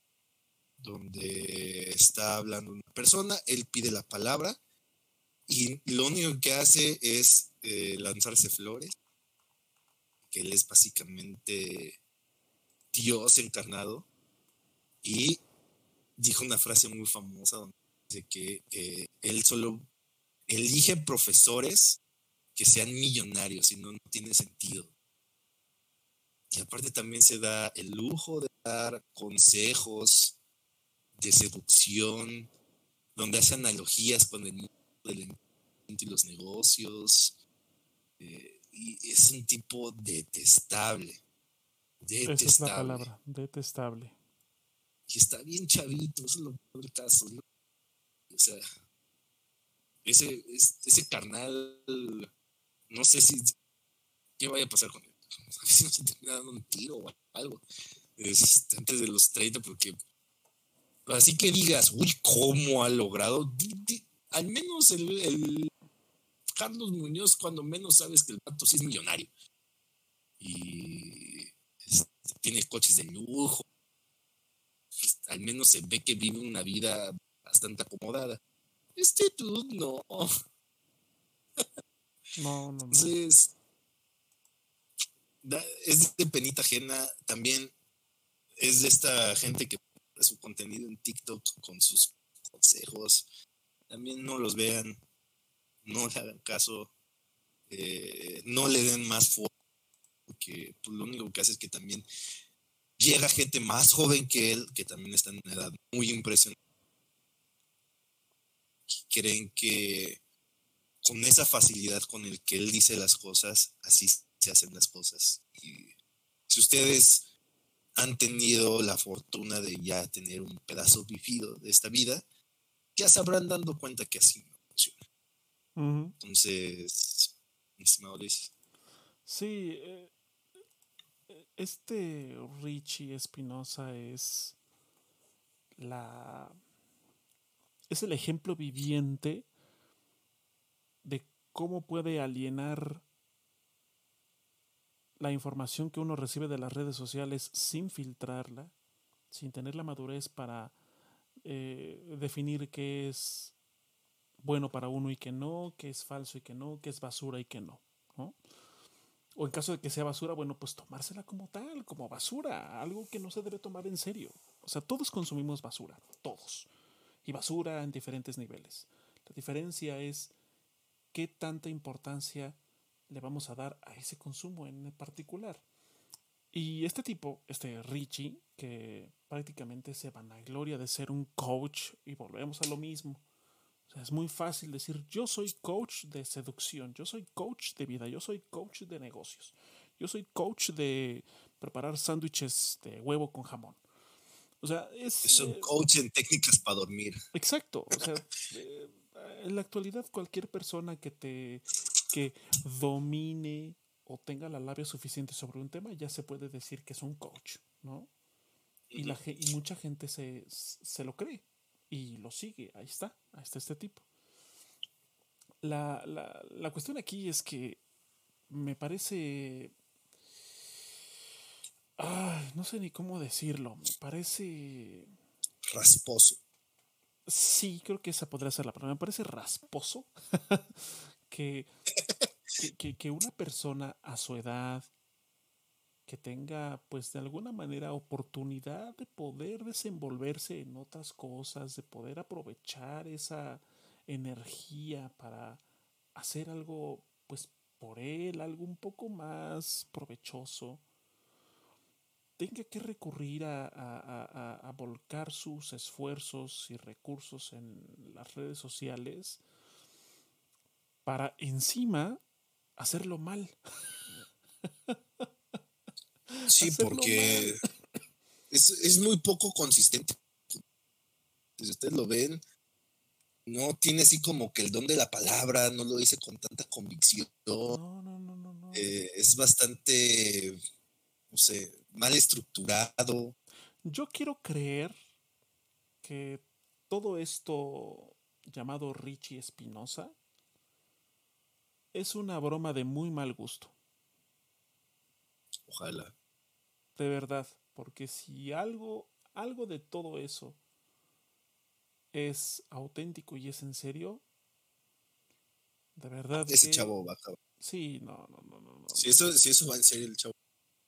donde está hablando una persona, él pide la palabra y lo único que hace es lanzarse flores, que él es básicamente Dios encarnado, y dijo una frase muy famosa donde dice que él solo elige profesores que sean millonarios, si no, no tiene sentido. Y aparte también se da el lujo de dar consejos de seducción, donde hace analogías con el mundo del emprendimiento y los negocios. Y es un tipo detestable, esa es la detestable. palabra, detestable. Y está bien chavito, eso es lo peor del caso, ¿no? O sea, ese carnal, no sé si qué vaya a pasar con él. A ver si no se termina dando un tiro o algo. Antes de los 30, porque así que digas, uy, ¿cómo ha logrado? Al menos el Carlos Muñoz, cuando menos sabes que el pato sí es millonario. Y tiene coches de lujo. Pues, al menos se ve que vive una vida bastante acomodada. Dude, no. No. Entonces, es de penita ajena. También es de esta gente que pone su contenido en TikTok con sus consejos. También no los vean, no le hagan caso, no le den más fuerza, porque pues, lo único que hace es que también llega gente más joven que él, que también está en una edad muy impresionante. Creen que con esa facilidad con el que él dice las cosas, así se hacen las cosas. Y si ustedes han tenido la fortuna de ya tener un pedazo vivido de esta vida, ya se habrán dado cuenta que así no funciona. Entonces, mi estimado Luis. Sí, este Richie Espinosa es es el ejemplo viviente de cómo puede alienar la información que uno recibe de las redes sociales sin filtrarla, sin tener la madurez para definir qué es bueno para uno y qué no, qué es falso y qué no, qué es basura y qué no, ¿no? O en caso de que sea basura, bueno, pues tomársela como tal, como basura, algo que no se debe tomar en serio. O sea, todos consumimos basura, todos. Y basura en diferentes niveles. La diferencia es qué tanta importancia le vamos a dar a ese consumo en particular. Y este tipo, este Richie, que prácticamente se vanagloria de ser un coach, y volvemos a lo mismo. O sea, es muy fácil decir, yo soy coach de seducción, yo soy coach de vida, yo soy coach de negocios, yo soy coach de preparar sándwiches de huevo con jamón. O sea, Es un coach en técnicas para dormir. Exacto. O sea, en la actualidad cualquier persona que domine o tenga la labia suficiente sobre un tema ya se puede decir que es un coach, ¿no? Y mucha gente se lo cree y lo sigue. Ahí está este tipo. La cuestión aquí es que me parece... Ay, no sé ni cómo decirlo. Me parece... Rasposo. Sí, creo que esa podría ser la palabra. Me parece rasposo que, que una persona a su edad, que tenga pues de alguna manera oportunidad de poder desenvolverse en otras cosas, de poder aprovechar esa energía para hacer algo pues por él, algo un poco más provechoso, tenga que recurrir a volcar sus esfuerzos y recursos en las redes sociales para encima hacerlo mal. Sí, Hacerlo porque mal. es muy poco consistente. Si ustedes lo ven, no tiene así como que el don de la palabra, no lo dice con tanta convicción. No. Es bastante, no sé, mal estructurado. Yo quiero creer que todo esto llamado Richie Espinosa es una broma de muy mal gusto. Ojalá. De verdad. Porque si algo de todo eso es auténtico y es en serio, de verdad Ese que chavo baja. sí, no. Si eso va en serio, el chavo.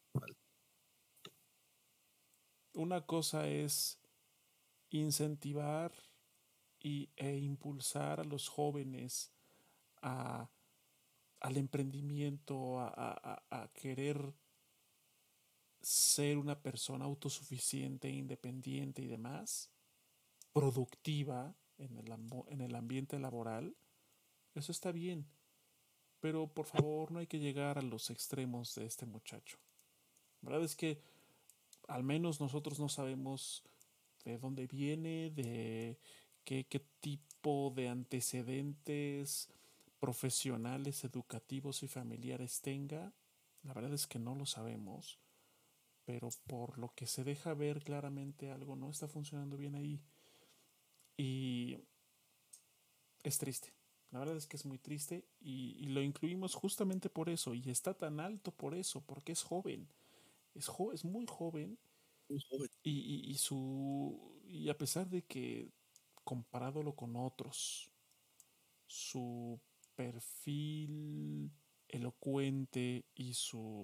Una cosa es incentivar e impulsar a los jóvenes a, al emprendimiento, a querer ser una persona autosuficiente, independiente y demás, productiva en el ambiente laboral, eso está bien. Pero por favor no hay que llegar a los extremos de este muchacho. La verdad es que al menos nosotros no sabemos de dónde viene, de qué tipo de antecedentes profesionales, educativos y familiares tenga. La verdad es que no lo sabemos, pero por lo que se deja ver claramente algo no está funcionando bien ahí. Y es triste. La verdad es que es muy triste y lo incluimos justamente por eso. Y está tan alto por eso, porque es joven. Es muy joven Un joven. y a pesar de que comparándolo con otros, su perfil elocuente y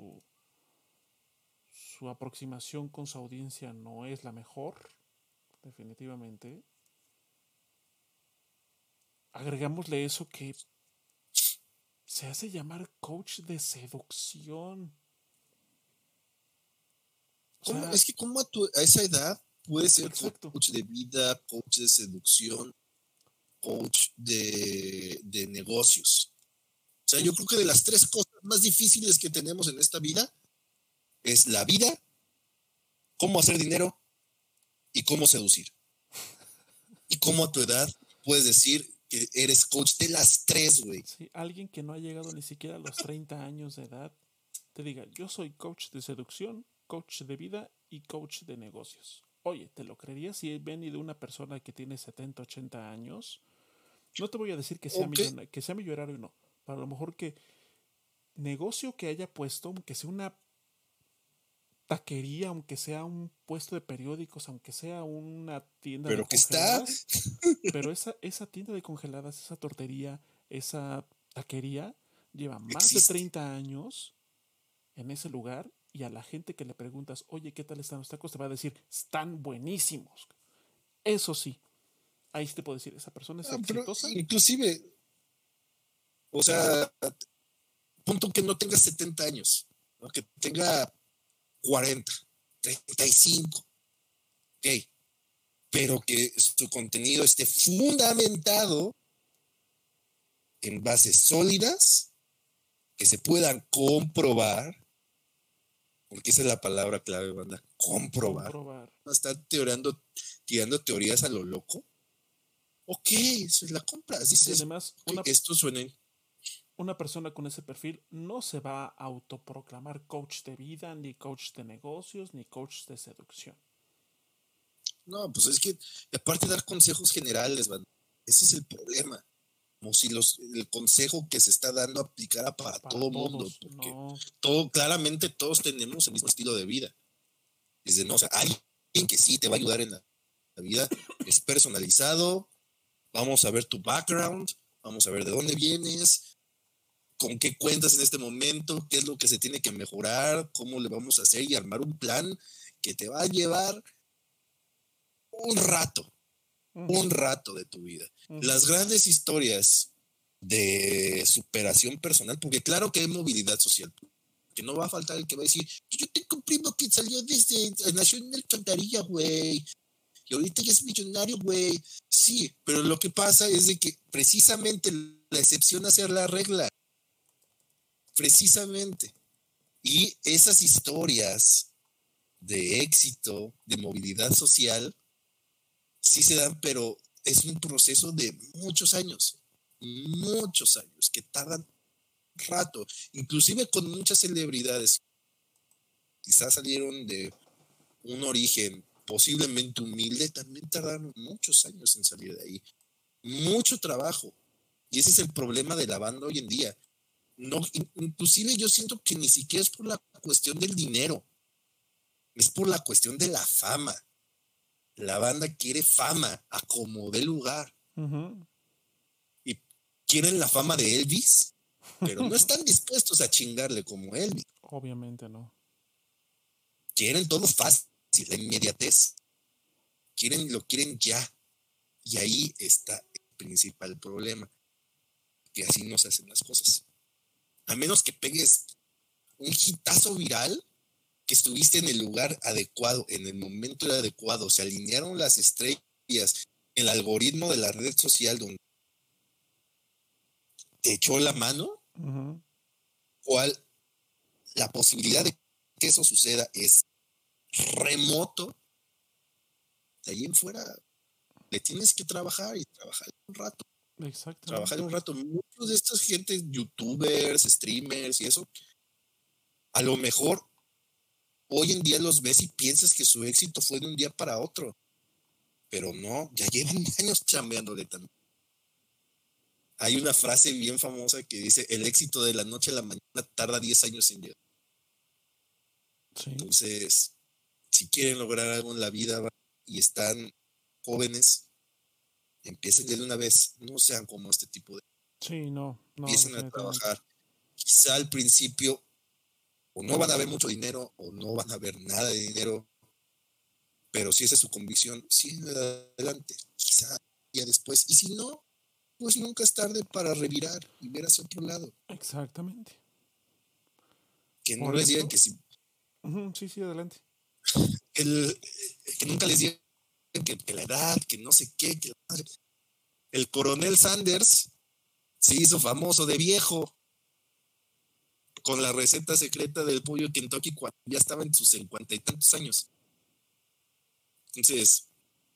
su aproximación con su audiencia no es la mejor, definitivamente, agregámosle eso que se hace llamar coach de seducción. O sea, Es que cómo a esa edad puedes ser exacto. coach de vida, coach de seducción, coach de negocios. O sea, yo creo que de las 3 cosas más difíciles que tenemos en esta vida es la vida, cómo hacer dinero y cómo seducir. Y cómo a tu edad puedes decir que eres coach de las 3, güey. Sí, alguien que no ha llegado ni siquiera a los 30 años de edad te diga, yo soy coach de seducción, coach de vida y coach de negocios. Oye, ¿te lo creerías si viene de una persona que tiene 70, 80 años? No te voy a decir que sea, Okay. que sea millonario, no. Para lo mejor que negocio que haya puesto, aunque sea una taquería, aunque sea un puesto de periódicos, aunque sea una tienda de Pero que está, congeladas, pero esa tienda de congeladas, esa tortería, esa taquería, lleva más de existe. 30 años en ese lugar y a la gente que le preguntas, oye, ¿qué tal están los tacos? Te va a decir, están buenísimos. Eso sí, ahí sí te puedo decir, esa persona es Pero exitosa. inclusive, o sea, punto que no tenga 70 años, ¿no? Que tenga 40, 35, ok, pero que su contenido esté fundamentado en bases sólidas que se puedan comprobar, porque esa es la palabra clave, banda, comprobar. Comprobar. No estar tirando teorías a lo loco. Ok, se la compras, Y dices, además, ok, esto suena. una persona con ese perfil no se va a autoproclamar coach de vida, ni coach de negocios, ni coach de seducción. No, pues es que, aparte de dar consejos generales, banda, ese es el problema. Como si el consejo que se está dando aplicara para Para todo mundo, todos, porque no. claramente todos tenemos el mismo estilo de vida. Desde no, o sea, alguien que sí te va a ayudar en la vida, es personalizado, vamos a ver tu background, vamos a ver de dónde vienes, con qué cuentas en este momento, qué es lo que se tiene que mejorar, cómo le vamos a hacer y armar un plan que te va a llevar un rato, de tu vida. Las grandes historias de superación personal, porque claro que hay movilidad social, que no va a faltar el que va a decir, yo tengo un primo que nació en el alcantarilla, güey, y ahorita ya es millonario, güey. Sí, pero lo que pasa es de que precisamente la excepción hace la regla, precisamente. Y esas historias de éxito, de movilidad social, sí se dan, pero es un proceso de muchos años, que tardan rato, inclusive con muchas celebridades, quizás salieron de un origen posiblemente humilde, también tardaron muchos años en salir de ahí, mucho trabajo, y ese es el problema de la banda hoy en día. No, inclusive yo siento que ni siquiera es por la cuestión del dinero, es por la cuestión de la fama. La banda quiere fama a como dé lugar. Y quieren la fama de Elvis, pero no están dispuestos a chingarle como Elvis. Obviamente no. Quieren todo fácil, la inmediatez. Lo quieren ya. Y ahí está el principal problema. Que así no se hacen las cosas. A menos que pegues un hitazo viral, que estuviste en el lugar adecuado, en el momento adecuado, se alinearon las estrellas, el algoritmo de la red social donde te echó la mano, cual la posibilidad de que eso suceda es remoto. De ahí en fuera le tienes que trabajar y trabajar un rato. Trabajar Exactamente. un rato. Muchos de estas gente, youtubers, streamers y eso, a lo mejor hoy en día los ves y piensas que su éxito fue de un día para otro. Pero no, ya llevan años chambeándole también. Hay una frase bien famosa que dice, el éxito de la noche a la mañana tarda 10 años en llegar. Sí. Entonces, si quieren lograr algo en la vida y están jóvenes, Empiecen de una vez, no sean como este tipo de... Sí, no, Empiecen a definitivamente. trabajar. Quizá al principio o no van a ver mucho dinero o no van a ver nada de dinero, pero si esa es su convicción, siguen adelante. Quizá ya después. Y si no, pues nunca es tarde para revirar y ver hacia otro lado. Exactamente. Que no Por les digan eso, que, si, sí, sí, adelante. el, que nunca les digan que la edad, que no sé qué, que el coronel Sanders se hizo famoso de viejo con la receta secreta del pollo Kentucky cuando ya estaba en sus 50 y tantos años. Entonces,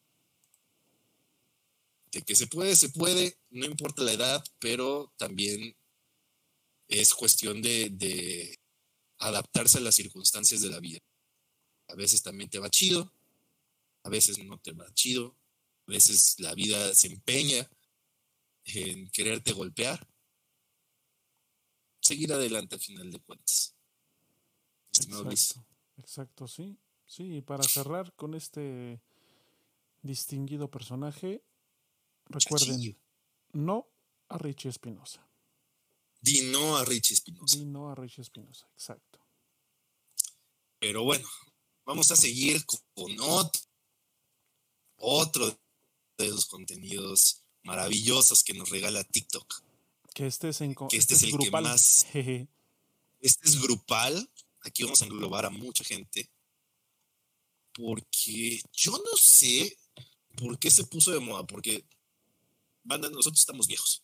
de que se puede, no importa la edad, pero también es cuestión de adaptarse a las circunstancias de la vida. A veces también te va chido, a veces no te va chido, a veces la vida se empeña en quererte golpear. Seguir adelante al final de cuentas. Estimado Luis. Exacto, exacto, sí. Sí, y para cerrar con este distinguido personaje, recuerden, Chachillo. no a Richie Espinosa. Di no a Richie Espinosa. Di no a Richie Espinosa, exacto. Pero bueno, vamos a seguir con otro de los contenidos maravillosos que nos regala TikTok. Que este es, Que este este es es el que grupal. más, Jeje. este es grupal. Aquí vamos a englobar a mucha gente. Porque yo no sé por qué se puso de moda. Porque, banda, nosotros estamos viejos.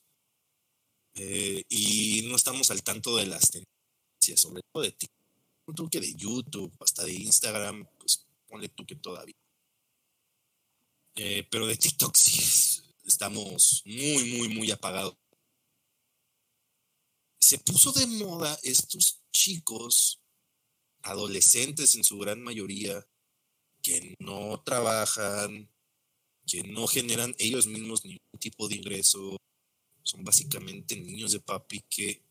Y no estamos al tanto de las tendencias, sobre todo de TikTok, que de YouTube, hasta de Instagram, pues ponle tú que todavía. Pero de TikTok sí estamos muy apagados. Se puso de moda estos chicos, adolescentes en su gran mayoría, que no trabajan, que no generan ellos mismos ningún tipo de ingreso. Son básicamente niños de papi que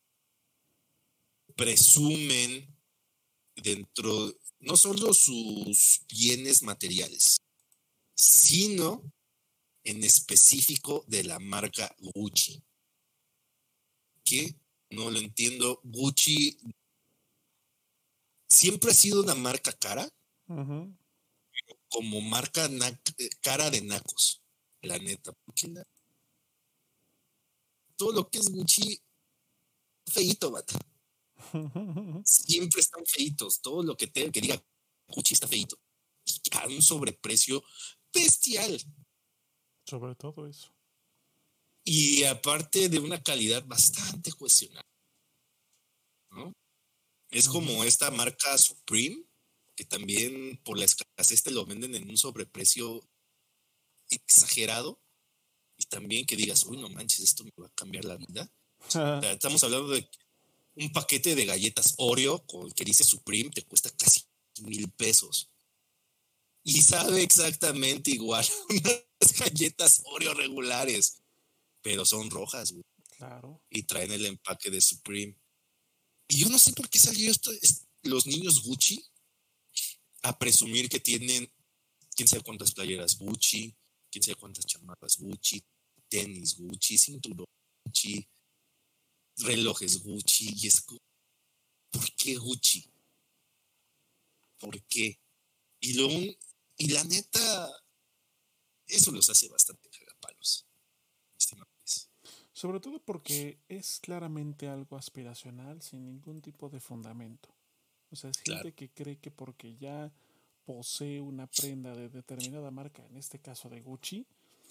presumen dentro no solo sus bienes materiales, sino en específico de la marca Gucci. Que no lo entiendo. Gucci siempre ha sido una marca cara, Uh-huh. como marca cara de nacos, la neta. Porque todo lo que es Gucci, feito, bata. Siempre están feitos. Todo lo que que diga Gucci está feito. Y a un sobreprecio bestial. Sobre todo eso. Y aparte de una calidad bastante cuestionable, ¿no? Es como esta marca Supreme, que también por la escasez te lo venden en un sobreprecio exagerado. Y también que digas, uy, no manches, esto me va a cambiar la vida. O sea, estamos hablando de un paquete de galletas Oreo que dice Supreme, te cuesta casi 1,000 pesos. Y sabe exactamente igual unas galletas Oreo regulares, pero son rojas, güey. Claro. Y traen el empaque de Supreme. Y yo no sé por qué salió los niños Gucci a presumir que tienen quién sabe cuántas playeras Gucci, quién sabe cuántas chamarras Gucci, tenis Gucci, cinturón Gucci, relojes Gucci. Y es, ¿por qué Gucci? ¿Por qué? Y, y la neta, eso los hace bastante cagapalos. Sobre todo porque es claramente algo aspiracional sin ningún tipo de fundamento. O sea, es Claro. gente que cree que porque ya posee una prenda de determinada marca, en este caso de Gucci,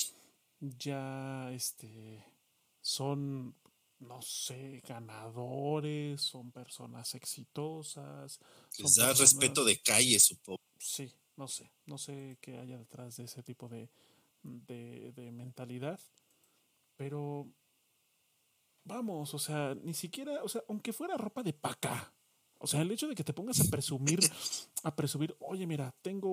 ya son, no sé, ganadores, son personas exitosas, Les son da respeto personas, de calle, supongo. sí, no sé qué haya detrás de ese tipo de mentalidad, pero vamos, o sea, ni siquiera, o sea, aunque fuera ropa de paca, o sea, el hecho de que te pongas a presumir, oye, mira, tengo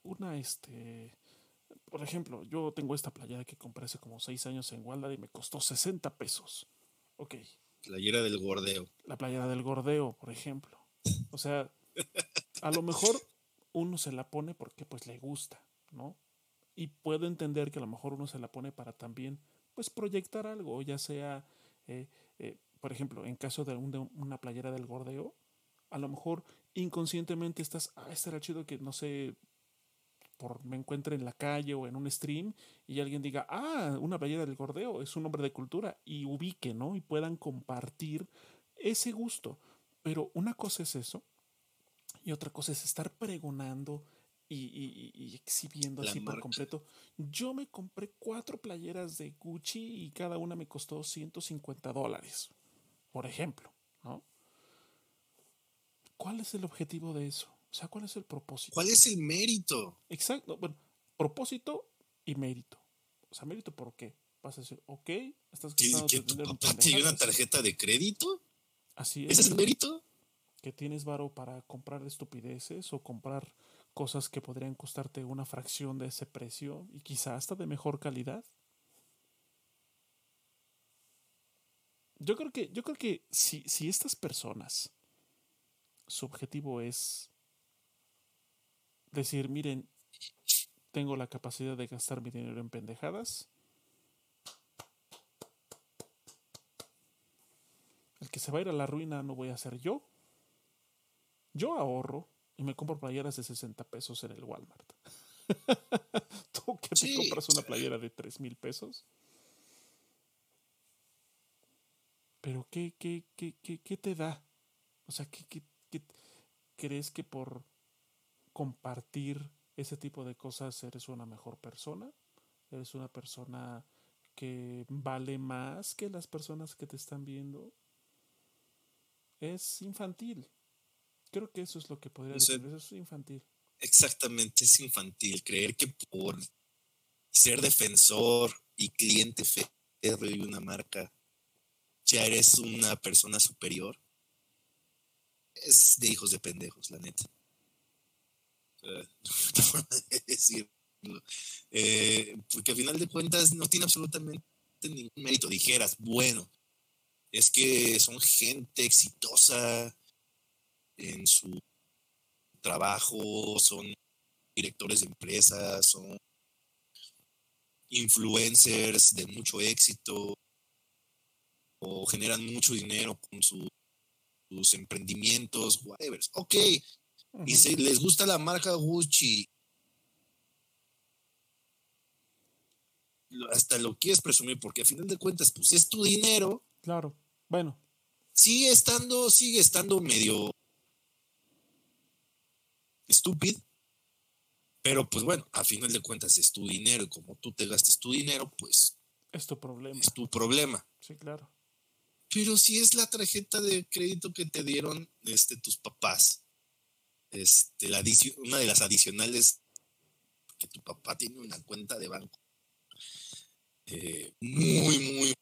por ejemplo, yo tengo esta playera que compré hace como 6 años en Walmart y me costó 60 pesos. Ok, Playera del gordeo. la playera del gordeo, por ejemplo. O sea, a lo mejor uno se la pone porque pues le gusta, ¿no? Y puedo entender que a lo mejor uno se la pone para también, pues, proyectar algo, ya sea, por ejemplo, en caso de una playera del Gordeo, a lo mejor inconscientemente estás, estaría chido que, no sé, me encuentre en la calle o en un stream y alguien diga, una playera del Gordeo es un hombre de cultura y ubique, ¿no? Y puedan compartir ese gusto. Pero una cosa es eso y otra cosa es estar pregonando y exhibiendo La así por marca. completo. Yo me compré 4 playeras de Gucci y cada una me costó $150, por ejemplo, ¿no? ¿Cuál es el objetivo de eso? O sea, ¿cuál es el propósito? ¿Cuál es el mérito? Exacto, bueno, propósito y mérito. O sea, mérito ¿por qué? Vas a decir, ok, estás gastando ¿Que tu tu dinero en papá te dio una pendejadas. tarjeta de crédito? Así ¿Ese es es. el mérito? Que tienes varo para comprar estupideces o comprar cosas que podrían costarte una fracción de ese precio y quizá hasta de mejor calidad. Yo creo que si estas personas, su objetivo es decir, miren, tengo la capacidad de gastar mi dinero en pendejadas, el que se va a ir a la ruina no voy a ser yo. Yo ahorro y me compro playeras de 60 pesos en el Walmart. Tú que te Sí, compras o una sea, playera de 3,000 pesos. Pero ¿qué te da? O sea, ¿qué crees que por compartir ese tipo de cosas eres una mejor persona? ¿Eres una persona que vale más que las personas que te están viendo? Es infantil. Creo que eso es lo que podría o sea, definir. Eso es infantil. exactamente, es infantil creer que por ser defensor y cliente férreo de una marca ya eres una persona superior. Es de hijos de pendejos, la neta. Otra forma de decirlo. Porque al final de cuentas no tiene absolutamente ningún mérito. Dijeras, bueno, es que son gente exitosa en su trabajo, son directores de empresas, son influencers de mucho éxito o generan mucho dinero con sus emprendimientos, whatever. Ok, y Ujú. si les gusta la marca Gucci, hasta lo quieres presumir porque a final de cuentas, pues es tu dinero, Claro. Bueno, sigue estando medio estúpido, pero pues bueno, a final de cuentas es tu dinero y como tú te gastes tu dinero, pues es tu problema. es tu problema. Sí, claro. Pero si es la tarjeta de crédito que te dieron tus papás, una de las adicionales, que tu papá tiene una cuenta de banco muy, muy...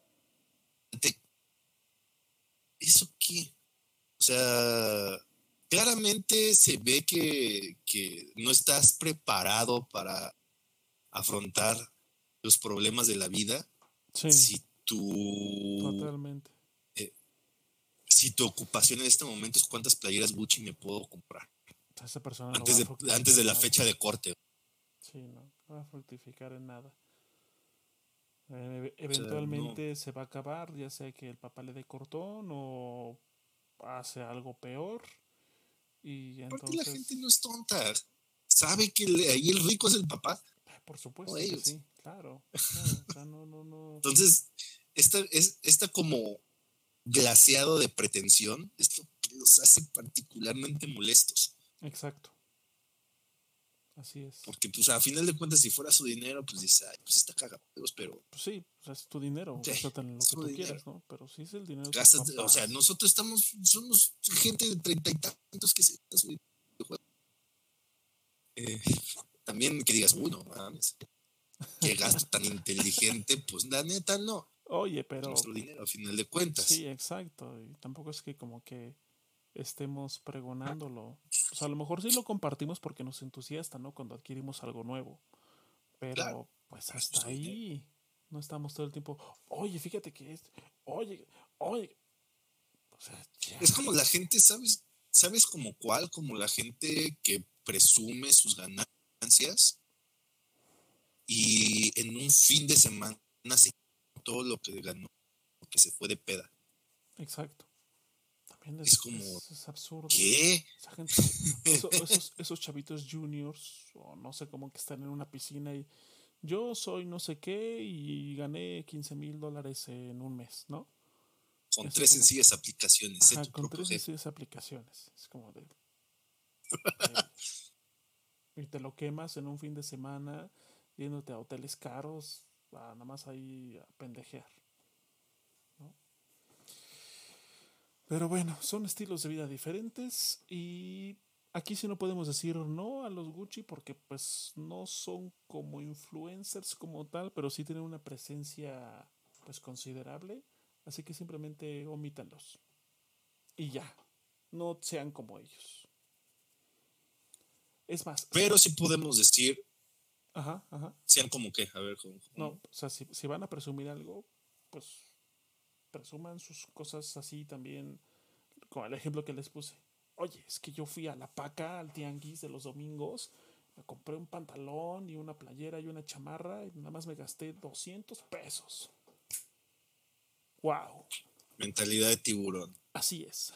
¿Eso qué? O sea, claramente se ve que no estás preparado para afrontar los problemas de la vida Sí, si tu, totalmente. eh, si tu ocupación en este momento es cuántas playeras Gucci me puedo comprar O sea, esa persona no va antes a antes fructificar de en la nada. fecha de corte. Sí, no va a fructificar en nada. O sea, no. Eventualmente se va a acabar, ya sea que el papá le dé cortón o hace algo peor. Y Aparte la gente entonces, no es tonta. Sabe que ahí el rico es el papá, por no supuesto que ellos. sí, claro, claro. O sea, no, no, no. Entonces, esta como glaseado de pretensión es lo que los hace particularmente molestos. Exacto, así es. Porque, pues, a final de cuentas, si fuera su dinero, pues dice, ay, pues está cagado, pero Pues sí, o sea, es tu dinero, gástate en lo es que su tú dinero. quieras, ¿no? Pero si es el dinero de tus Gastas, o sea, papás. nosotros somos gente de 30 y tantos que se gasta su dinero. Eh, También que digas, uy, no mames, qué gasto tan inteligente, pues la neta no. Oye, Es pero nuestro dinero, a final de cuentas. sí, exacto. Y tampoco es que como que estemos pregonándolo. O sea, a lo mejor sí lo compartimos porque nos entusiasta, ¿no? Cuando adquirimos algo nuevo. Claro, Pero pues pero es hasta nuestro dinero. ahí. No estamos todo el tiempo, oye, fíjate que es, oye, oye. O sea, Es ya. como la gente, ¿sabes como cuál? Como la gente que presume sus ganancias y en un fin de semana se todo lo que ganó, que se fue de peda. Exacto. También Es como, es absurdo. ¿qué? Esa gente, esos chavitos juniors, o no sé cómo que están en una piscina y yo soy no sé qué y gané $15,000 en un mes, ¿no? Con Así 3 como que, sencillas aplicaciones, sé ajá, tu con propio tres jefe. sencillas aplicaciones. Es como de, güey, y te lo quemas en un fin de semana yéndote a hoteles caros, nada más ahí a pendejear, ¿no? Pero bueno, son estilos de vida diferentes y aquí sí no podemos decir no a los Gucci porque pues no son como influencers como tal, pero sí tienen una presencia pues considerable, así que simplemente omítanlos y ya, no sean como ellos. Es más, Pero sí podemos decir, ajá, ajá, sean como que, a ver, no, ¿cómo? o sea, si van a presumir algo, pues presuman sus cosas así también, como el ejemplo que les puse. Oye, es que yo fui a la paca, al tianguis de los domingos, me compré un pantalón y una playera y una chamarra y nada más me gasté $200. ¡Wow! Mentalidad de tiburón. Así es.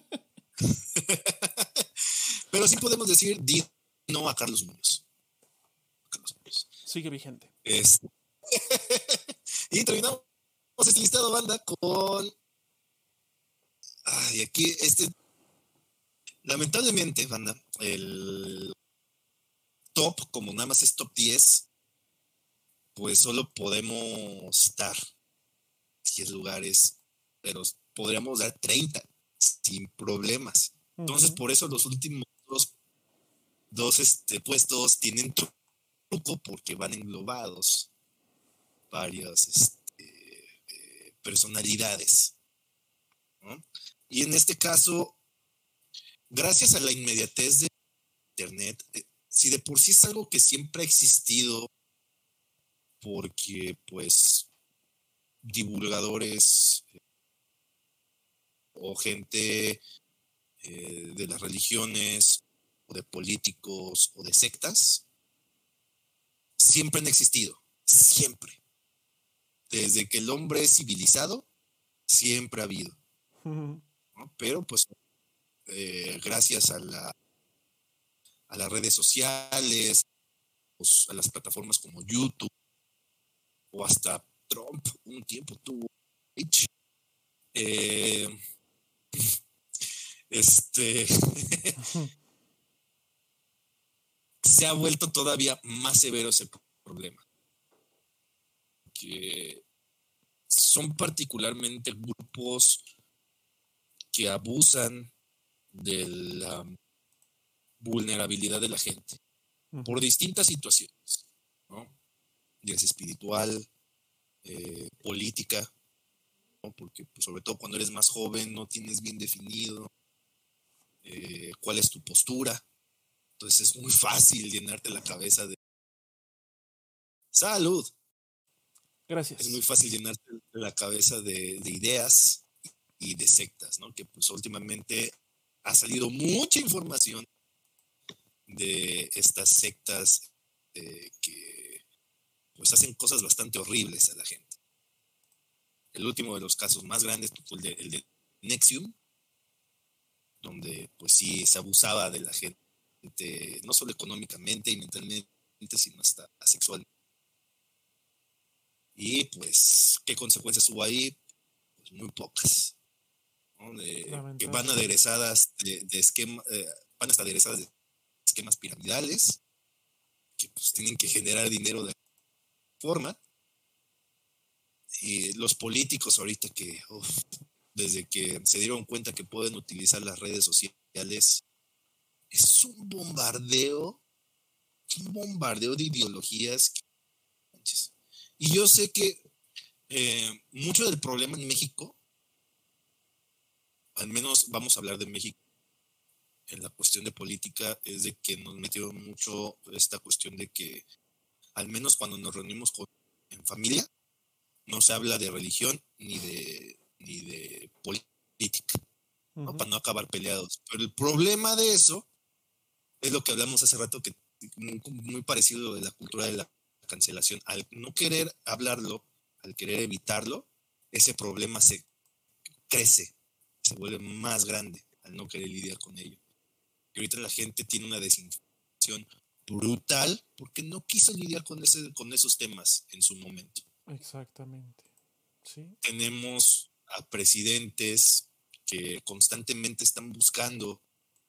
Pero sí podemos decir, di no a Carlos Muñoz. Carlos Muñoz. Sigue vigente. Y terminamos este listado, banda, con. Ay, aquí, lamentablemente, banda, el top, como nada más es top 10, pues solo podemos dar 10 lugares, pero podríamos dar 30 sin problemas. Entonces, Ujú. por eso los últimos dos puestos tienen truco porque van englobados varias personalidades, ¿no? Y en este caso, gracias a la inmediatez de Internet, si de por sí es algo que siempre ha existido, porque pues divulgadores o gente de las religiones o de políticos o de sectas, siempre han existido, siempre. Desde que el hombre es civilizado, siempre ha habido, Ujú. ¿no? Pero pues gracias a las redes sociales, pues, a las plataformas como YouTube o hasta Trump un tiempo tuvo eh, este se ha vuelto todavía más severo ese problema, que son particularmente grupos que abusan de la vulnerabilidad de la gente por Ujú. distintas situaciones, ¿no? Ya sea espiritual, política, ¿no? Porque pues, sobre todo cuando eres más joven no tienes bien definido cuál es tu postura, entonces es muy fácil llenarte la cabeza de salud, es muy Gracias. fácil llenarte la cabeza de ideas y de sectas, ¿no? Que pues últimamente ha salido mucha información de estas sectas que pues hacen cosas bastante horribles a la gente. El último de los casos más grandes fue el de Nexium, donde pues sí se abusaba de la gente, no solo económicamente y mentalmente, sino hasta sexualmente. Y pues, ¿qué consecuencias hubo ahí? Pues muy pocas, ¿no? Que van Lamentable. aderezadas de esquemas, van hasta aderezadas de esquemas piramidales, que pues tienen que generar dinero de forma. Y los políticos ahorita que, desde que se dieron cuenta que pueden utilizar las redes sociales, es un bombardeo de ideologías. Y yo sé que mucho del problema en México, al menos vamos a hablar de México en la cuestión de política, es de que nos metieron mucho esta cuestión de que, al menos cuando nos reunimos en familia, no se habla de religión ni de política, ¿no? Ujú. Para no acabar peleados. Pero el problema de eso es lo que hablamos hace rato, que muy, muy parecido de la cultura de la cancelación, al no querer hablarlo, al querer evitarlo, ese problema se crece, se vuelve más grande al no querer lidiar con ello. Y ahorita la gente tiene una desinformación brutal porque no quiso lidiar con esos temas en su momento. Exactamente. Sí. Tenemos a presidentes que constantemente están buscando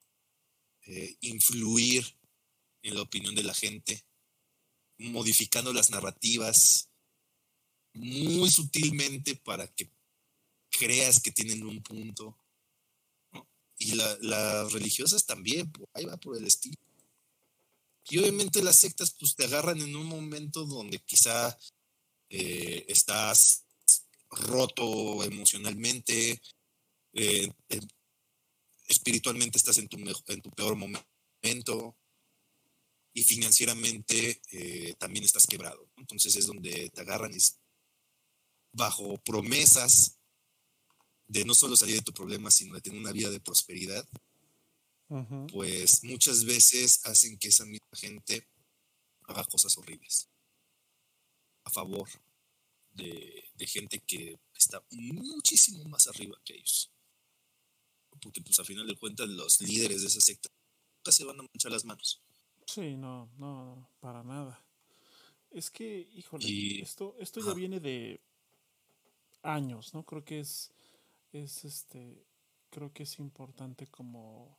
influir en la opinión de la gente, modificando las narrativas muy sutilmente para que creas que tienen un punto, ¿no? Y las religiosas también, ahí va por el estilo. Y obviamente las sectas pues te agarran en un momento donde quizá estás roto emocionalmente, eh, espiritualmente estás en tu peor momento y financieramente también estás quebrado. Entonces es donde te agarran bajo promesas de no solo salir de tu problema, sino de tener una vida de prosperidad, Uh-huh. pues muchas veces hacen que esa misma gente haga cosas horribles a favor de gente que está muchísimo más arriba que ellos. Porque pues a final de cuentas los líderes de esa secta nunca se van a manchar las manos. Sí, no, no, para nada. Es que, híjole, Y esto ya ajá, viene de años, ¿no? Es creo que es importante como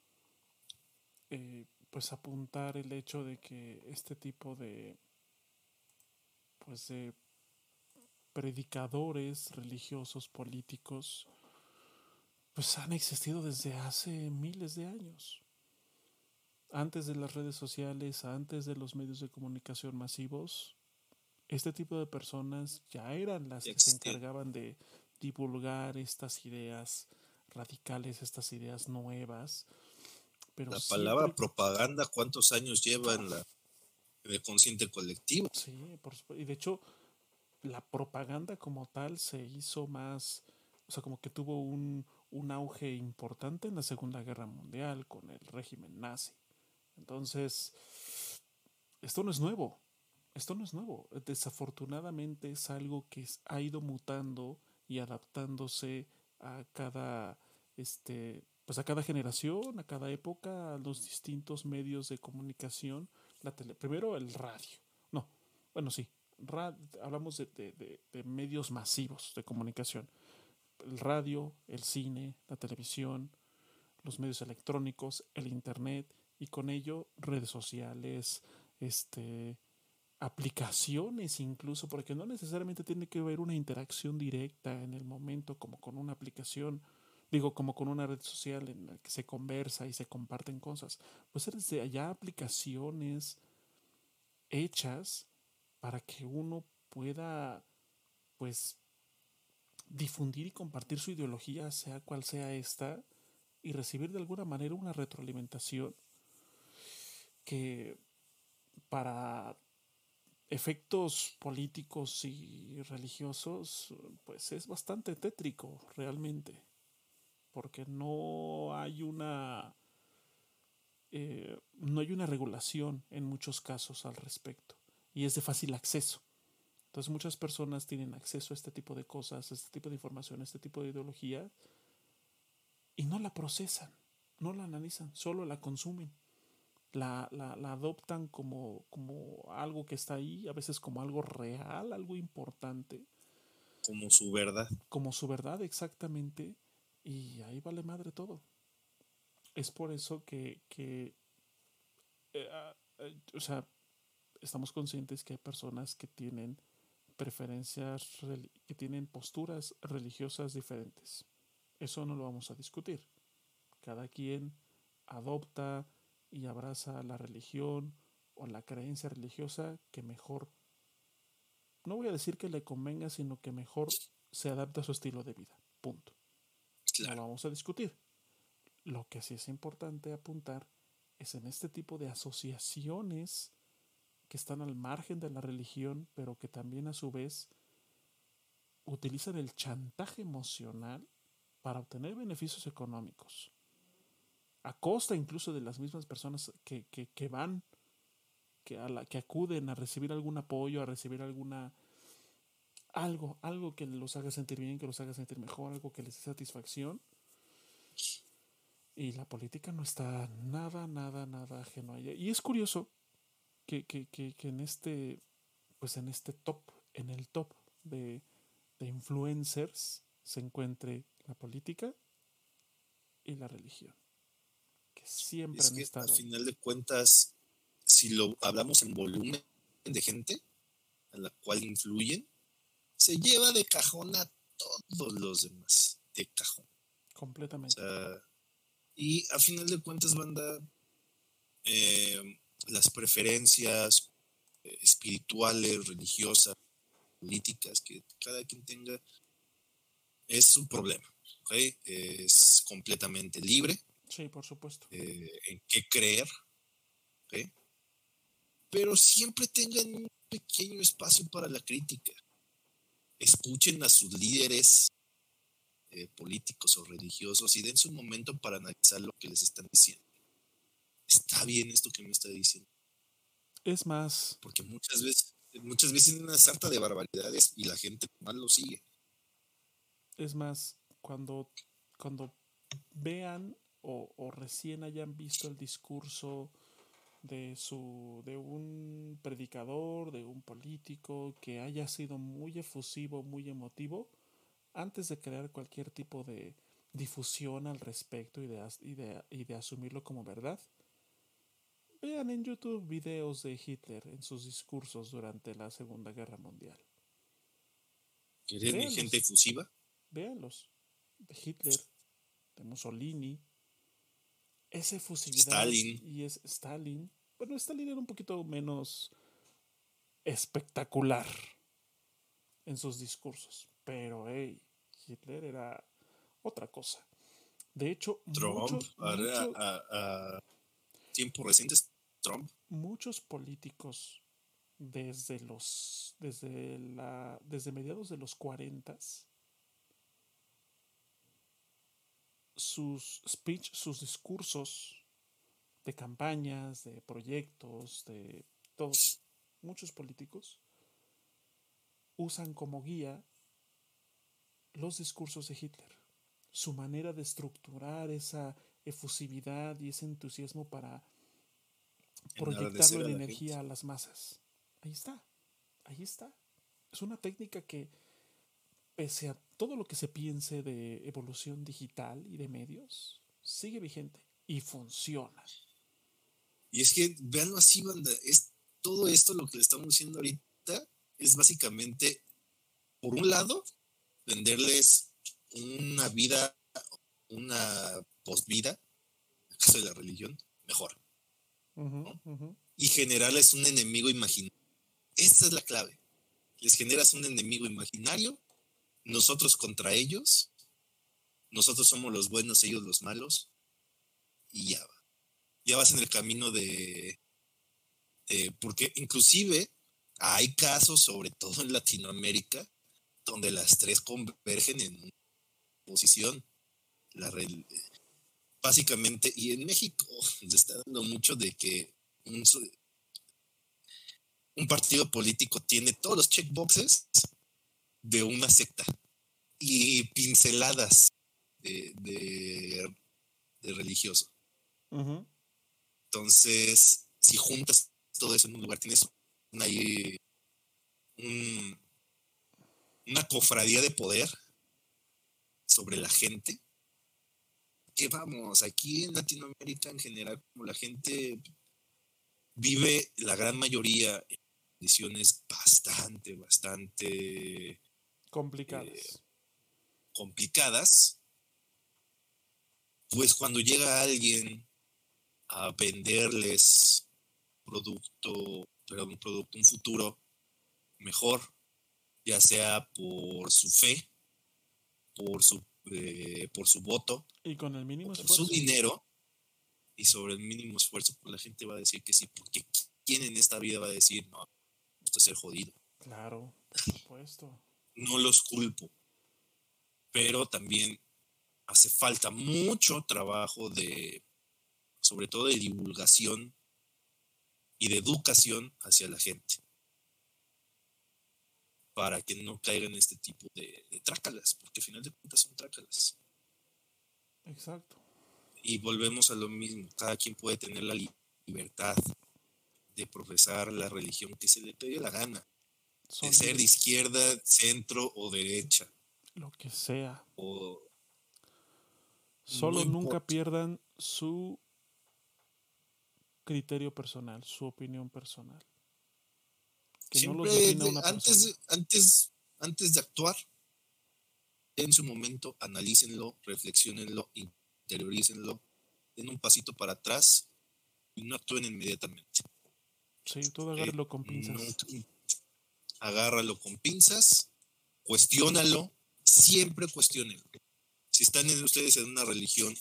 pues apuntar el hecho de que este tipo de pues de predicadores religiosos políticos pues han existido desde hace miles de años. Antes de las redes sociales, antes de los medios de comunicación masivos, este tipo de personas ya eran las ya que se existía. encargaban de divulgar estas ideas radicales, estas ideas nuevas, pero La palabra siempre, propaganda, ¿cuántos años lleva en el consciente colectivo? sí, por supuesto, y de hecho la propaganda como tal se hizo más, o sea, como que tuvo un auge importante en la Segunda Guerra Mundial con el régimen nazi. Entonces, esto no es nuevo, esto no es nuevo. Desafortunadamente es algo que ha ido mutando y adaptándose a cada, pues a cada generación, a cada época, a los distintos medios de comunicación. Primero el radio. No, bueno, sí. Hablamos de medios masivos de comunicación. El radio, el cine, la televisión, los medios electrónicos, el internet y con ello redes sociales, este, aplicaciones incluso, porque no necesariamente tiene que haber una interacción directa en el momento como con una aplicación, digo, como con una red social en la que se conversa y se comparten cosas. Pues desde allá aplicaciones hechas para que uno pueda, pues, difundir y compartir su ideología, sea cual sea esta, y recibir de alguna manera una retroalimentación que para efectos políticos y religiosos, pues es bastante tétrico realmente, porque no hay una regulación en muchos casos al respecto y es de fácil acceso. Entonces muchas personas tienen acceso a este tipo de cosas, a este tipo de información, a este tipo de ideología y no la procesan, no la analizan, solo la consumen. La adoptan como algo que está ahí, a veces como algo real, algo importante, Como su verdad. como su verdad exactamente, y ahí vale madre todo. Es por eso que o sea, estamos conscientes que hay personas que tienen preferencias, que tienen posturas religiosas diferentes. Eso no lo vamos a discutir. Cada quien adopta y abraza la religión o la creencia religiosa que mejor, no voy a decir que le convenga, sino que mejor se adapta a su estilo de vida. Punto. No lo Claro. vamos a discutir. Lo que sí es importante apuntar es en este tipo de asociaciones que están al margen de la religión, pero que también a su vez utilizan el chantaje emocional para obtener beneficios económicos, a costa incluso de las mismas personas que van que acuden a recibir algún apoyo, a recibir algo que los haga sentir bien, que los haga sentir mejor, algo que les dé satisfacción. Y la política no está nada ajeno a ella. Y es curioso que en pues en en el top de influencers se encuentre la política y la religión, que siempre Es han que al estado ahí. final de cuentas, si lo hablamos en volumen de gente a la cual influyen, se lleva de cajón a todos los demás, de cajón. O Completamente. sea, y a final de cuentas, banda, las preferencias espirituales, religiosas, políticas que cada quien tenga, es su problema, ¿ok? Es completamente libre Sí, por supuesto. en qué creer, ¿ok? Pero siempre tengan un pequeño espacio para la crítica. Escuchen a sus líderes políticos o religiosos y dense un momento para analizar lo que les están diciendo. ¿Está bien esto que me está diciendo? Es más, Porque muchas veces es una sarta de barbaridades y la gente más lo sigue. cuando vean o recién hayan visto el discurso de un predicador, de un político que haya sido muy efusivo, muy emotivo, antes de crear cualquier tipo de difusión al respecto y de asumirlo como verdad, vean en YouTube videos de Hitler en sus discursos durante la Segunda Guerra Mundial. ¿Quieren gente Véanlos, efusiva? véanlos. De Hitler, de Mussolini, esa efusividad Stalin. y es Stalin. Bueno, Stalin era un poquito menos espectacular en sus discursos, pero hey, Hitler era otra cosa. De hecho, Trump. A tiempos recientes, Trump. muchos políticos desde mediados de los 40, sus discursos de campañas, de proyectos, de todo, muchos políticos usan como guía los discursos de Hitler, su manera de estructurar esa efusividad y ese entusiasmo para proyectarlo Enardecer a en la gente. energía a las masas. Ahí está, ahí está. Es una técnica que, pese a todo lo que se piense de evolución digital y de medios, sigue vigente y funciona. Y es que, veanlo así, banda, es todo esto lo que le estamos diciendo ahorita es básicamente, por un lado, venderles una vida, una posvida, en el caso de la religión, mejor, Uh-huh, ¿no? uh-huh. Y generarles un enemigo imaginario. Esta es la clave. Les generas un enemigo imaginario, nosotros contra ellos, nosotros somos los buenos, ellos los malos, y ya va. Ya vas en el camino porque inclusive hay casos, sobre todo en Latinoamérica, donde las tres convergen en una posición. La, básicamente, y en México se está dando mucho de que un partido político tiene todos los checkboxes de una secta y pinceladas de, de, de religioso. Uh-huh. Entonces, si juntas todo eso en un lugar, tienes una, un, una cofradía de poder sobre la gente. Que vamos, aquí en Latinoamérica en general, como la gente vive la gran mayoría en condiciones bastante eh, Complicadas. complicadas, pues cuando llega alguien a venderles un futuro mejor, ya sea por su fe, por su voto Y con el o mínimo por su esfuerzo. dinero, y sobre el mínimo esfuerzo, pues la gente va a decir que sí, porque ¿quién en esta vida va a decir, no, esto es ser jodido? Claro, por supuesto. No los culpo, pero también hace falta mucho trabajo sobre todo de divulgación y de educación hacia la gente, para que no caigan en este tipo de trácalas, porque al final de cuentas son trácalas. Exacto. Y volvemos a lo mismo, cada quien puede tener la libertad de profesar la religión que se le pegue la gana, de ser de izquierda, centro o derecha. Lo que sea. O Solo no nunca pierdan su criterio personal, su opinión personal. Que siempre no los defina una persona. Antes de actuar, en su momento, analícenlo, reflexionenlo, interiorícenlo, den un pasito para atrás y no actúen inmediatamente. Sí, todo agárralo con pinzas. Agárralo con pinzas, cuestiónalo, siempre cuestiónenlo. Si están ustedes en una religión,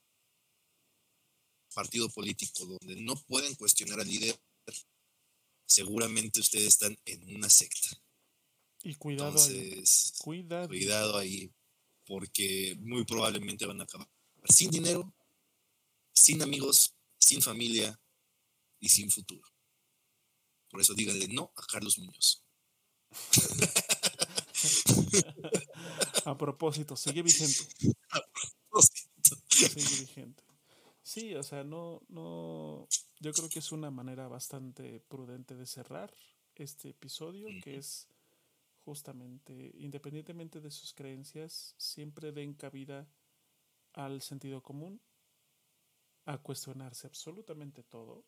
partido político, donde no pueden cuestionar al líder, seguramente ustedes están en una secta. Y cuidado. Entonces, cuidado ahí, porque muy probablemente van a acabar sin dinero, sin amigos, sin familia y sin futuro. Por eso díganle no a Carlos Muñoz. A propósito, sigue vigente. A propósito. Sigue vigente. Sí, o sea, no, yo creo que es una manera bastante prudente de cerrar este episodio, que es justamente, independientemente de sus creencias, siempre den cabida al sentido común, a cuestionarse absolutamente todo.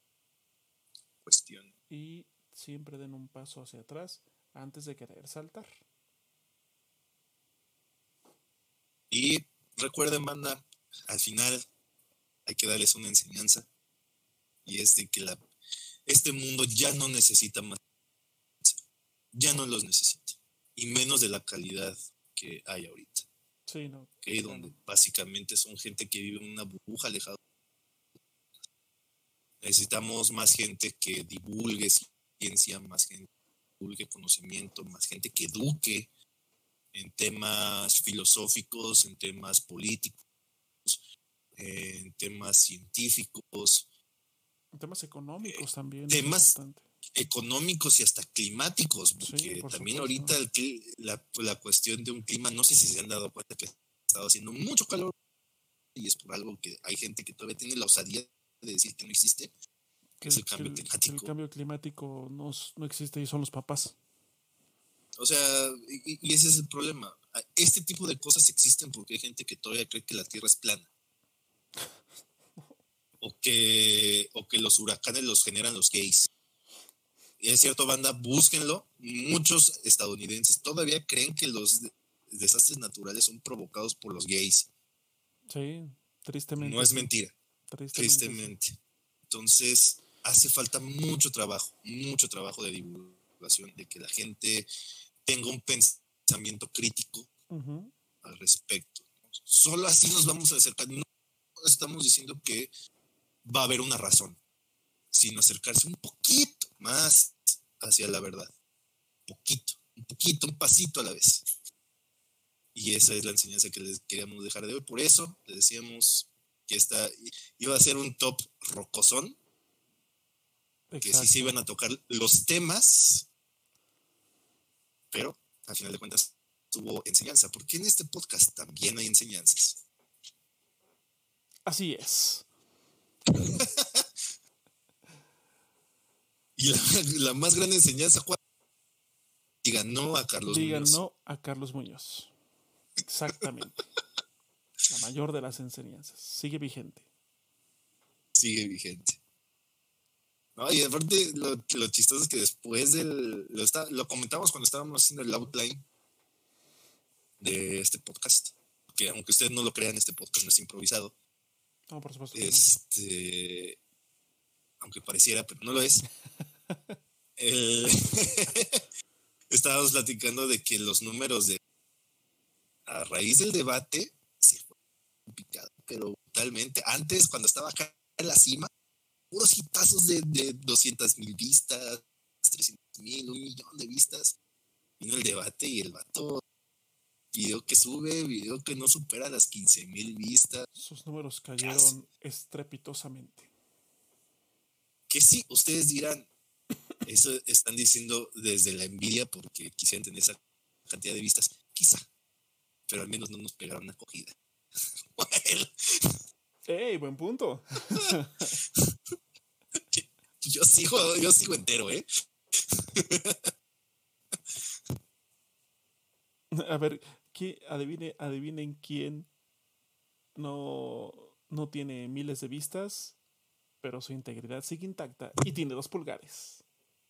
Y siempre den un paso hacia atrás antes de querer saltar. Y recuerden, banda, al final hay que darles una enseñanza, y es de que este mundo ya no necesita más, ya no los necesita, y menos de la calidad que hay ahorita. Sí, no. Okay, donde básicamente son gente que vive en una burbuja alejada. Necesitamos más gente que divulgue ciencia, más gente que divulgue conocimiento, más gente que eduque en temas filosóficos, en temas políticos, en temas científicos, en temas económicos también. Temas económicos y hasta climáticos, porque sí, también supuesto. ahorita la cuestión de un clima, no sé si se han dado cuenta que ha estado haciendo mucho calor, y es por algo que hay gente que todavía tiene la osadía de decir que no existe, que es el cambio climático. El cambio climático no existe y son los papás. O sea, y ese es el problema. Este tipo de cosas existen porque hay gente que todavía cree que la Tierra es plana. O que los huracanes los generan los gays. Y es cierto, banda, búsquenlo. Muchos estadounidenses todavía creen que los desastres naturales son provocados por los gays. Sí, tristemente. No es mentira. Tristemente. Sí. Entonces, hace falta mucho trabajo de divulgación, de que la gente tenga un pensamiento crítico al respecto. Solo así nos vamos a acercar. No estamos diciendo que va a haber una razón, sino acercarse un poquito más hacia la verdad. Un pasito a la vez. Y esa es la enseñanza que les queríamos dejar de hoy. Por eso les decíamos que esta iba a ser un top rocosón. Exacto. Que sí se iban a tocar los temas, pero al final de cuentas tuvo enseñanza, porque en este podcast también hay enseñanzas. Así es. Y la más grande enseñanza, ¿cuál? Digan no a Carlos Muñoz. Digan no a Carlos Muñoz. Exactamente. La mayor de las enseñanzas. Sigue vigente. No, y aparte, lo chistoso es que después lo comentamos cuando estábamos haciendo el outline de este podcast, que aunque ustedes no lo crean, este podcast no es improvisado. No, por supuesto. Aunque pareciera, pero no lo es. Estábamos platicando de que los números a raíz del debate se fue picado, pero totalmente. Antes, cuando estaba acá en la cima, puros hitazos de 200,000 vistas, 300,000, 1,000,000 de vistas. Vino el debate y el vato, video que sube, video que no supera las 15,000 vistas. Sus números cayeron estrepitosamente. que sí, ustedes dirán, eso están diciendo desde la envidia porque quisieran tener esa cantidad de vistas, quizá, pero al menos no nos pegaron una acogida. Bueno, ¡Ey, buen punto! yo sigo entero, ¿eh? A ver, adivinen quién no tiene miles de vistas, pero su integridad sigue intacta y tiene 2 pulgares.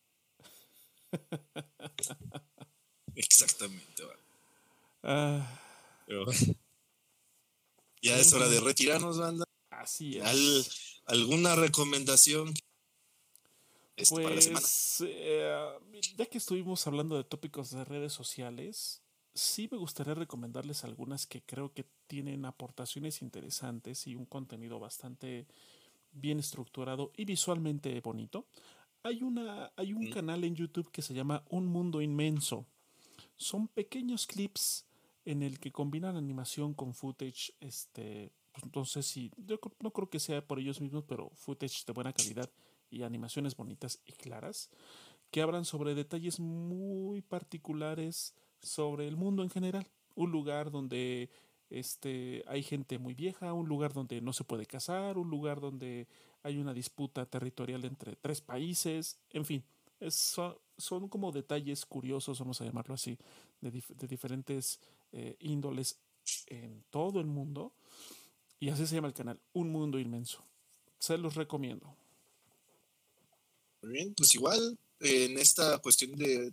Exactamente, va. Ah, Pero ya en es hora de fin, retirarnos, banda. así es. ¿Alguna recomendación para la semana? Pues, ya que estuvimos hablando de tópicos de redes sociales, sí me gustaría recomendarles algunas que creo que tienen aportaciones interesantes y un contenido bastante bien estructurado y visualmente bonito. Hay un canal en YouTube que se llama Un Mundo Inmenso. Son pequeños clips en el que combinan animación con footage, pues, no sé si, no creo que sea por ellos mismos, pero footage de buena calidad y animaciones bonitas y claras, que hablan sobre detalles muy particulares sobre el mundo en general. Un lugar donde hay gente muy vieja, un lugar donde no se puede casar, un lugar donde hay una disputa territorial entre 3 países, en fin, son como detalles curiosos, vamos a llamarlo así, de diferentes índoles en todo el mundo. Y así se llama el canal, Un Mundo Inmenso. Se los recomiendo. Muy bien, pues igual en esta cuestión de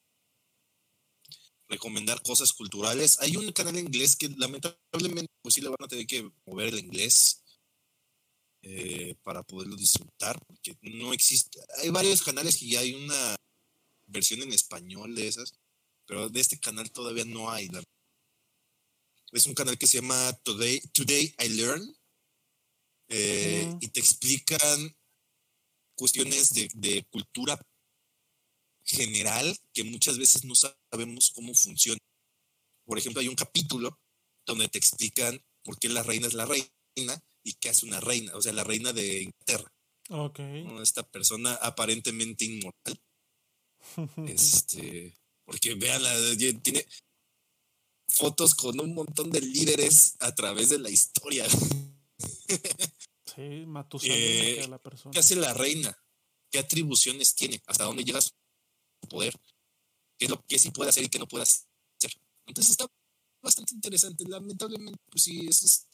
recomendar cosas culturales, hay un canal en inglés que lamentablemente pues sí le van a tener que mover el inglés para poderlo disfrutar, porque no existe, hay varios canales que ya hay una versión en español de esas, pero de este canal todavía no hay. Es un canal que se llama Today I Learn Mm, y te explican cuestiones de cultura general que muchas veces no sabemos cómo funciona. Por ejemplo, hay un capítulo donde te explican por qué la reina es la reina y qué hace una reina, o sea, la reina de Inglaterra, ok. ¿no? Esta persona aparentemente inmortal, porque vean, tiene fotos con un montón de líderes a través de la historia. Sí, matusalémica la ¿Qué persona. hace la reina? ¿Qué atribuciones tiene? ¿Hasta dónde llega su poder? ¿Qué es lo que sí puede hacer y qué no puede hacer? Entonces está bastante interesante. Lamentablemente, pues sí,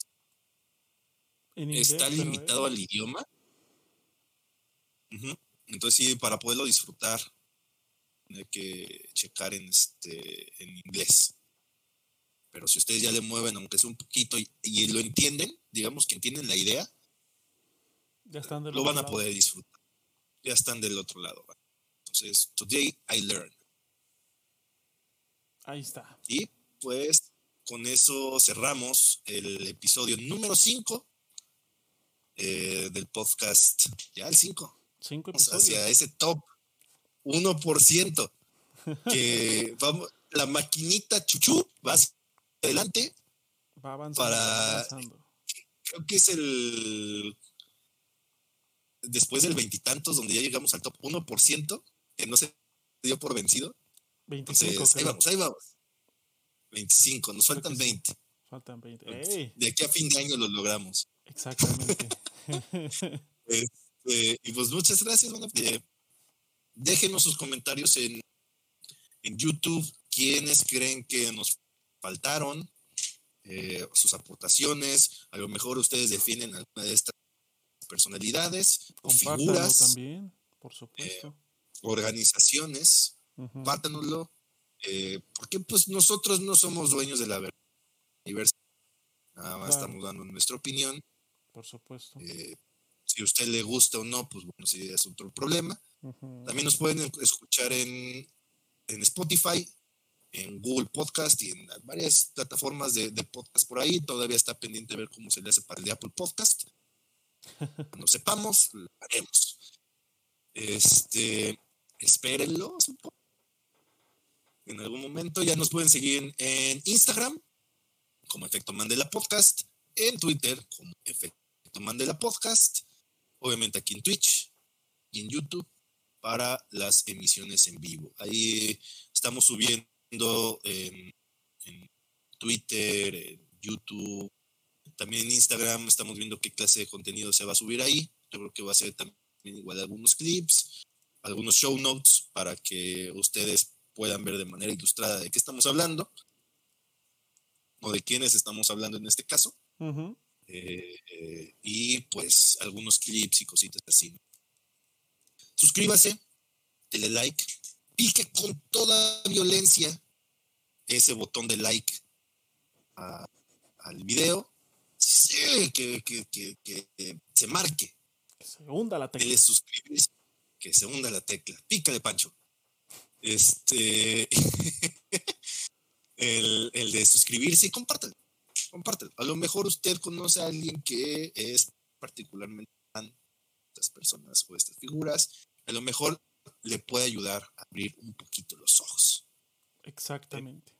En está inglés, pero limitado al idioma. Uh-huh. Entonces sí, para poderlo disfrutar, hay que checar en inglés. Pero si ustedes ya le mueven, aunque sea un poquito, y lo entienden, digamos que entienden la idea, ya están del lo otro van a lado. poder disfrutar. Ya están del otro lado. ¿Vale? Entonces, Today I Learn. Ahí está. Y pues con eso cerramos el episodio número 5 del podcast. Ya el 5. 5 episodios. Hacia ese top 1%. Que vamos, la maquinita chuchú va hacia adelante Va avanzando, va para, avanzando. creo que es después del veintitantos donde ya llegamos al top 1%, que no se dio por vencido. 25 Entonces, creo. ahí vamos. 25, nos Creo que faltan sí. 20. Faltan 20. ¡Ey! De aquí a fin de año lo logramos. Exactamente. Y pues muchas gracias. Bueno, déjenos sus comentarios en YouTube. ¿Quiénes creen que nos faltaron? Sus aportaciones. A lo mejor ustedes defienden alguna de estas personalidades o Compártanlo figuras, también, por supuesto. organizaciones. Ujú. Compártanoslo. Porque pues nosotros no somos dueños de la verdad. Nada más Claro, estamos dando nuestra opinión. por supuesto. Si a usted le gusta o no, pues bueno, sí es otro problema. Ujú. También nos pueden escuchar en Spotify, en Google Podcast y en varias plataformas de podcast por ahí. Todavía está pendiente de ver cómo se le hace para el de Apple Podcast. Cuando sepamos, lo haremos. Espérenlo. En algún momento ya nos pueden seguir en Instagram como Efecto Mandela Podcast, en Twitter como Efecto Mandela Podcast, obviamente aquí en Twitch. y en YouTube para las emisiones en vivo. Ahí estamos subiendo en Twitter, en YouTube, también en Instagram. Estamos viendo qué clase de contenido se va a subir ahí. Yo creo que va a ser también igual algunos clips, algunos show notes para que ustedes puedan ver de manera ilustrada de qué estamos hablando o de quiénes estamos hablando en este caso. Uh-huh. Y pues algunos clips y cositas así, ¿no? Suscríbase, dele like, pique con toda violencia ese botón de like al video. Sí, que se marque. Que se hunda la tecla. Dele suscribirse, que se hunda la tecla. Pícale, Pancho. El de suscribirse y compártelo. A lo mejor usted conoce a alguien que es particularmente fan de estas personas o estas figuras. A lo mejor le puede ayudar a abrir un poquito los ojos. Exactamente.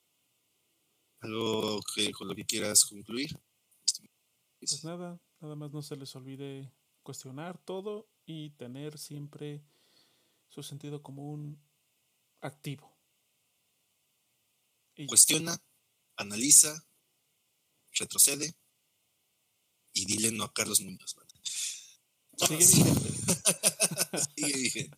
¿Algo con lo que quieras concluir? Pues nada más no se les olvide cuestionar todo y tener siempre su sentido común activo. Y cuestiona, analiza, retrocede y dile no a Carlos Muñoz. Sigue vigente. Sigue vigente.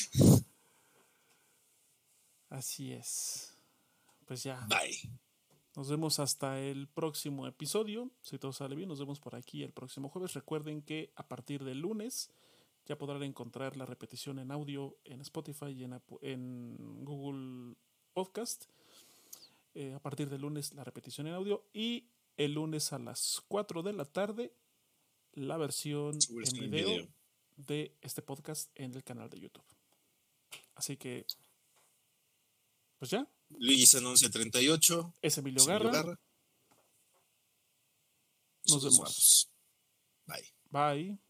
Así es. Pues ya. Bye. Nos vemos hasta el próximo episodio. Si todo sale bien, nos vemos por aquí el próximo jueves. Recuerden que a partir del lunes ya podrán encontrar la repetición en audio en Spotify y en Google Podcast. A partir del lunes la repetición en audio y el lunes a las 4 de la tarde la versión en video de este podcast en el canal de YouTube. Así que, pues ya. Luis anuncia 38. Es Emilio Garra. Nos vemos. Bye. Bye.